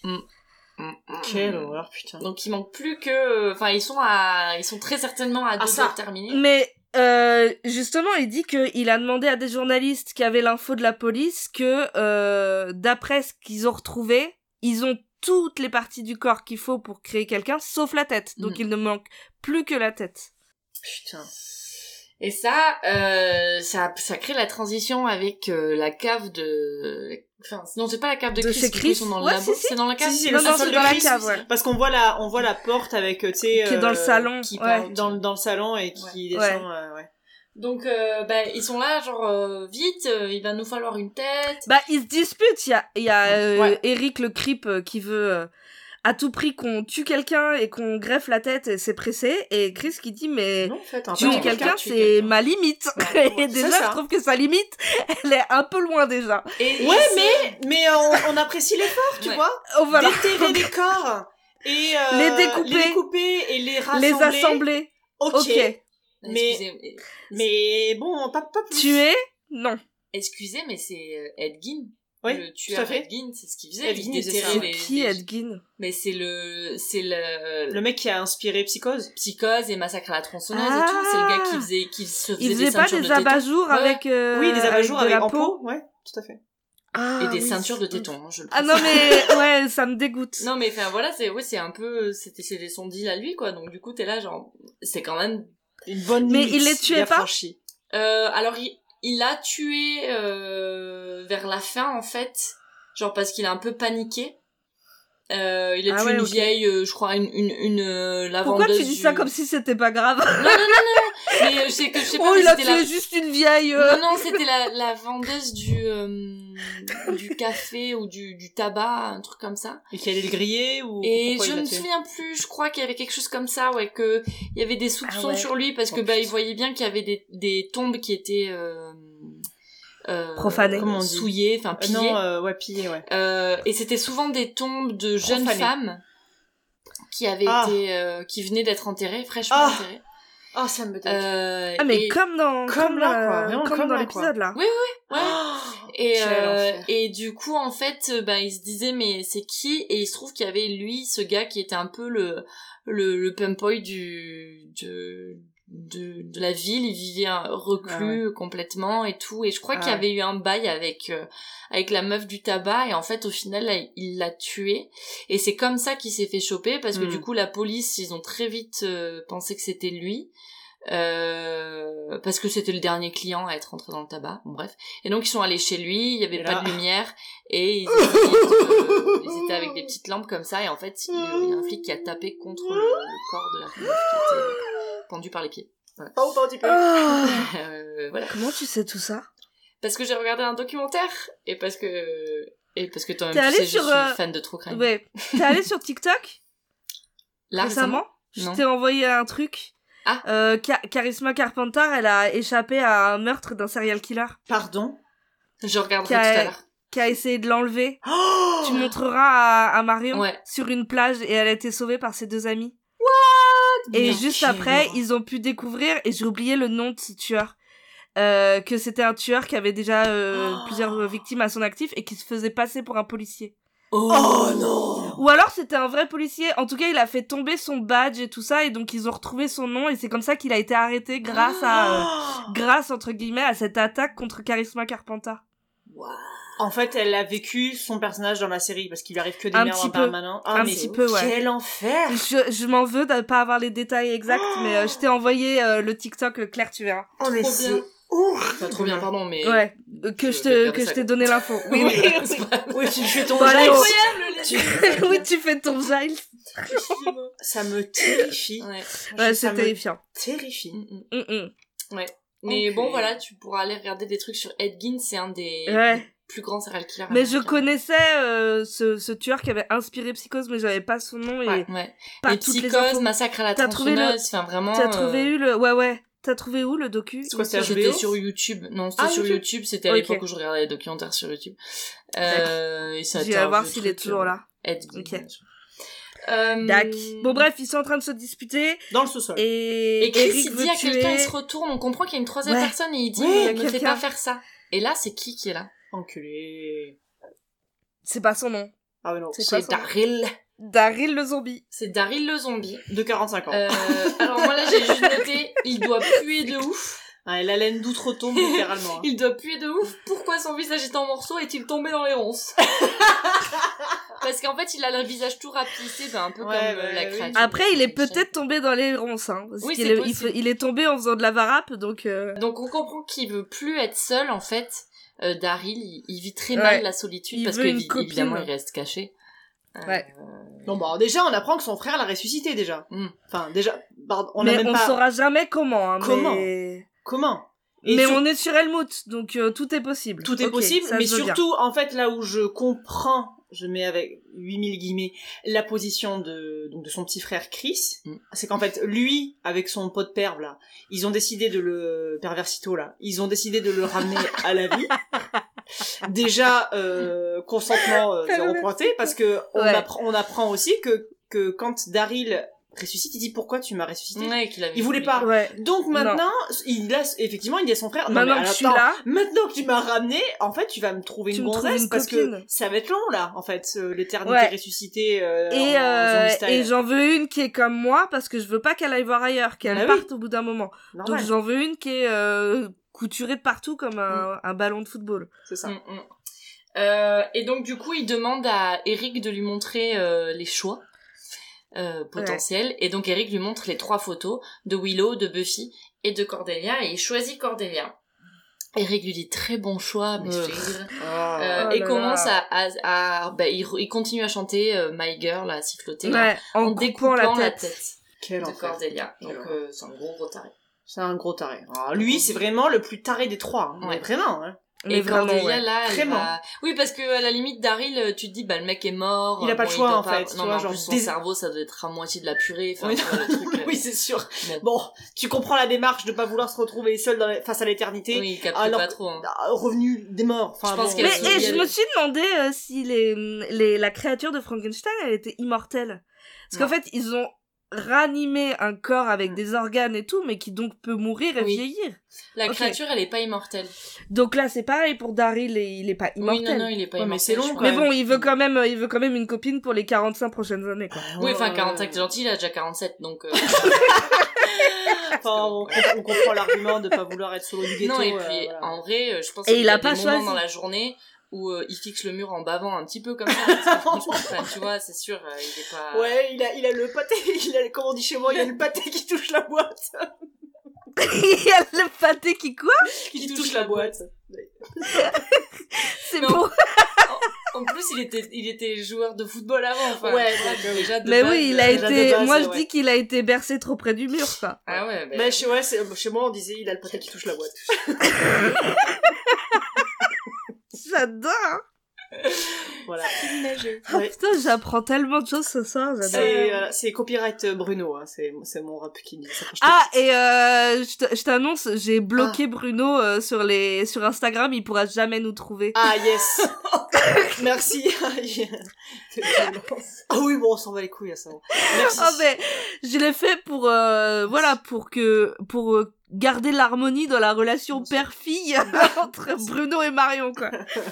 Quelle horreur, putain. Donc il manque plus que, enfin ils sont très certainement à 2 ça. de terminer. Mais justement, il dit qu'il a demandé à des journalistes qui avaient l'info de la police que d'après ce qu'ils ont retrouvé, ils ont toutes les parties du corps qu'il faut pour créer quelqu'un, sauf la tête. Donc il ne manque plus que la tête. Putain. Et ça crée la transition avec la cave de, enfin non c'est pas la cave de De Chris, chez du coup, Chris. ils sont dans le Ouais, labo, si, si. c'est dans la cave. Si, Non, le non, sous-sol c'est de dans la Chris, cave, ouais. Parce qu'on voit la porte avec, tu sais... Qui est dans le salon, qui ouais. part. Dans le salon et qui Ouais. descend, ouais. Donc ils sont là genre vite, il va nous falloir une tête. Bah, ils se disputent. Il y a Ouais. Eric le creep qui veut à tout prix qu'on tue quelqu'un et qu'on greffe la tête et c'est pressé. Et Chris qui dit mais Non, en fait, tuer quelqu'un c'est ma limite. Et déjà ça. je trouve que sa limite elle est un peu loin déjà. Et Ouais, mais on apprécie l'effort, tu Ouais. vois. Oh, voilà. Déterrer les corps et Les découper. et les Les rassembler. assembler. Ok. Excusez, Mais bon, pas plus. Tuer non. excusez, mais c'est Ed Gein. Oui, Le tout tueur à fait. Ed Gein, c'est ce qu'il faisait. Ed Il Gein, c'est déterrait ça. les... Qui Ed Gein? Mais c'est le Le mec qui a inspiré Psychose. Psychose et Massacre à la tronçonneuse Ah. et tout, c'est le gars qui se faisait Il des faisait pas ceintures des de tétons. abat-jours Ouais. avec Oui, des abat-jours de avec la en peau. peau. Ouais, tout à fait. Ah, Et des oui. ceintures de tétons, hein, je le Ah précise. non mais ouais, ça me dégoûte. Non mais enfin voilà, c'est un peu c'est son deal à lui quoi. Donc du coup t'es là genre c'est quand même Une bonne Mais limite. il les tuait bien pas franchie. alors il l'a tué vers la fin en fait, genre parce qu'il a un peu paniqué. Il a tué Ah ouais, une ok. vieille, je crois la Pourquoi vendeuse tu dis ça du- comme si c'était pas grave? Mais je sais pas. Oh, mais il a c'était tué la... juste une vieille. Non, c'était la vendeuse du café ou du tabac, un truc comme ça. Et qui allait le griller ou Et pourquoi je il l'a me tué souviens plus, je crois qu'il y avait quelque chose comme ça, ouais, que il y avait des soupçons Ah ouais. sur lui parce que Oh, bah il putain. voyait bien qu'il y avait des tombes qui étaient Profanées. Comment on dit souillées, enfin pillées. Non, ouais, pillé, ouais. Et c'était souvent des tombes de jeunes Profanées. femmes qui avaient Ah. été qui venaient d'être enterrées, fraîchement Ah. enterrées. Ah, ça me dégoûte. Ah mais et- comme dans Comme là, quoi. Vraiment comme comme dans là, l'épisode là. ouais. Oh, Et du coup, en fait, il se disait, mais c'est qui? Et il se trouve qu'il y avait lui, ce gars qui était un peu le pimp-boy de la ville. Il vivait reclus complètement et tout. Et je crois qu'il y avait eu un bail avec la meuf du tabac. Et en fait, au final, là, il l'a tué. Et c'est comme ça qu'il s'est fait choper parce que du coup, la police, ils ont très vite pensé que c'était lui. Parce que c'était le dernier client à être rentré dans le tabac, bon bref. Et donc ils sont allés chez lui, il y avait pas de lumière, et ils étaient avec des petites lampes comme ça, et en fait, il y a un flic qui a tapé contre le corps de la femme qui était pendue par les pieds. Voilà. Voilà. Comment tu sais tout ça? Parce que j'ai regardé un documentaire, et parce que toi-même T'es tu sais, allé je suis fan de true crime. Ouais. T'es allé sur TikTok? Là, récemment? Je Non. t'ai envoyé un truc. Charisma Carpenter, elle a échappé à un meurtre d'un serial killer. Pardon? Je regarderai tout à l'heure. Qui a essayé de l'enlever. Tu montreras à Marion Ouais. sur une plage et elle a été sauvée par ses 2 amis. What? Et juste après, ils ont pu découvrir, et j'ai oublié le nom de ce tueur, que c'était un tueur qui avait déjà plusieurs victimes à son actif et qui se faisait passer pour un policier. Oh non! Ou alors c'était un vrai policier. En tout cas, il a fait tomber son badge et tout ça, et donc ils ont retrouvé son nom, et c'est comme ça qu'il a été arrêté grâce grâce entre guillemets à cette attaque contre Charisma Carpenter. Wow. En fait, elle a vécu son personnage dans la série parce qu'il lui arrive que des Un merdes petit en peu. permanent. Un petit peu, ouais. Quel enfer! Je m'en veux de pas avoir les détails exacts, mais je t'ai envoyé le TikTok, Claire, tu verras. Oh mais c'est ouf! Enfin, trop bien, pardon, mais... Ouais, que je t'ai donné l'info. Oui, Oui, tu fais ton Bon, allez, Giles. oui, tu fais ton Giles. Ça me terrifie. Ouais, Ça c'est me terrifiant. terrifie. Ouais. Mais Ok. bon, voilà, tu pourras aller regarder des trucs sur Ed Gein, c'est un des plus grands serial killers. Mais je connaissais ce tueur qui avait inspiré Psychose, mais j'avais pas son nom et pas et toutes les Psychose, infos. Massacre à la tronçonneuse, enfin vraiment... T'as trouvé eu le... Ouais. T'as trouvé où le docu? C'est quoi, c'est C'était HBO? sur YouTube. Non, c'était sur YouTube. C'était à l'époque où je regardais les documentaires sur YouTube. Et ça a été J'irai un voir vieux s'il est truc, toujours là. Ed Gein. Ok. Dac. Bon bref, ils sont en train de se disputer. Dans le sous-sol. Et Chris, Eric il veut dit à tuer... quelqu'un, il se retourne, on comprend qu'il y a une troisième personne et il dit, Ouais, ne fais pas faire ça. Et là, c'est qui est là? Enculé. C'est pas son nom. Ah ouais, non. C'est Daryl. Daryl le zombie. C'est Daryl le zombie. De 45 ans. Alors moi là, j'ai juste noté, il doit puer de ouf. Ah, et la laine d'outre-tombe, littéralement. Il doit puer de ouf. Pourquoi son visage est en morceaux? Est-il tombé dans les ronces? Parce qu'en fait, il a le visage tout rapetissé, un peu comme la créature. Après, il est peut-être tombé dans les ronces, hein. Parce qu'il il est tombé en faisant de la varap, donc... Donc on comprend qu'il veut plus être seul, en fait. Daryl, il vit très mal la solitude, parce que évidemment, il reste caché. Non, bah, déjà, on apprend que son frère l'a ressuscité, déjà. Enfin, déjà, on a même on pas... saura jamais comment, hein. Comment? Mais on est sur Helmut, donc tout est possible. Tout est possible, mais surtout, en fait, là où je comprends, je mets avec 8000 guillemets, la position de son petit frère Chris, c'est qu'en fait, lui, avec son pote perve, là, ils ont décidé de le, perversito, là, ils ont décidé de le ramener à la vie. Déjà, consentement zéro pointé, parce que on apprend aussi que quand Daryl ressuscite, il dit pourquoi tu m'as ressuscité? Il voulait pas. Donc maintenant, il a son frère. Maintenant que je suis là. Maintenant que tu m'as ramené, en fait, tu vas me trouver une gonzesse parce que ça va être long là, en fait, l'éternité ressuscitée. Et j'en veux une qui est comme moi parce que je veux pas qu'elle aille voir ailleurs, qu'elle parte au bout d'un moment. Normal. Donc j'en veux une qui est couturée de partout comme un ballon de football. C'est ça. Et donc du coup, il demande à Eric de lui montrer les choix. Potentiel, et donc Eric lui montre les 3 photos de Willow, de Buffy et de Cordelia, et il choisit Cordelia. Eric lui dit très bon choix, mais et commence il continue à chanter My Girl, à siffloter en découpant la tête de Cordelia. Donc c'est un gros taré. C'est un gros taré. Alors, lui, c'est vraiment le plus taré des 3, hein. Vraiment, hein. Et Cordelia, là, elle va... Oui, parce que à la limite, Daryl, tu te dis, le mec est mort. Il a pas le choix, en fait. Non, mais en plus, son cerveau, ça doit être à moitié de la purée. Enfin, le truc, oui, c'est sûr. Bon, tu comprends la démarche de pas vouloir se retrouver seul face à l'éternité. Oui, il capte pas trop. Hein. Revenu des morts. Enfin, je pense je me suis demandé si la créature de Frankenstein, elle était immortelle. Parce qu'en fait, ils ont ranimer un corps avec des organes et tout, mais qui donc peut mourir et vieillir. La créature, elle est pas immortelle. Donc là, c'est pareil pour Daryl, il est pas immortel. Oui, non, il est pas immortel. Mais c'est long, quand Mais même. bon, il veut quand même une copine pour les 45 prochaines années, quoi. Oui, enfin, 45, c'est gentil, il a déjà 47, donc... Enfin, on comprend l'argument de pas vouloir être solo du ghetto. Non, et puis, voilà. en vrai, je pense Et qu'il il y a a pas des moments choisi. dans la journée où il fixe le mur en bavant un petit peu comme ça. Parce que franchement, enfin, tu vois, c'est sûr, il est pas... Ouais, il a le pâté, comme on dit chez moi, il a le pâté qui touche la boîte. Il y a le pâté qui quoi? Qui touche la boîte. C'est Non. beau. En plus, il était joueur de football avant, enfin. Ouais, donc, déjà, de Mais base, oui, il a déjà de été, base, moi je ouais. dis qu'il a été bercé trop près du mur, quoi. Ah ouais, Mais chez moi, on disait, il a le pâté qui touche la boîte. J'adore. Voilà. Oh putain, j'apprends tellement de choses ce soir, j'adore. C'est copyright Bruno, hein. C'est mon rap qui dit ça. Ah, et je t'annonce, j'ai bloqué Bruno sur Instagram, il pourra jamais nous trouver. Ah, yes. Merci. Ah oui, bon, on s'en va les couilles à ça. Merci. Ah, mais je l'ai fait pour garder l'harmonie dans la relation père-fille entre Bruno et Marion, quoi.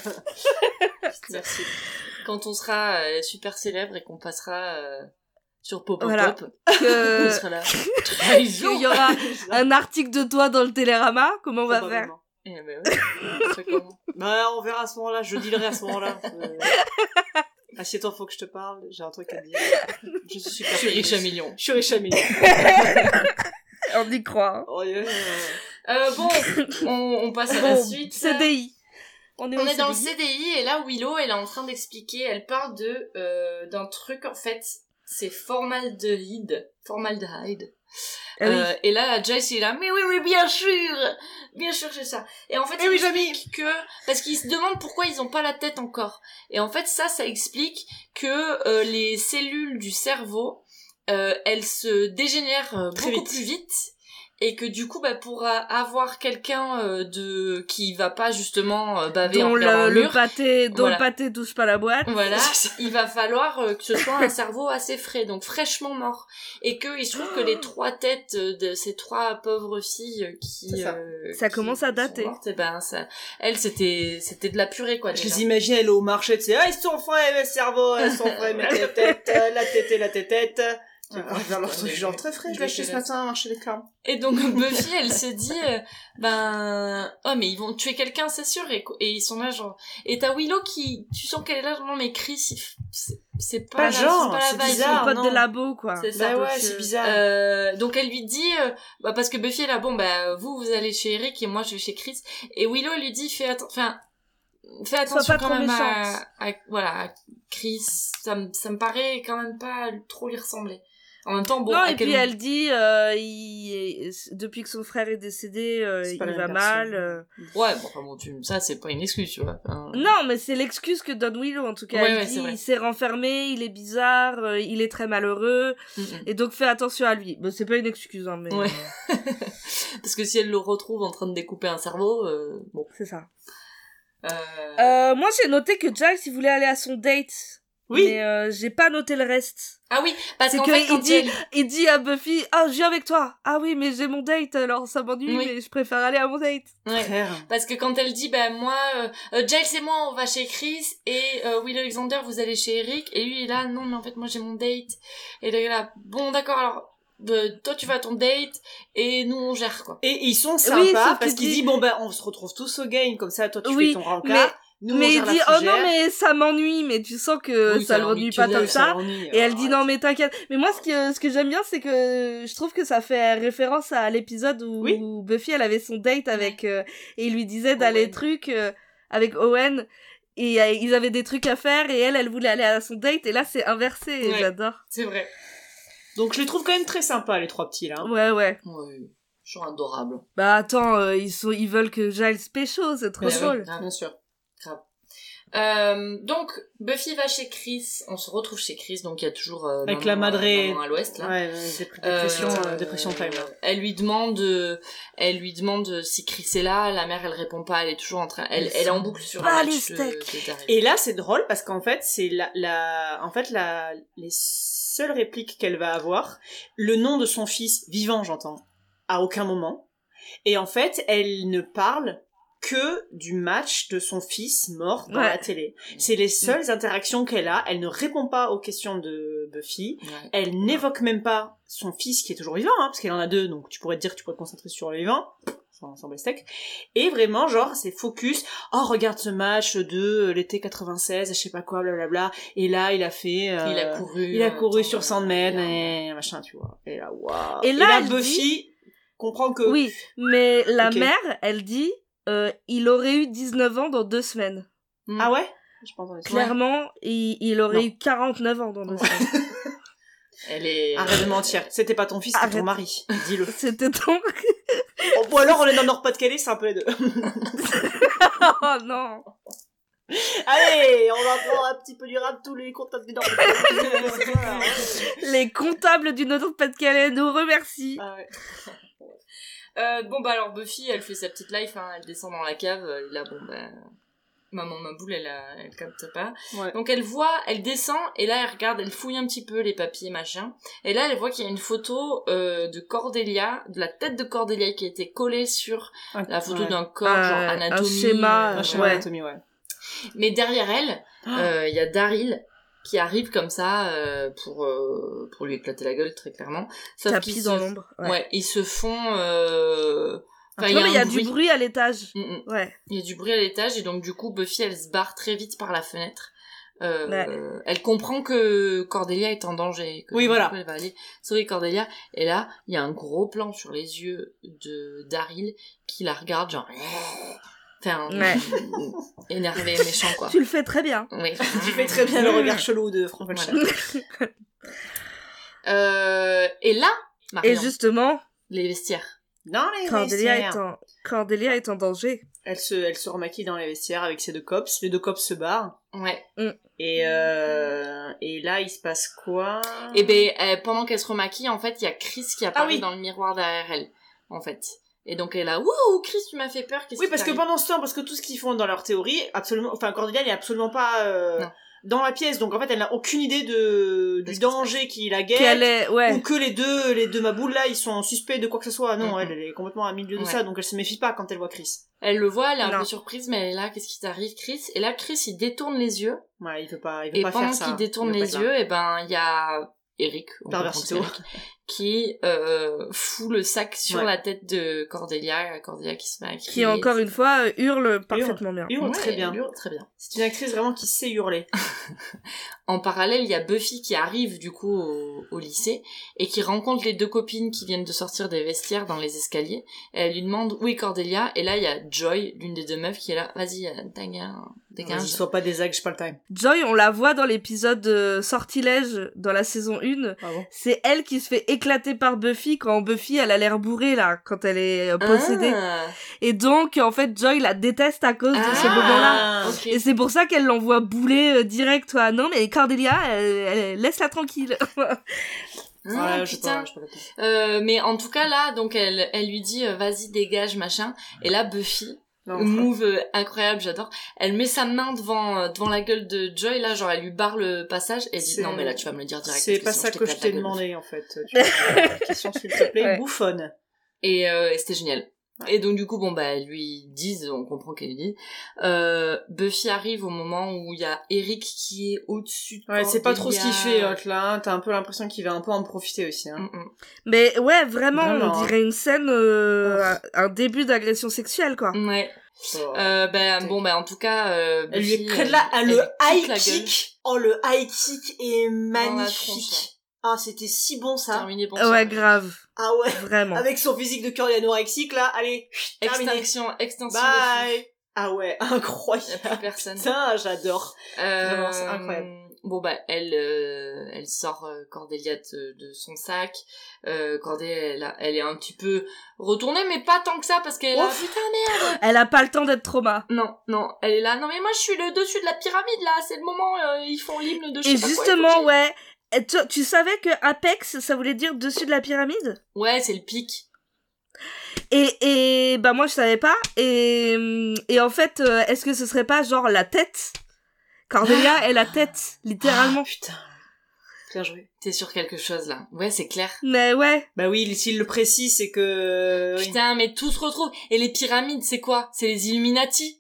Merci. Quand on sera super célèbre et qu'on passera sur Pop Voilà. on Que... sera là. qu'il y aura un article de toi dans le Télérama, comment on va faire? Eh ben ouais. On fait comment? Bah, on verra à ce moment-là, je dealerai à ce moment-là. Assieds-toi, faut que je te parle, j'ai un truc à te dire. Je suis super Je suis riche à millions. Je suis riche à millions. On y croit. Hein. Oh, yeah. Bon, on passe à la suite. CDI. On On est dans le CDI et là Willow elle est en train d'expliquer, elle parle d'un truc en fait, c'est formaldehyde. Ah oui. Et là Joyce il est là, mais oui bien sûr c'est ça. Et en fait il explique que parce qu'ils se demandent pourquoi ils ont pas la tête encore. Et en fait ça explique que les cellules du cerveau elles se dégénèrent beaucoup plus vite. Et que du coup, pour avoir quelqu'un qui va pas justement baver en regardant le mur, dont le pâté touche pas la boîte. Voilà, il va falloir que ce soit un cerveau assez frais, donc fraîchement mort. Et que il se trouve que les 3 têtes de ces 3 pauvres filles ça commence à dater. Mortes, elles c'était de la purée quoi. Je Déjà. les imagine, elle est au marché, tu sais, ils sont frais, mes cerveaux, elles sont frais, mais la tête. Alors, genre très frais, je l'ai acheté ce matin au marché des Carmes. Et donc Buffy, elle se dit, oh mais ils vont tuer quelqu'un, c'est sûr. Et ils sont là genre. Et t'as Willow qui, tu sens qu'elle est là genre non mais Chris, c'est pas genre, c'est pas la c'est vibe. bizarre, pote non. de labo quoi. C'est ça. Bah ouais, c'est bizarre. Donc elle lui dit, parce que Buffy est là, vous allez chez Eric et moi je vais chez Chris. Et Willow elle lui dit, fais attention quand même à Chris. Ça me paraît quand même pas trop lui ressembler. En même temps, bon. Non, et puis elle dit, depuis que son frère est décédé, il va mal. Ouais, ça c'est pas une excuse, tu vois. Non, mais c'est l'excuse que donne Willow en tout cas. Elle dit, il s'est renfermé, il est bizarre, il est très malheureux, et donc fais attention à lui. Bon, c'est pas une excuse, hein, mais. Ouais. Parce que si elle le retrouve en train de découper un cerveau, bon. C'est ça. Moi j'ai noté que Giles il voulait aller à son date. Oui. Mais j'ai pas noté le reste. Ah oui, parce c'est qu'en que fait, il dit à Buffy, je viens avec toi. Ah oui, mais j'ai mon date, alors ça m'ennuie, mais je préfère aller à mon date. Ouais. Parce que quand elle dit, moi, Giles et moi, on va chez Chris, et Willow Alexander, vous allez chez Eric, et lui il est là, non, mais en fait, moi j'ai mon date. Et là, il est là, bon, d'accord, alors, toi tu vas à ton date, et nous on gère, quoi. Et ils sont sympas, parce qu'il dit, on se retrouve tous au game, comme ça, toi tu fais ton rencard. Mais il dit oh non mais ça m'ennuie, mais tu sens que ça l'ennuie pas comme ça. Et elle dit non mais t'inquiète. Mais moi ce que j'aime bien c'est que je trouve que ça fait référence à l'épisode où Buffy elle avait son date avec et il lui disait d'aller avec Owen et ils avaient des trucs à faire et elle voulait aller à son date et là c'est inversé et j'adore. C'est vrai. Donc je les trouve quand même très sympas les 3 petits là. Ouais. Ils sont adorables. Bah attends ils veulent que Giles pécho, c'est trop drôle. Bien sûr. Grave. Donc, Buffy va chez Chris, on se retrouve chez Chris, donc il y a toujours avec la madré maman à l'ouest, là. Ouais, dépression time, là. Elle lui demande si Chris est là, la mère elle répond pas, elle est toujours en train, elle est en boucle sur Pas le les match de Daryl. Et là, c'est drôle parce qu'en fait, c'est les seules répliques qu'elle va avoir, le nom de son fils, vivant, j'entends, à aucun moment. Et en fait, elle ne parle que du match de son fils mort dans la télé. C'est les seules interactions qu'elle a. Elle ne répond pas aux questions de Buffy. Ouais. Elle n'évoque même pas son fils qui est toujours vivant, parce qu'elle en a 2, donc tu pourrais te dire que tu pourrais te concentrer sur le vivant. Sans steak. Et vraiment, genre, c'est focus. Oh, regarde ce match de l'été 96, je sais pas quoi, blablabla. Et là, il a couru sur 100 mètres, et machin, tu vois. Et là, waouh. Et là Buffy comprend que... Oui, mais la mère, elle dit, il aurait eu 19 ans dans 2 semaines. Ah ouais? J'ai pas entendu ça. Clairement, il aurait eu 49 ans dans 2 semaines. Arrête de mentir. C'était pas ton fils, c'était ton mari. Dis-le. C'était ton... Ou alors on est dans le Nord-Pas-de-Calais, c'est un peu les deux. Oh non. Allez, on va prendre un petit peu du rap, tous les comptables du Nord-Pas-de-Calais. Les comptables du Nord-Pas-de-Calais nous remercient. Ah ouais. Bon bah alors Buffy, elle fait sa petite life, hein, elle descend dans la cave, et là bon bah... Maman Maboule, elle capte pas. Ouais. Donc elle descend, et là elle regarde, elle fouille un petit peu les papiers, machin. Et là elle voit qu'il y a une photo de Cordelia, de la tête de Cordelia qui a été collée sur la photo d'un corps, genre anatomie. Un schéma anatomie, ouais. Mais derrière elle, il y a Daryl qui arrive comme ça pour lui éclater la gueule, très clairement. Sauf Tapis dans l'ombre. Ouais, ils se font... Enfin, il y a du bruit à l'étage. Ouais. Il y a du bruit à l'étage et donc du coup Buffy elle se barre très vite par la fenêtre. Elle comprend que Cordelia est en danger. Oui, voilà. Elle va aller sauver Cordelia. Et là, il y a un gros plan sur les yeux de Daryl qui la regarde genre... Enfin, énervé, méchant quoi. Tu le fais très bien. Oui. Tu fais très bien le regard chelou de Frankenstein. Et là, Marion, et justement... les vestiaires. Dans les vestiaires. Cordelia est en danger. Elle se remaquille dans les vestiaires avec ses 2 cops. Les 2 cops se barrent. Ouais. Et là, il se passe quoi? Et ben, pendant qu'elle se remaquille, en fait, il y a Chris qui apparaît dans le miroir derrière elle, en fait. Et donc elle a wouh, Chris, tu m'as fait peur. Oui, parce que pendant ce temps, parce que tout ce qu'ils font dans leur théorie, absolument, enfin Cordelia n'est absolument pas dans la pièce, donc en fait elle n'a aucune idée du danger qui la guette, ou que les deux maboules là ils sont suspects de quoi que ce soit. Non, elle est complètement à milieu de ça, donc elle se méfie pas quand elle voit Chris. Elle le voit, elle est un peu surprise, mais elle est là, qu'est-ce qui t'arrive, Chris? Et là Chris il détourne les yeux. Ouais, il veut pas faire ça. Et pendant qu'il détourne les yeux, et ben il y a Eric, qui fout le sac sur la tête de Cordelia qui se met à crier. Qui encore une fois hurle parfaitement bien. Hurle très bien. C'est une actrice vraiment qui sait hurler. En parallèle, il y a Buffy qui arrive du coup au lycée et qui rencontre les 2 copines qui viennent de sortir des vestiaires dans les escaliers. Et elle lui demande où est Cordelia, et là il y a Joy, l'une des 2 meufs, qui est là. Vas-y, dégage. Vas-y, sois pas des j'ai pas le time. Joy, on la voit dans l'épisode Sortilège dans la saison 1. Ah bon? C'est elle qui se fait éclater par Buffy quand Buffy elle a l'air bourrée là, quand elle est possédée. Et donc en fait Joy la déteste à cause de ce moment-là. Okay. Et c'est pour ça qu'elle l'envoie bouler direct. Toi. Non mais Cordelia, elle laisse-la tranquille. Putain. Mais en tout cas là, donc elle lui dit vas-y dégage machin. Et là Buffy, move incroyable, j'adore. Elle met sa main devant la gueule de Joy là, genre elle lui barre le passage et elle dit non mais là tu vas me le dire direct. C'est pas ça que je t'ai demandé en fait. Tu la question s'il te plaît, bouffonne. Et c'était génial. Et donc du coup bon bah elles lui disent, on comprend qu'elle lui dit. Buffy arrive au moment où il y a Eric qui est au-dessus de c'est pas trop ce qu'il fait là, hein. T'as un peu l'impression qu'il va un peu en profiter aussi hein. Mais ouais vraiment on dirait une scène un début d'agression sexuelle quoi. Ouais. En tout cas Buffy, elle lui crée le high kick. Oh le high kick est magnifique. Ah, c'était si bon ça. Terminé pour ouais, grave. Ah ouais. Vraiment. Avec son physique de cœur anorexique là, allez, extinction. Bye. Ah ouais, incroyable. Il y a plus personne. Putain, j'adore. Vraiment, c'est incroyable. bon bah elle sort Cordelia de son sac. Cordelia elle est un petit peu retournée, mais pas tant que ça parce qu'elle est là, putain merde. Elle a pas le temps d'être trauma. Non, elle est là. Non mais moi je suis le dessus de la pyramide là, c'est le moment ils font l'hymne de. Et justement ouais. Et tu savais que Apex ça voulait dire dessus de la pyramide? Ouais, c'est le pic. Et bah moi je savais pas et en fait est-ce que ce serait pas genre la tête? Cordelia est la tête littéralement. Putain. Bien joué. T'es sur quelque chose là. Ouais, c'est clair. Mais ouais. Bah oui, s'il le précise, c'est que... Putain, mais tout se retrouve. Et les pyramides, c'est quoi? C'est les Illuminati.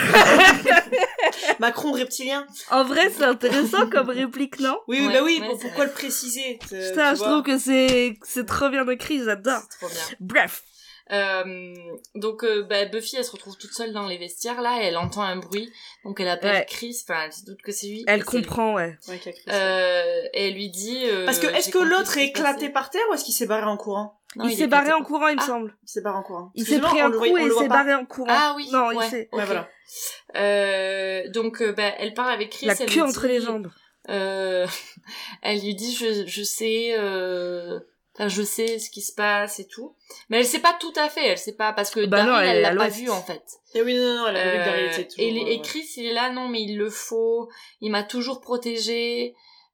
Macron reptilien. En vrai, c'est intéressant comme réplique, non? Oui, ouais, bah oui, ouais, pourquoi le préciser? Putain, je trouve que c'est trop bien écrit, j'adore. C'est trop bien. Bref. Donc Buffy elle se retrouve toute seule dans les vestiaires là et elle entend un bruit, donc elle appelle Chris, enfin elle se doute que c'est lui, elle comprend ouais et elle lui dit parce que est-ce que l'autre est éclaté par terre ou est-ce qu'il s'est barré en courant? Non, il s'est barré en courant, il me semble. Il s'est barré en courant. Il s'est pris un coup et il s'est barré en courant. Ah oui. Non, ouais, il s'est. Ouais, voilà. Donc elle parle avec Chris, la queue entre les jambes. Elle lui dit je sais je sais ce qui se passe et tout. Mais elle sait pas tout à fait, elle sait pas, parce que Daryl, elle l'a pas vu, en fait. Et oui, non, elle a vu que Daryl était toujours... Et Chris, il est là, non, mais il le faut, il m'a toujours protégée,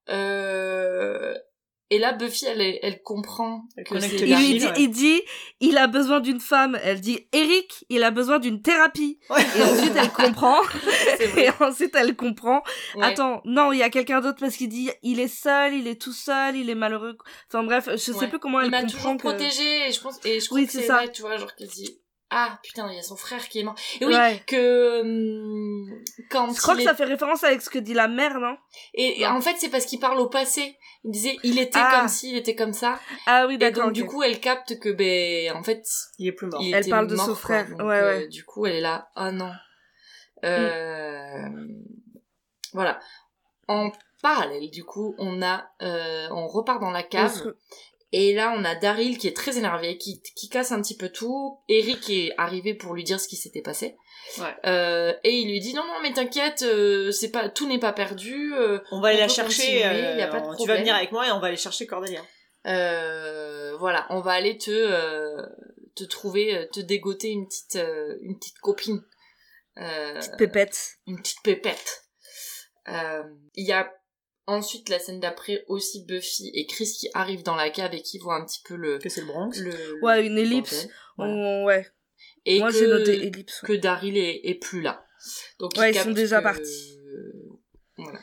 et là, Buffy, elle comprend. Il dit, il a besoin d'une femme. Elle dit, Eric, il a besoin d'une thérapie. Ouais. Et ensuite, elle comprend. Et ensuite, elle comprend. Ouais. Attends, non, il y a quelqu'un d'autre parce qu'il dit, il est seul, il est tout seul, il est malheureux. Enfin bref, je sais plus comment elle comprend. Il m'a toujours protégée, et je crois que c'est ça. Vrai, tu vois, genre qu'elle dit, ah, putain, il y a son frère qui est mort. Et oui, que, quand je crois que ça fait référence avec ce que dit la mère, non? Et en fait, c'est parce qu'il parle au passé. Il disait, il était comme ci, il était comme ça. Ah oui, d'accord. Et donc, du coup, elle capte que, en fait, il est plus mort. Elle parle de son frère. Donc, ouais. Du coup, elle est là, oh non. Voilà. En parallèle, du coup, on repart dans la cave. Et là, on a Daryl qui est très énervé, qui casse un petit peu tout. Eric est arrivé pour lui dire ce qui s'était passé. Ouais. Et il lui dit non, mais t'inquiète, tout n'est pas perdu. On va aller la chercher. Y a pas de problème. Tu vas venir avec moi et on va aller chercher Cordelia. Voilà, on va aller te trouver, te dégoter une petite copine. Petite pépette. Une petite pépette. Il y a ensuite, la scène d'après, aussi Buffy et Chris qui arrivent dans la cave et qui voient un petit peu que c'est le Bronx. Ouais, une ellipse. Ouais. Et moi, j'ai noté ellipse. Que Daryl est plus là. Donc, ils sont déjà partis. Voilà.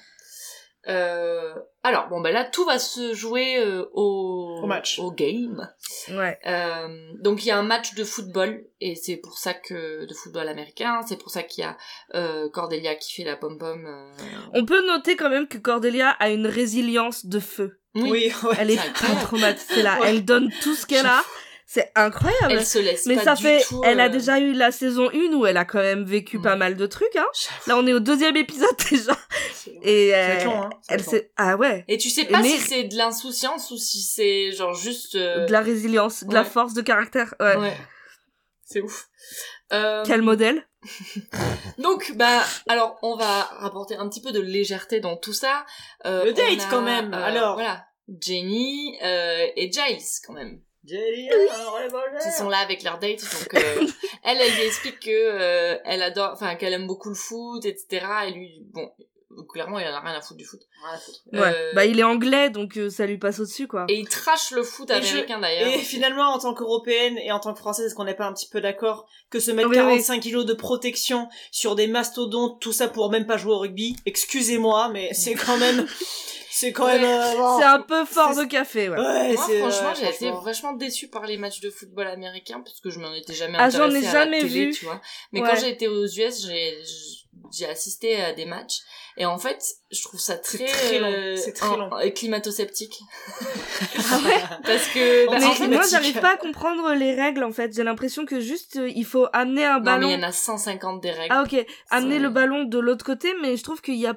Alors, bon, là, tout va se jouer au match. Au game. Ouais. Donc, il y a un match de football, et c'est pour ça de football américain, c'est pour ça qu'il y a Cordelia qui fait la pom-pom. On peut noter quand même que Cordelia a une résilience de feu. Oui, ouais. Elle est pas traumatisée là. Ouais. Elle donne tout ce qu'elle a. C'est incroyable. Elle se laisse mais pas ça du fait, tout, elle a déjà eu la saison 1 où elle a quand même vécu pas mal de trucs, hein. Là, on est au 2e épisode déjà. Et c'est long, hein. Ah ouais. Et tu sais pas si c'est de l'insouciance ou si c'est genre juste de la résilience, de la force de caractère. Ouais. C'est ouf. Quel modèle. Donc, alors, on va rapporter un petit peu de légèreté dans tout ça. Le date, quand même, alors. Voilà. Jenny, et Giles, quand même. Jenny, qui sont là avec leur date, donc, elle lui explique que, elle adore, enfin, qu'elle aime beaucoup le foot, etc. Et lui, bon, clairement, il en a rien à foutre du foot. Rien à foutre. Ouais. Il est anglais, donc ça lui passe au-dessus, quoi. Et il trash le foot américain, d'ailleurs. Et finalement, en tant qu'Européenne et en tant que Française, est-ce qu'on n'est pas un petit peu d'accord que se mettre 45 kilos de protection sur des mastodontes, tout ça pour même pas jouer au rugby, excusez-moi, mais c'est quand même... C'est quand même... c'est un peu fort de café, ouais. Moi, franchement, j'ai été vachement déçue par les matchs de football américain, parce que je m'en étais jamais intéressée j'en ai jamais à la télé, vu. Tu vois. Mais quand j'ai été aux US, j'ai assisté à des matchs, et en fait, je trouve ça très long. C'est très long. Climato-sceptique. Ah ouais? Parce que... mais en fait, moi, j'arrive pas à comprendre les règles, en fait. J'ai l'impression que juste, il faut amener un ballon... Non, mais il y en a 150 des règles. Ah, ok. Amener le ballon de l'autre côté, mais je trouve qu'il y a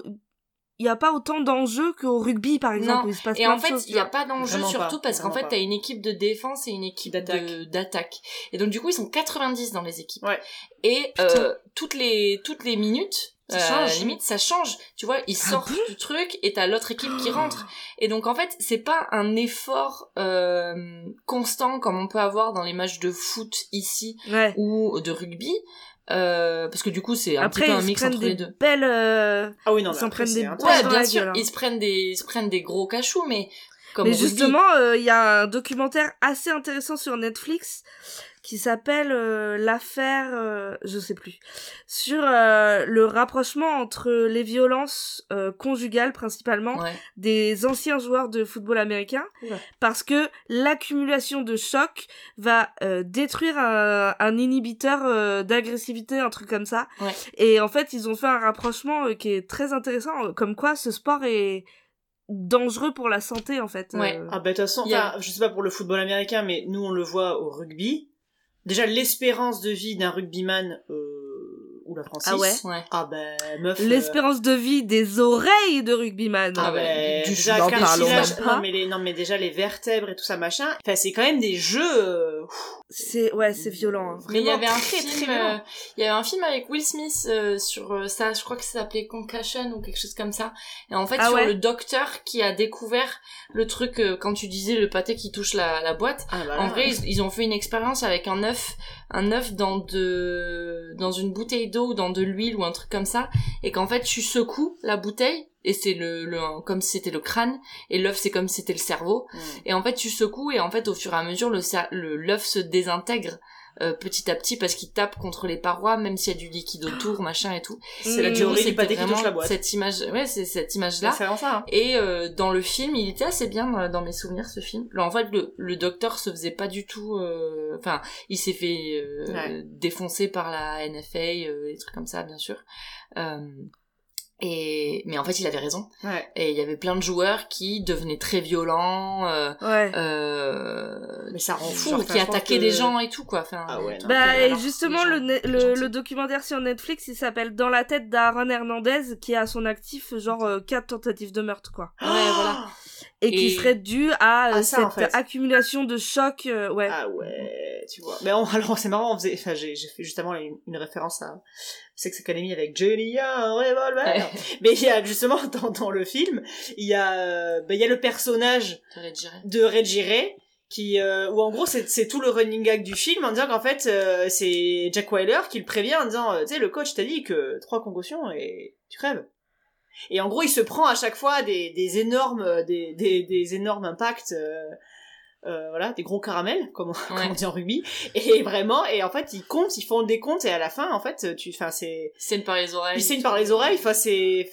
pas autant d'enjeux qu'au rugby, par exemple, où il se passe plein de choses. En fait, il y a pas d'enjeu, surtout parce qu'en fait, t'as une équipe de défense et une équipe d'attaque. Et donc, du coup, ils sont 90 dans les équipes. Ouais. Et, toutes les minutes, Ça change. À la limite, ça change. Tu vois, ils sortent du truc et t'as l'autre équipe qui rentre. Et donc, en fait, c'est pas un effort constant comme on peut avoir dans les matchs de foot ici ou de rugby. Parce que du coup, c'est un petit peu un mix entre les deux. Ah oui, non, ils s'en prennent des belles ouais, dans bien la sûr, gueule, hein. ils se prennent des gros cachous, mais comme Mais rugby. justement, il y a un documentaire assez intéressant sur Netflix qui s'appelle l'affaire, je sais plus, sur le rapprochement entre les violences conjugales principalement des anciens joueurs de football américain, parce que l'accumulation de chocs va détruire un inhibiteur d'agressivité, un truc comme ça. Et en fait, ils ont fait un rapprochement qui est très intéressant, comme quoi ce sport est dangereux pour la santé en fait. Ah bah de toute façon, je sais pas pour le football américain, mais nous on le voit au rugby. Déjà l'espérance de vie d'un rugbyman ou la Francis. Ah ouais. Ah bah meuf. L'espérance de vie des oreilles de rugbyman. Ah bah déjà non mais déjà les vertèbres et tout ça machin. Enfin c'est quand même des jeux. C'est violent. Hein. Mais il y avait un film avec Will Smith sur ça, je crois que ça s'appelait Concussion ou quelque chose comme ça. Et en fait le docteur qui a découvert le truc quand tu disais le pâté qui touche la boîte. En vrai ils ont fait une expérience avec un œuf dans une bouteille d'eau ou dans de l'huile ou un truc comme ça, et qu'en fait tu secoues la bouteille et c'est comme si c'était le crâne, et l'œuf c'est comme si c'était le cerveau, et en fait tu secoues, et en fait au fur et à mesure l'œuf se désintègre petit à petit parce qu'il tape contre les parois, même s'il y a du liquide autour, machin et tout. C'est la théorie du pâté qui touche la boîte. Cette image, c'est cette image-là. C'est vraiment ça. Hein. Et dans le film, il était assez bien dans mes souvenirs, ce film. Alors, en fait, le docteur se faisait pas du tout. Enfin, il s'est fait défoncer par la NFA, des trucs comme ça, bien sûr. Mais en fait il avait raison, et il y avait plein de joueurs qui devenaient très violents, mais ça rend fou, qui attaquaient des gens et tout quoi. Enfin, et justement le documentaire sur Netflix il s'appelle Dans la tête d'Aaron Hernandez, qui a à son actif 4 tentatives de meurtre quoi. Voilà. Et qui serait dû à ça, cette en fait. accumulation de chocs. Ah ouais, tu vois. Mais alors c'est marrant, j'ai fait justement une référence à Sex Academy avec Johnny un revolver. Mais il y a justement dans le film, il y a le personnage de Reggie Ray qui où en gros c'est tout le running gag du film en disant qu'en fait c'est Jack Wyler qui le prévient en disant tu sais le coach t'a dit que 3 concussions et tu crèves. Et en gros, il se prend à chaque fois des énormes impacts, voilà, des gros caramels, comme on dit en rugby. Et vraiment, et en fait, ils font des comptes, et à la fin, en fait, c'est saigne par les oreilles. Ils saignent par les oreilles, c'est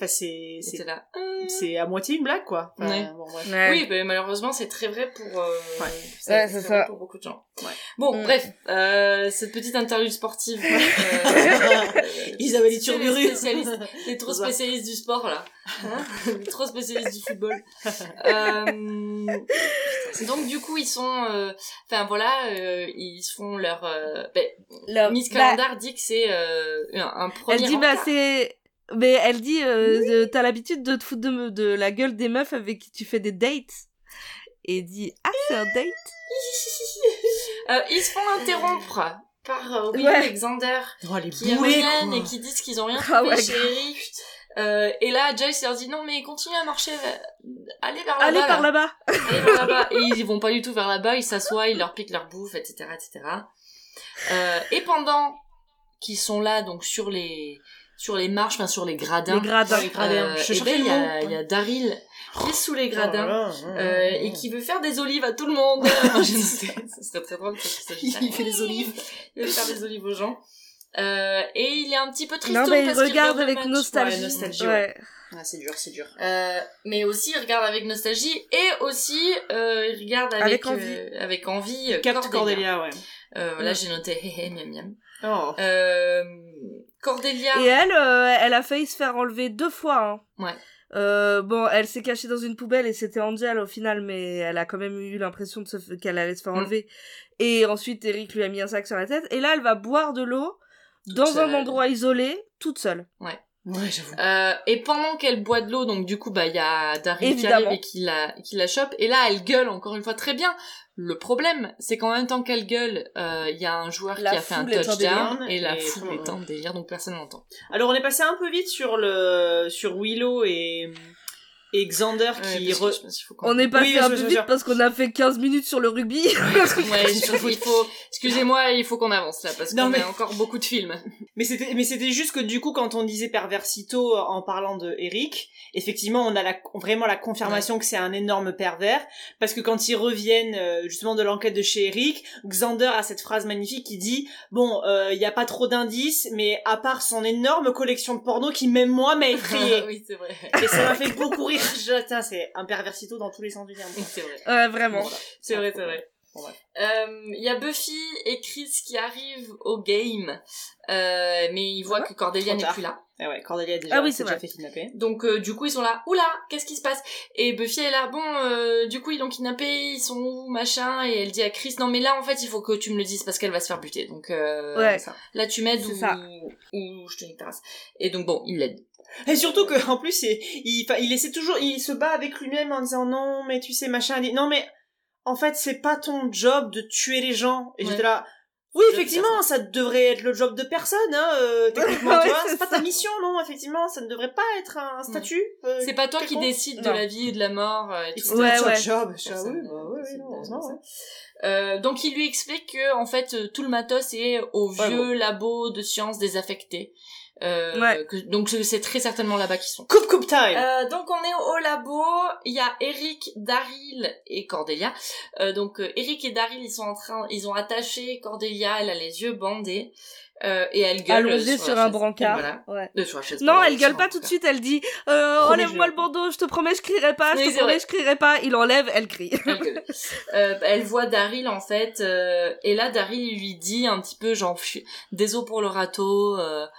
à moitié une blague, quoi. Bon, bref. Oui, mais malheureusement, c'est très vrai pour, c'est ça. Pour beaucoup de gens. Bon, bref, cette petite interlude sportive. Isabelle Iturburu. Les trop spécialistes du sport, là. Les trop spécialistes du football. Donc, du coup, ils sont, ils se font leur Miss Calendar dit que c'est, un premier elle dit, mais elle dit, t'as l'habitude de te foutre de la gueule des meufs avec qui tu fais des dates. Et dit, c'est un date? Ils se font interrompre par Will Alexander qui reviennent et qui disent qu'ils ont rien trouvé chez Eric. Et là, Joyce leur dit non mais continuez à marcher, allez vers là-bas. Allez par là-bas. Allez vers là-bas. Et ils vont pas du tout vers là-bas, ils s'assoient, ils leur piquent leur bouffe, etc., etc. Et pendant qu'ils sont là, donc sur les marches, enfin sur les gradins. Les gradins. Il y a Daryl qui est sous les gradins et qui veut faire des olives à tout le monde. Ça serait très drôle parce qu'il fait des olives. Il veut faire des olives aux gens. Et il est un petit peu triste. Non, mais il regarde avec nostalgie. Ouais, c'est dur. Mais aussi, il regarde avec nostalgie et aussi, il regarde avec envie. Cordelia, Là, j'ai noté miam miam. Oh. Cordelia. Et elle a failli se faire enlever 2 fois, hein. Ouais. Elle s'est cachée dans une poubelle et c'était Angel au final, mais elle a quand même eu l'impression qu'elle allait se faire enlever. Et ensuite, Eric lui a mis un sac sur la tête. Et là, elle va boire de l'eau dans un endroit isolé, toute seule. Ouais. Ouais, j'avoue. Et pendant qu'elle boit de l'eau, donc du coup, il y a Daryl qui Évidemment. arrive et qui la chope. Et là, elle gueule encore une fois très bien. Le problème, c'est qu'en même temps qu'elle gueule, il y a un joueur La qui a fait un foule est en touchdown délire, et la et foule tout, est en délire, donc personne n'entend. Alors, on est passé un peu vite sur Willow et Xander qui... Parce que je pense qu'il faut qu'on- On est passé Oui, un bien peu sûr. vite parce qu'on a fait 15 minutes sur le rugby. Ouais, il faut... Excusez-moi, il faut qu'on avance là, parce Non, qu'on mais- a encore beaucoup de films. Mais c'était juste que du coup, quand on disait perversito en parlant de Eric, effectivement, on a vraiment la confirmation que c'est un énorme pervers, parce que quand ils reviennent justement de l'enquête de chez Eric, Xander a cette phrase magnifique qui dit bon, il y a pas trop d'indices, mais à part son énorme collection de porno qui même moi m'a effrayé. Oui, c'est vrai. Et ça m'a fait beaucoup rire. Tiens, c'est un perversito dans tous les sens du terme. C'est vrai. Vraiment. Voilà. C'est vrai, c'est vrai. Bon, bref. Il y a Buffy et Chris qui arrivent au game, mais ils voient que Cordelia Trop n'est tard. plus là. Ah ouais, Cordelia a déjà, Ah oui, s'est c'est déjà vrai. fait kidnapper. Donc du coup ils sont là, oula, qu'est-ce qui se passe? Et Buffy est là, bon, du coup ils l'ont kidnappé, ils sont où, machin, et elle dit à Chris, non mais là en fait il faut que tu me le dises parce qu'elle va se faire buter, donc Ouais. là tu m'aides C'est ça. ou je te nique ta race. Et donc bon, il l'aide. Et surtout que en plus il essaie toujours, il se bat avec lui-même en disant non mais tu sais machin, il dit, non mais en fait c'est pas ton job de tuer les gens. Et Ouais. j'étais là, oui Je effectivement ça devrait être le job de personne hein, techniquement Ouais, tu vois, c'est c'est pas ça. ta mission non effectivement, ça ne devrait pas être un statut. C'est pas toi qui quelconque. décides de Non. la vie et de la mort et Et tout. c'est Ouais, ton ouais. job. Je dis, ah Personne oui, bah, oui, décide non, de heureusement, ça. ouais. Donc il lui explique que en fait tout le matos est au Ouais, vieux bon. labo de sciences désaffecté. Ouais. Donc c'est très certainement là-bas qu'ils sont. Coupe time. Donc on est au labo, il y a Eric, Daryl et Cordelia. Donc Eric et Daryl ils ont attaché Cordelia, elle a les yeux bandés et elle gueule Allongée sur sur la un chaise. brancard. Voilà. Ouais. Sur la chaise, Non, pardon, elle gueule sur pas un tout de brancard. suite, elle dit Promets, enlève-moi je- le bandeau, je te promets, je crierai pas, Oui, je te c'est promets, vrai. je crierai pas. Il enlève, elle crie. Elle gueule. Elle voit Daryl en fait et là Daryl il lui dit un petit peu genre désolé pour le râteau,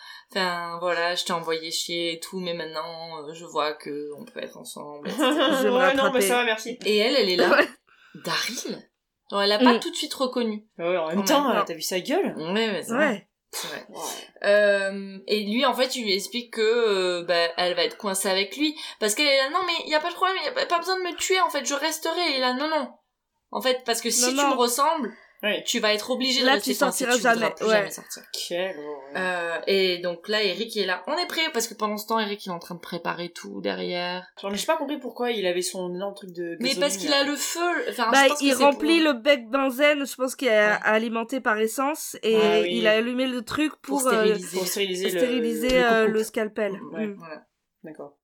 enfin voilà, je t'ai envoyé chier et tout, mais maintenant je vois que on peut être ensemble, etc. Je vais me ouais, non rattraper. mais ça va merci. Et elle est là. Ouais. Daryl? Genre, elle a pas Mm. tout de suite reconnu. Ouais, en même Ouais, temps non. t'as vu sa gueule. Ouais, c'est vrai. Ouais. C'est vrai. Ouais. Et lui, en fait, il lui explique que elle va être coincée avec lui. Parce qu'elle est là, non, mais il y a pas de problème, y a pas besoin de me tuer, en fait, je resterai. Et là, non, non. En fait, parce que si Non, tu non. me ressembles, Oui. tu vas être obligé de Là, rester tu coincé, sortiras tu voudras jamais, plus ouais. jamais sortir. Quelle horreur. Et donc là, Eric est là. On est prêt, parce que pendant ce temps, Eric, il est en train de préparer tout derrière. Genre, mais j'ai pas compris pourquoi il avait son énorme truc de Mais gasoline, parce qu'il là. a le feu. Enfin, Bah, je pense que il c'est remplit pour... le bec benzène, je pense qu'il est Ouais. alimenté par essence, et Ah oui. il a allumé le truc pour pour stériliser. Pour stériliser, stériliser le le scalpel. Ouais. Mm. Voilà. D'accord.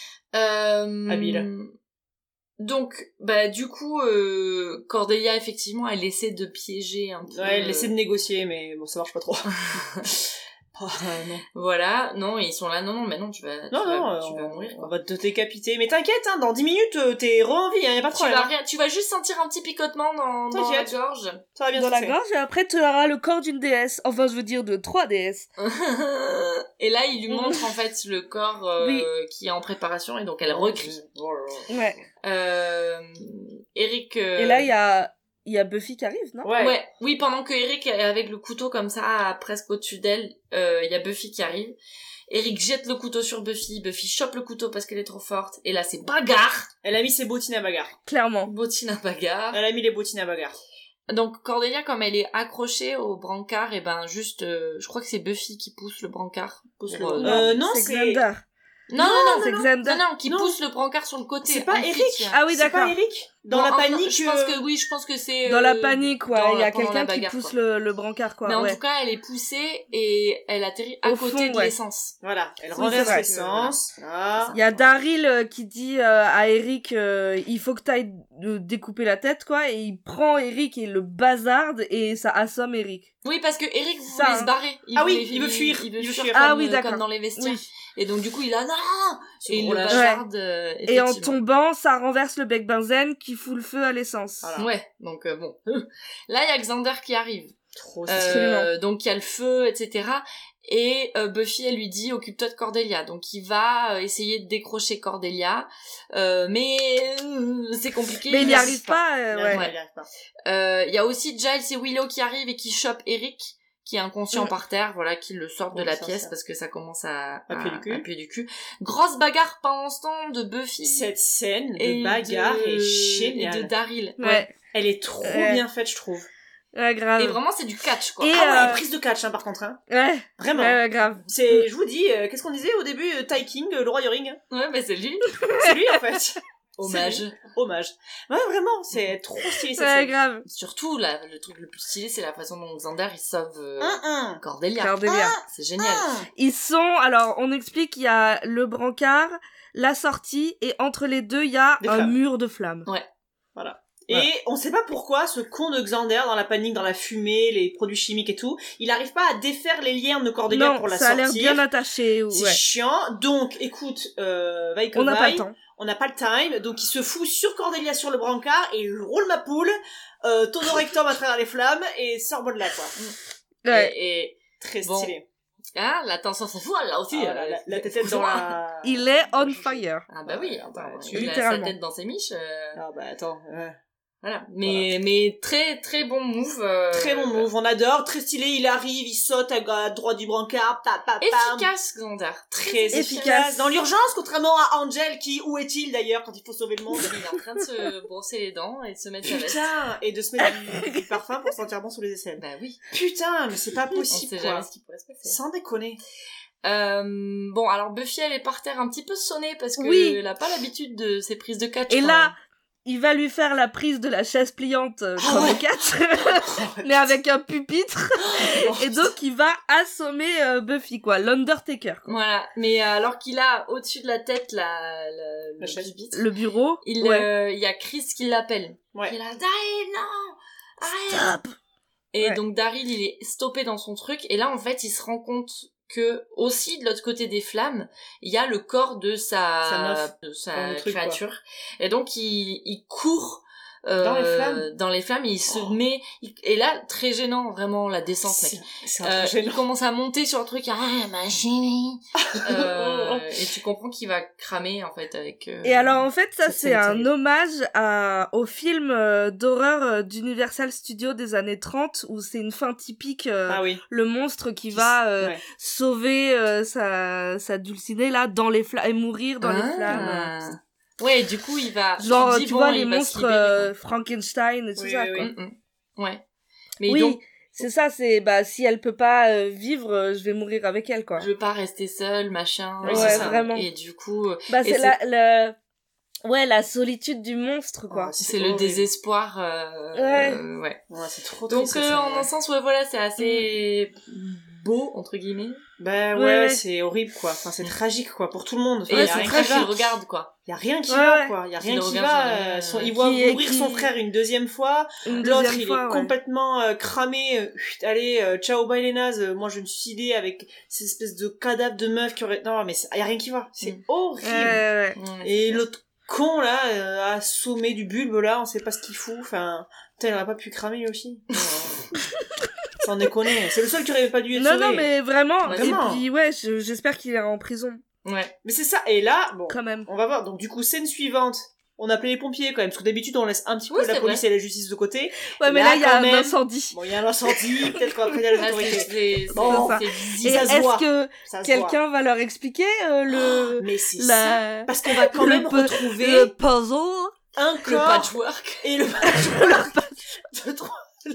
Habile. Donc, du coup, Cordelia, effectivement, elle essaie de piéger un peu. Ouais, elle essaie de négocier, mais bon, ça marche pas trop. Oh, non. Voilà, non, et ils sont là, non, mais non, tu vas mourir, on quoi. va te décapiter. Mais t'inquiète, hein, dans 10 minutes, t'es re-en vie, hein, y a pas de Tu problème. vas tu vas juste sentir un petit picotement dans la T'inquiète. gorge. Ça va bien Dans se la passer. gorge, et après tu auras le corps d'une déesse. Enfin, je veux dire de 3 déesses. Et là, il lui montre, en fait, le corps Oui. qui est en préparation, et donc elle recrie. Oh là là. Ouais. Eric... Et là, il y a Buffy qui arrive, non? Ouais. Oui, pendant que Eric est avec le couteau comme ça, presque au-dessus d'elle, il y a Buffy qui arrive. Eric jette le couteau sur Buffy, Buffy chope le couteau parce qu'elle est trop forte, et là c'est bagarre. Elle a mis ses bottines à bagarre. Clairement. Bottine à bagarre. Elle a mis les bottines à bagarre. Donc Cordelia, comme elle est accrochée au brancard, et juste, je crois que c'est Buffy qui pousse le brancard. Pousse Non, c'est c'est... Xander. Non, c'est Xander. non, qui Non. pousse le brancard sur le côté. C'est pas Ensuite, Eric. il y a- Ah oui, C'est pas d'accord. Eric? Dans Bon, la enfin, panique, je pense que c'est... Dans la panique, ouais. Il y a pendant quelqu'un la qui bagarre, pousse quoi. le brancard, quoi. Mais en ouais. tout cas, elle est poussée et elle atterrit à Au côté fond, de ouais. l'essence. Voilà, elle Oui, renverse c'est vrai. l'essence. Voilà. Il y a Daryl qui dit à Eric il faut que t'ailles découper la tête, quoi. Et il prend Eric et le bazarde et ça assomme Eric. Oui, parce que Eric Ça, voulait hein. se barrer. Ah oui, il veut fuir. Il veut Il veut fuir fuir. Ah comme, oui, d'accord. comme dans les vestiaires. Oui. Et donc, du coup, il a non! Ce Et il gros le lâche. bazarde, Et en effectivement. tombant, ça renverse le bec benzène qui fout le feu à l'essence. Voilà. Ouais, donc bon. Là, il y a Xander qui arrive. Trop Absolument. Donc, il y a le feu, etc. Et Buffy, elle lui dit, occupe-toi de Cordelia. Donc, il va essayer de décrocher Cordelia. Mais c'est compliqué. Mais il n'y arrive pas. pas, Il ouais. arrive pas. Il y a aussi Giles et Willow qui arrivent et qui chopent Eric, qui est inconscient par terre, voilà, qui le sortent de la pièce ça. parce que ça commence à puer du cul. Grosse bagarre pendant ce temps de Buffy. Cette scène de bagarre est géniale. Et de Daryl. Ouais. Elle est trop bien faite, je trouve. Ouais, grave. Et vraiment, c'est du catch, quoi. Et prise de catch, par contre, hein. Ouais. Vraiment. Ouais, grave. Je vous dis, qu'est-ce qu'on disait au début? Ty King, le roi du ring. Ouais, mais c'est lui. C'est lui, en fait. Hommage. Hommage. Ouais, vraiment, c'est trop stylé, cette Ouais, scène. grave. Surtout, le truc le plus stylé, c'est la façon dont Xander, il sauve Cordelia. C'est génial. Ils sont, alors, on explique, il y a le brancard, la sortie, et entre les deux, il y a un mur de flammes. Ouais. Voilà. Et on sait pas pourquoi ce con de Xander, dans la panique, dans la fumée, les produits chimiques et tout, il arrive pas à défaire les liens de Cordelia pour la sortir. Non, ça a l'air bien attaché. C'est chiant. Donc, écoute, vaille que on n'a pas vaille. le temps. On n'a pas le time, donc il se fout sur Cordelia sur le brancard et il roule ma poule, tonneau rectum à travers les flammes et sort bon de là, quoi. Ouais. Et très stylé. Bon. Ah, la tension se fout là aussi. La tête dans la... Il est on fire. Ah bah oui, il a sa tête dans ses miches. Ah bah attends. Voilà. Mais très très bon move. Très bon move, on adore. Très stylé, il arrive, il saute à droite du brancard. Efficace, Xander. Très efficace. Dans l'urgence, contrairement à Angel qui, où est-il d'ailleurs quand il faut sauver le monde? Il est en train de se brosser les dents et de se mettre sa veste. Putain, et de se mettre du parfum pour sentir bon sous les aisselles. Bah oui. Putain, mais c'est pas possible, on sait jamais ce qui pourrait se passer. Sans déconner. Bon, alors Buffy, elle est par terre un petit peu sonnée parce que elle a pas l'habitude de ses prises de catch. Et là, il va lui faire la prise de la chaise pliante comme au catch, mais avec un pupitre. Et donc, il va assommer Buffy, quoi. L'Undertaker, quoi. Voilà. Mais alors qu'il a au-dessus de la tête la chaise pupitre, le bureau, il y a Chris qui l'appelle. Ouais. Il a Daryl, non! Arrête! Stop! Et donc, Daryl, il est stoppé dans son truc. Et là, en fait, il se rend compte que aussi de l'autre côté des flammes, il y a le corps de sa créature. Quoi. Et donc il court dans les flammes et il se met et là très gênant vraiment la descente mec. Il commence à monter sur le truc ma chérie et tu comprends qu'il va cramer en fait avec et alors en fait ça c'est un hommage au film d'horreur d'Universal Studios des années 30 où c'est une fin typique le monstre qui va sauver sa dulcinée là dans les flammes et mourir dans les flammes. Ouais, du coup, il va... Genre, tu vois, les monstres Frankenstein et tout ça, quoi. Ouais. Mais oui, donc... c'est ça, c'est... Bah, si elle peut pas vivre, je vais mourir avec elle, quoi. Je veux pas rester seule, machin... Ouais, c'est ça. Vraiment. Et du coup... Bah, c'est la solitude du monstre, quoi. Oh, c'est le désespoir... Ouais, c'est trop triste. Donc, en un sens, voilà, c'est assez... beau, entre guillemets. Bah ouais, c'est horrible, quoi. Enfin, c'est tragique, quoi, pour tout le monde. Enfin, et c'est très qu'il regarde, quoi. Y a rien qui va, quoi. Y a rien qui va. Il voit mourir son frère une deuxième fois. L'autre, il est complètement cramé. Allez, ciao, bye les nazes. Moi, je vais me suicider avec ces espèces de cadavres de meufs qui auraient... Non, mais y a rien qui va. C'est horrible. Et l'autre con, là, assommé du bulbe, là, on sait pas ce qu'il fout. Enfin, putain, il aurait pas pu cramer, lui aussi. Sans déconner. C'est le seul qui aurait pas dû être sauvé. Non, mais vraiment. Et puis, j'espère qu'il est en prison. Ouais. Mais c'est ça. Et là, bon. Quand même. On va voir. Donc, du coup, scène suivante. On a appelé les pompiers, quand même. Parce que d'habitude, on laisse un petit peu la police et la justice de côté. Ouais, mais là, il y a un incendie. Bon, il y a un incendie. Peut-être qu'on va prévenir les autorités. Bon, ça. Et est-ce que quelqu'un va leur expliquer mais c'est ça. Parce qu'on va quand même retrouver le puzzle, un corps. Le patchwork. Et le patchwork.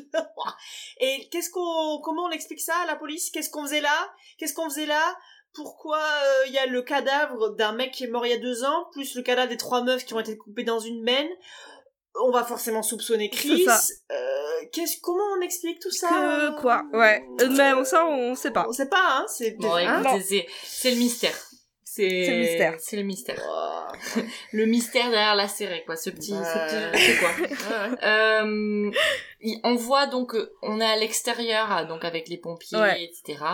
Et comment on explique ça à la police? Qu'est-ce qu'on faisait là? Pourquoi il y a le cadavre d'un mec qui est mort il y a 2 ans, plus le cadavre des 3 meufs qui ont été coupées dans une benne? On va forcément soupçonner Chris. Comment on explique tout ça? Quoi? Ouais. Mais ça, on sait pas. On sait pas, hein. C'est le mystère. C'est le mystère. C'est le mystère. Oh. Le mystère derrière la série, quoi. Ce petit, c'est quoi? On voit donc, on est à l'extérieur, donc avec les pompiers, etc.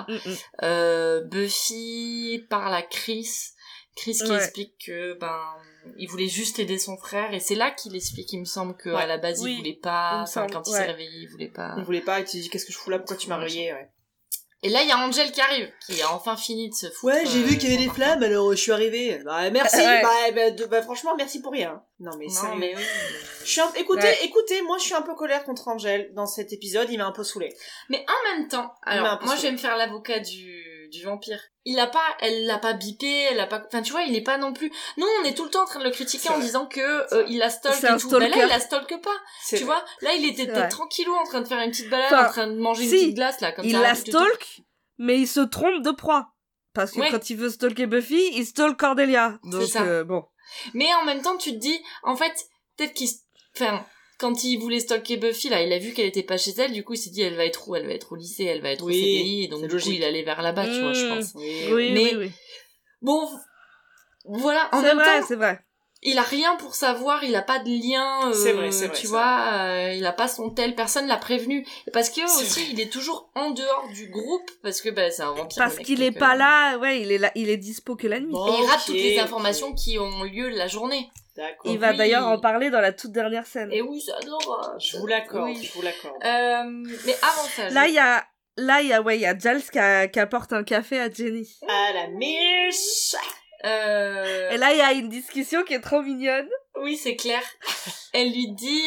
Buffy parle à Chris qui explique que, il voulait juste aider son frère, et c'est là qu'il explique, il me semble, que à la base, il voulait pas, quand il s'est réveillé, il voulait pas. Il voulait pas, et tu dis, qu'est-ce que je fous là? Pourquoi tu m'as réveillé? Et là, il y a Angel qui arrive, qui a enfin fini de se foutre. Ouais, j'ai vu qu'il y avait des son flammes, alors je suis arrivée. Bah, merci. Ouais. Bah, franchement, merci pour rien. Non, mais Non, sérieux. mais oui. Je suis écoutez, moi, je suis un peu colère contre Angel dans cet épisode. Il m'a un peu saoulé. Mais en même temps, alors, moi, je vais me faire l'avocat du vampire. Elle l'a pas bipé, enfin, tu vois, il est pas non plus, nous, on est tout le temps en train de le critiquer en disant que, il la stalk C'est un et tout. Bah là, stalker. il la stalke pas. Tu vois, là, il était peut-être tranquillou en train de faire une petite balade, Enfin, en train de manger une si, petite glace, là, comme il ça. la stalk, mais il se trompe de proie. Parce que quand il veut stalker Buffy, il stalk Cordelia. Donc, C'est ça. bon. Mais en même temps, tu te dis, en fait, peut-être enfin, quand il voulait stalker Buffy, là, il a vu qu'elle était pas chez elle, du coup, il s'est dit, elle va être où? Elle va être au lycée, elle va être au CDI, et donc, du coup, il allait vers là-bas, tu vois, je pense. Oui. Bon, voilà, en C'est même vrai, temps, c'est vrai. il a rien pour savoir, il a pas de lien, c'est vrai, tu vois, il a pas son tel, personne l'a prévenu. Parce que aussi, il est toujours en dehors du groupe, parce que c'est un vampire. Parce qu'il est pas là, il est là, il est dispo que la nuit. Et il rate toutes les informations qui ont lieu la journée. D'accord. Il va d'ailleurs en parler dans la toute dernière scène. Et oui, c'est adorable. Je vous l'accorde, mais avant ça, Là, il y a Giles qui apporte un café à Jenny. À la miche. Et là, il y a une discussion qui est trop mignonne. Oui, c'est clair. Elle lui dit...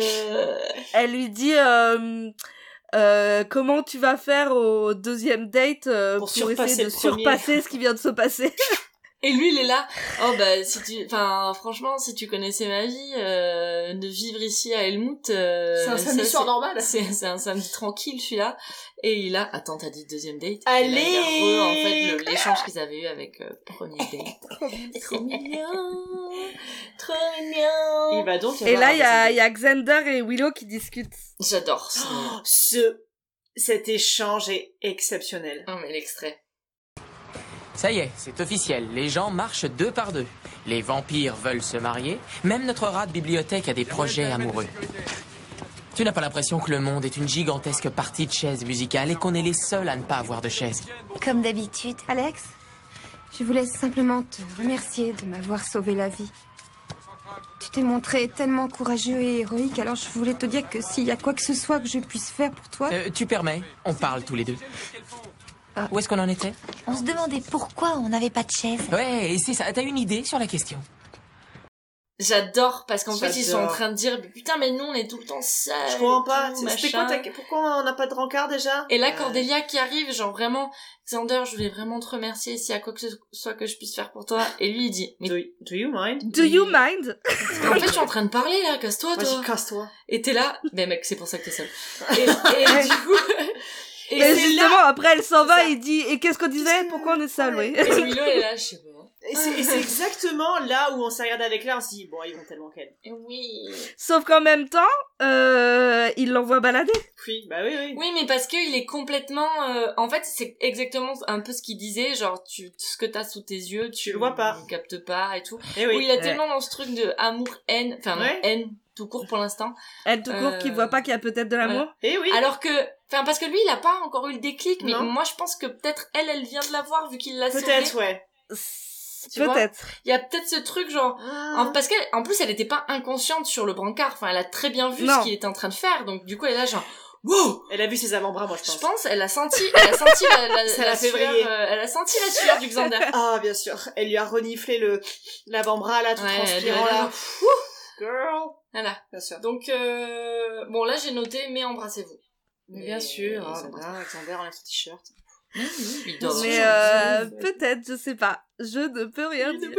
comment tu vas faire au deuxième date pour essayer de surpasser ce qui vient de se passer. Et lui, il est là. Oh, franchement, si tu connaissais ma vie, de vivre ici à Helmut, c'est un samedi soir normal. C'est un samedi tranquille, celui-là. Et il a, attends, t'as dit deuxième date? Allez! Et là, en fait, l'échange qu'ils avaient eu avec premier date. Trop mignon. Trop mignon. Il va donc et là, il y a Xander et Willow qui discutent. J'adore cet échange est exceptionnel. Oh, mais l'extrait. Ça y est, c'est officiel. Les gens marchent 2 par 2. Les vampires veulent se marier. Même notre rat de bibliothèque a des projets amoureux. Tu n'as pas l'impression que le monde est une gigantesque partie de chaises musicales et qu'on est les seuls à ne pas avoir de chaises? Comme d'habitude. Alex, je voulais simplement te remercier de m'avoir sauvé la vie. Tu t'es montré tellement courageux et héroïque, alors je voulais te dire que s'il y a quoi que ce soit que je puisse faire pour toi... Tu permets? On parle tous les deux. Où est-ce qu'on en était? On se demandait pourquoi on n'avait pas de chaise. Ouais, c'est ça. T'as une idée sur la question? J'adore, parce qu'en fait, ils sont en train de dire, putain, mais nous, on est tout le temps seuls. Je comprends pas. C'était quoi pourquoi on n'a pas de rencard déjà? Et là, Cordelia qui arrive, genre vraiment, Xander, je voulais vraiment te remercier s'il y a quoi que ce soit que je puisse faire pour toi. Et lui, il dit, mais do you mind? Do you mind? En fait, je suis en train de parler, là, casse-toi, toi. Vas-y, casse-toi. Et t'es là, mais mec, c'est pour ça que t'es seul. Et du coup... Et justement, après, elle s'en va et dit, et qu'est-ce qu'on disait? Pourquoi on est seul, oui? Et Willow, elle est là, je sais pas. Et c'est exactement là où on s'est regardé avec là, on s'est dit, bon, ils vont tellement qu'elle. Oui. Sauf qu'en même temps, il l'envoie balader. Oui, bah oui. Oui, mais parce qu'il est complètement, en fait, c'est exactement un peu ce qu'il disait, genre, ce que t'as sous tes yeux, tu le vois pas. Tu captes pas et tout. Et oui. Où il a tellement dans ce truc de amour-haine, enfin, haine tout court pour l'instant. Elle tout court qui voit pas qu'il y a peut-être de l'amour. Et oui. Alors que, enfin, parce que lui, il a pas encore eu le déclic, mais moi, je pense que peut-être elle vient de l'avoir vu qu'il l'a sauvé. Peut-être, ouais. Peut-être. Il y a peut-être ce truc genre parce qu'en plus elle était pas inconsciente sur le brancard, enfin elle a très bien vu ce qu'il était en train de faire, donc du coup elle est là genre wow, elle a vu ses avant-bras, moi je pense. Elle a senti la sueur, elle a senti la sueur du Xander. Ah bien sûr, elle lui a reniflé l'avant-bras là tout transpirant là. Girl. Voilà, bien sûr. Donc bon là j'ai noté mais embrassez-vous. Mais bien sûr, Xander enlève son t-shirt. Mais peut-être, je sais pas. Je ne peux rien dire.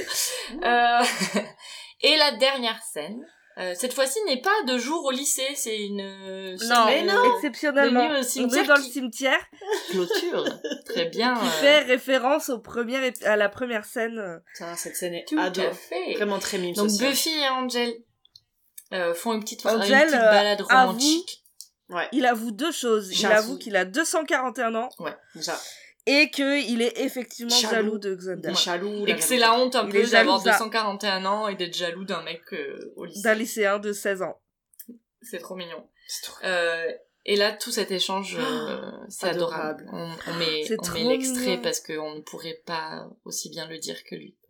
Et la dernière scène, cette fois-ci n'est pas de jour au lycée, c'est une... Non, exceptionnellement. On est dans le cimetière. Clôture. Très bien. Qui fait référence à la première scène. Cette scène est vraiment très mime. Donc sociale. Buffy et Angel font une petite balade romantique. Ouais. Il avoue 2 choses. Il avoue qu'il a 241 ans. Ouais, déjà. Et qu'il est effectivement jaloux de Xander. Et que c'est la honte un peu d'avoir 241 ans et d'être jaloux d'un mec au lycée. D'un lycéen de 16 ans. C'est trop mignon. Et là, tout cet échange, c'est adorable. On met l'extrait parce qu'on ne pourrait pas aussi bien le dire que lui.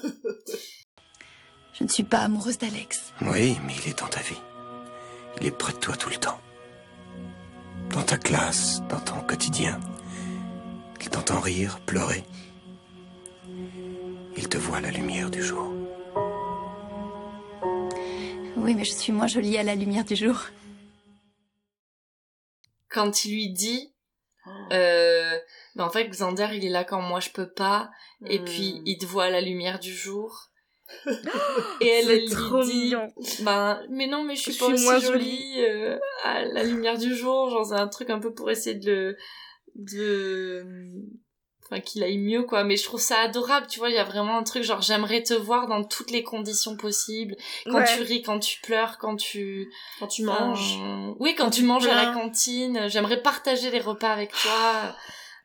Je ne suis pas amoureuse d'Alex. Oui, mais il est dans ta vie. Il est près de toi tout le temps. Dans ta classe, dans ton quotidien. Il t'entend rire, pleurer. Il te voit à la lumière du jour. Oui, mais je suis moins jolie à la lumière du jour. Quand il lui dit, en fait, Xander, il est là quand moi je peux pas, et puis il te voit à la lumière du jour. Et elle lui dit, mais non, mais je suis pas aussi jolie à la lumière du jour. Genre, c'est un truc un peu pour essayer enfin, qu'il aille mieux, quoi. Mais je trouve ça adorable, tu vois, il y a vraiment un truc, genre, j'aimerais te voir dans toutes les conditions possibles. Quand tu ris, quand tu pleures, quand tu manges. Oui, quand tu manges à la cantine. J'aimerais partager les repas avec toi.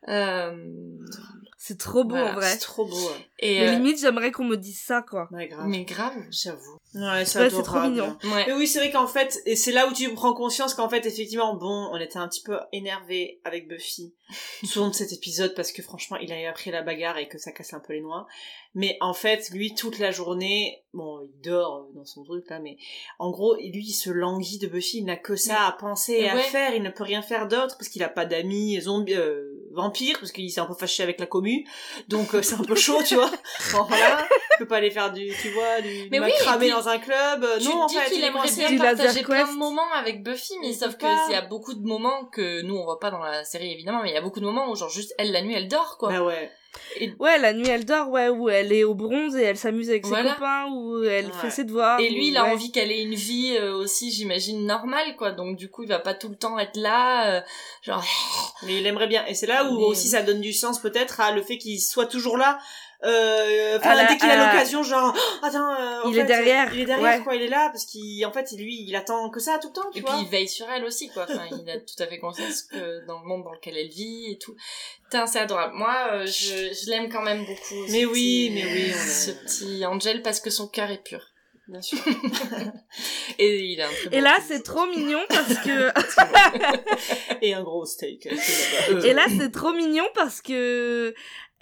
C'est trop beau, en vrai. C'est trop beau, ouais. Et limite, j'aimerais qu'on me dise ça, quoi. Ouais, grave. Mais grave, j'avoue. Ouais, c'est trop mignon. Ouais. Mais oui, c'est vrai qu'en fait, et c'est là où tu prends conscience qu'en fait, effectivement, bon, on était un petit peu énervés avec Buffy tout au long de cet épisode parce que franchement, il avait appris la bagarre et que ça casse un peu les noix. Mais en fait, lui, toute la journée, bon, il dort dans son truc là, mais en gros, lui, il se languit de Buffy, il n'a que ça à penser et à faire, il ne peut rien faire d'autre parce qu'il a pas d'amis zombies, vampires, parce qu'il s'est un peu fâché avec la commu, donc c'est un peu chaud, tu vois. Bon, voilà, il peut pas aller faire du macramé dans un club. Non, en fait, qu'il aimerait bien partager plein de moments avec Buffy, mais sauf que il y a beaucoup de moments que nous on voit pas dans la série évidemment, mais il y a beaucoup de moments où genre juste elle la nuit elle dort, quoi. Bah ouais. Ouais, la nuit elle dort, ouais, où elle est au bronze et elle s'amuse avec ses copains, où elle fait ses devoirs. Et lui, il a envie qu'elle ait une vie aussi, j'imagine, normale, quoi. Donc du coup, il va pas tout le temps être là, genre... Mais il aimerait bien. Et c'est là où aussi ça donne du sens peut-être à le fait qu'il soit toujours là. Dès qu'il a l'occasion, genre, il est derrière, quoi, il est là, parce qu'en fait, lui, il attend que ça tout le temps, tu vois. Et puis, il veille sur elle aussi, quoi. Enfin, il a tout à fait conscience que dans le monde dans lequel elle vit et tout. Putain, c'est adorable. Moi, je l'aime quand même beaucoup. Mais oui, ce petit Angel, parce que son cœur est pur. Bien sûr. Et il a un très Et là, c'est trop mignon parce que... Et un gros steak. Et là, c'est trop mignon parce que...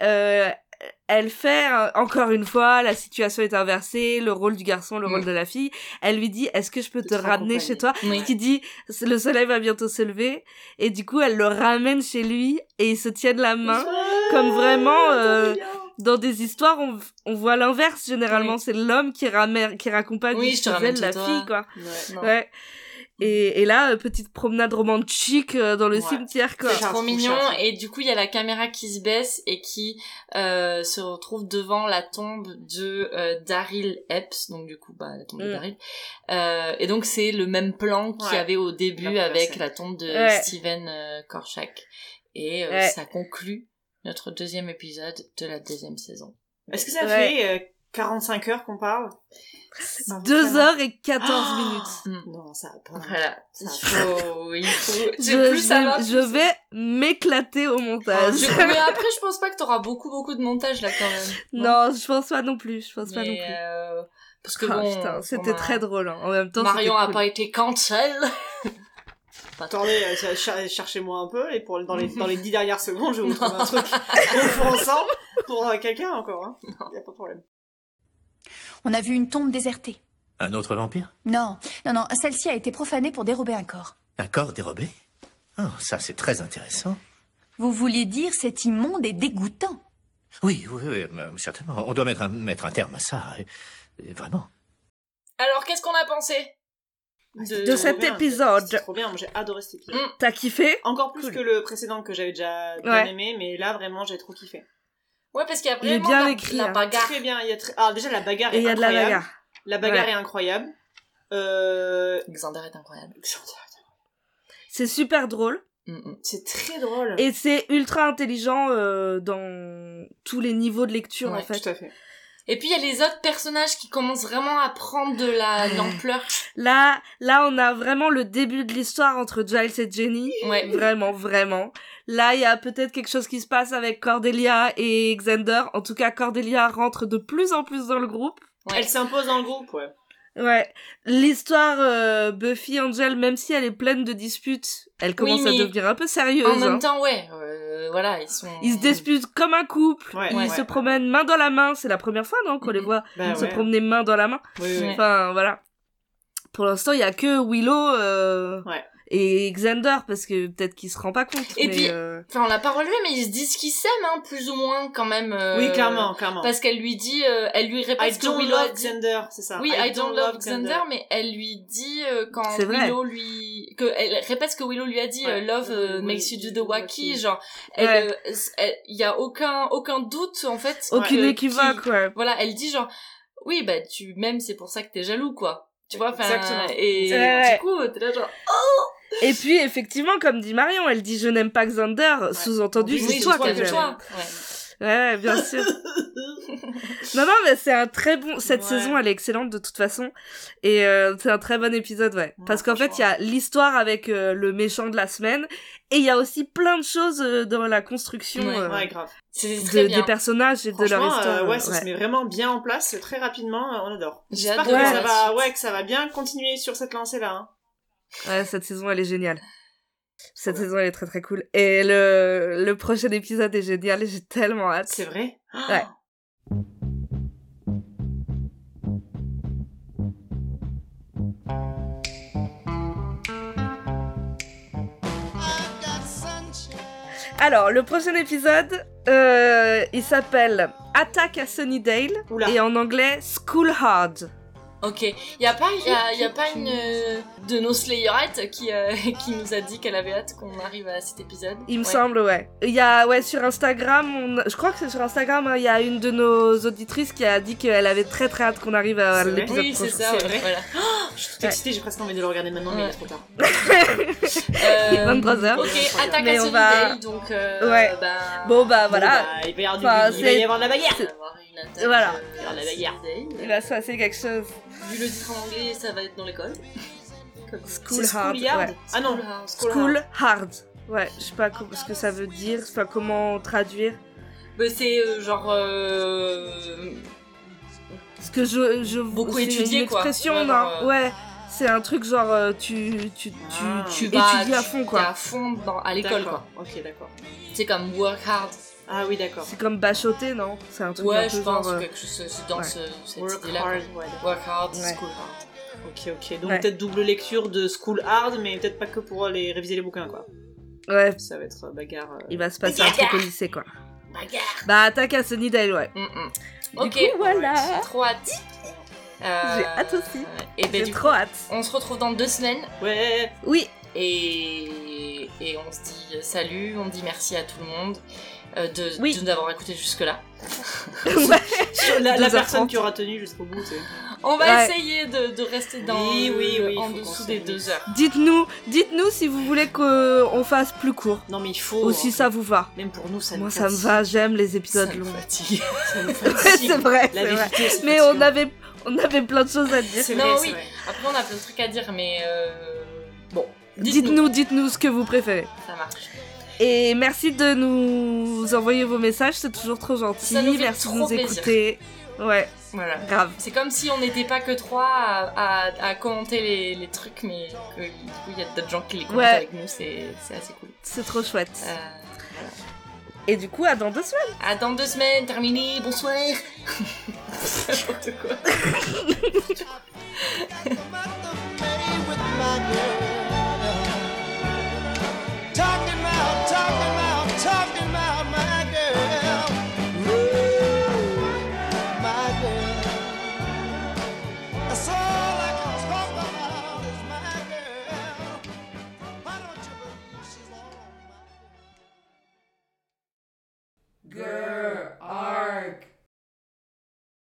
elle fait, encore une fois, la situation est inversée, le rôle du garçon, le rôle de la fille. Elle lui dit, est-ce que je peux te ramener chez toi? Qui dit, le soleil va bientôt se lever. Et du coup, elle le ramène chez lui et ils se tiennent la main. Comme vraiment, dans des histoires, on voit l'inverse, généralement. C'est l'homme qui raccompagne chez elle, la fille, quoi. Ouais. Et là, petite promenade romantique dans le cimetière, quoi. C'est trop mignon. Et du coup, il y a la caméra qui se baisse et qui se retrouve devant la tombe de Daryl Epps. Donc du coup, la tombe de Daryl. Et donc c'est le même plan qu'il y avait au début avec la tombe de Steven Korchak. Et ça conclut notre deuxième épisode de la deuxième saison. Est-ce que ça fait 45 heures qu'on parle? 2h14 minutes. Non, ça va pas. Voilà. Il faut. Je vais m'éclater au montage. Mais après, je pense pas que t'auras beaucoup de montage là quand même. Non, je pense pas non plus. Parce que putain, c'était très drôle. Hein. En même temps, Marion a pas été cancel. Attendez, cherchez-moi un peu et dans les 10 dernières secondes, je vais vous trouver un truc ensemble pour quelqu'un encore. Hein. Y a pas de problème. On a vu une tombe désertée. Un autre vampire? Non, celle-ci a été profanée pour dérober un corps. Un corps dérobé? Oh, ça c'est très intéressant. Vous vouliez dire c'est immonde et dégoûtant? Oui, certainement. On doit mettre un terme à ça. Vraiment. Alors, qu'est-ce qu'on a pensé de cet épisode? C'est trop bien, moi j'ai adoré cet épisode. T'as kiffé? Encore plus que le précédent que j'avais déjà bien aimé, mais là vraiment j'ai trop kiffé. Ouais, parce qu'il y a vraiment bien écrit, la bagarre. Très bien, alors déjà la bagarre est incroyable. Et il y a de la bagarre. La bagarre est incroyable. Xander est incroyable. C'est super drôle. C'est très drôle. Et c'est ultra intelligent dans tous les niveaux de lecture, en fait. Tout à fait. Et puis il y a les autres personnages qui commencent vraiment à prendre de l'ampleur. Là, on a vraiment le début de l'histoire entre Giles et Jenny. Ouais. Vraiment. Là, il y a peut-être quelque chose qui se passe avec Cordelia et Xander. En tout cas, Cordelia rentre de plus en plus dans le groupe. Ouais. Elle s'impose dans le groupe, ouais. Ouais. L'histoire Buffy Angel, même si elle est pleine de disputes, elle commence à devenir un peu sérieuse. En même temps, voilà, ils se disputent comme un couple. Ils se promènent main dans la main. C'est la première fois, non, qu'on les voit se promener main dans la main. Oui. Enfin, voilà. Pour l'instant, il y a que Willow Et Xander, parce que peut-être qu'il se rend pas compte. Et mais, puis, on l'a pas relevé, mais ils se disent qu'ils s'aiment, hein, plus ou moins, quand même. Oui, clairement. Parce qu'elle lui dit, elle lui répète I ce que don't Willow a love dit. Xander, c'est ça. Oui, I don't love Xander, mais elle lui dit, quand C'est vrai. Willow elle répète ce que Willow lui a dit, Ouais. love Oui, makes you do the wacky, wacky. genre, Ouais. il y a aucun doute, en fait. Aucune que- équivoque, ouais. Voilà, elle dit genre, oui, bah, tu m'aimes, c'est pour ça que t'es jaloux, quoi. Tu vois, enfin, Exactement. et Ouais. du coup, t'es là genre, Et puis, effectivement, comme dit Marion, elle dit « je n'aime pas Xander », sous-entendu, Oui, c'est c'est toi toi qu'elle que aime. toi. Ouais, bien sûr. Non, mais c'est un très bon... Cette Ouais. saison, elle est excellente de toute façon. Et c'est un très bon épisode, ouais. Ouais, Parce qu'en fait, il y a l'histoire avec le méchant de la semaine. Et il y a aussi plein de choses dans la construction Ouais, grave. c'est très bien. des personnages et de leur Franchement, histoire. ouais, ça se met vraiment bien en place, très rapidement, on adore. J'ai J'espère hâte que de voir ça la va, suite. ouais, que ça va bien continuer sur cette lancée-là, hein. Ouais, cette saison, elle est géniale. Cette saison, elle est très très cool. Et le prochain épisode est génial et j'ai tellement hâte. C'est vrai? Ouais. Alors, le prochain épisode, il s'appelle Attack à Sunnydale Oula. et en anglais School Hard. Ok. Y a pas une de nos Slayerettes qui nous a dit qu'elle avait hâte qu'on arrive à cet épisode. Il me Ouais. semble, ouais. Il y a, sur Instagram, je crois que c'est sur Instagram, hein, il y a une de nos auditrices qui a dit qu'elle avait très très hâte qu'on arrive à C'est vrai. l'épisode Oui, c'est prochain. ça. C'est ouais, vrai. Voilà. Je suis toute excitée, j'ai presque envie de le regarder maintenant, mais il est trop tard. 23 heures. Ok, attaque Mais à on va- Sunnydale, donc Ouais. Bon, bah voilà. Il va y avoir, Enfin, il va y avoir de la bagarre. Il va y avoir une attaque. Voilà. Il va y avoir de la bagarre. Il va se passer quelque chose. Vu le titre en anglais, ça va être dans l'école. School C'est Hard. Schoolyard Ouais. Ah non, School Hard. Ouais, je sais pas ce que ça veut dire, enfin comment traduire. Bah, c'est genre. Parce que je Beaucoup c'est étudié, une quoi. expression, Ouais, non genre, Ouais, c'est un truc genre tu vas- étudies à fond T'es quoi. à fond à l'école, quoi. Ok, d'accord. C'est comme work hard. Ah oui, d'accord. C'est comme bachoter, non C'est un truc un Ouais, peu je pense genre, que quelque chose c'est dans ouais. cette Work idée-là. hard, quoi. ouais. Work hard, Ouais. school hard. Ok. Donc Ouais. peut-être double lecture de School Hard, mais peut-être pas que pour aller réviser les bouquins, quoi. Ouais, Ça va être bagarre. il va se passer un truc au lycée quoi. Bagarre. Bah attaque à Sunnydale, ouais. Ok. Du coup, voilà. J'ai trop hâte. J'ai hâte aussi. Et ben J'ai du coup, trop hâte. on se retrouve dans 2 semaines. Ouais. Oui. Et on se dit salut, on dit merci à tout le monde de Oui. nous avoir écoutés jusque-là. La 12h30. personne qui aura tenu jusqu'au bout, c'est... On va Ouais. essayer de rester dans Oui, en faut dessous qu'on des se 2 heures. Dites-nous si vous voulez qu'on fasse plus court. Non, mais il faut... Ou si ça vous va. Même pour nous, ça Moi nous ça me fatigue. va, j'aime les épisodes Ça me longs. fatigue. Ça nous Ouais, fatigue. c'est vrai, La c'est vrai. vérité, c'est Mais fatigant. on avait plein de choses à dire. C'est Non, vrai, oui. c'est vrai. Après, on a plein de trucs à dire, mais bon. Dites-nous ce que vous préférez. Ça marche. Et merci de nous envoyer vos messages, c'est toujours trop gentil. Ça nous fait Merci de trop nous plaisir. écouter. Ouais, Voilà. grave. C'est comme si on n'était pas que 3 à commenter les trucs, mais que, du coup, il y a d'autres gens qui les commentent Ouais. avec nous, c'est assez cool. C'est trop chouette. Voilà. Et du coup, à dans 2 semaines. À dans 2 semaines, terminé, bonsoir. N'importe quoi. Talking about my girl. Ooh, my girl. That's all I can talk about is my girl. Why don't you believe she's all my girl? Girl.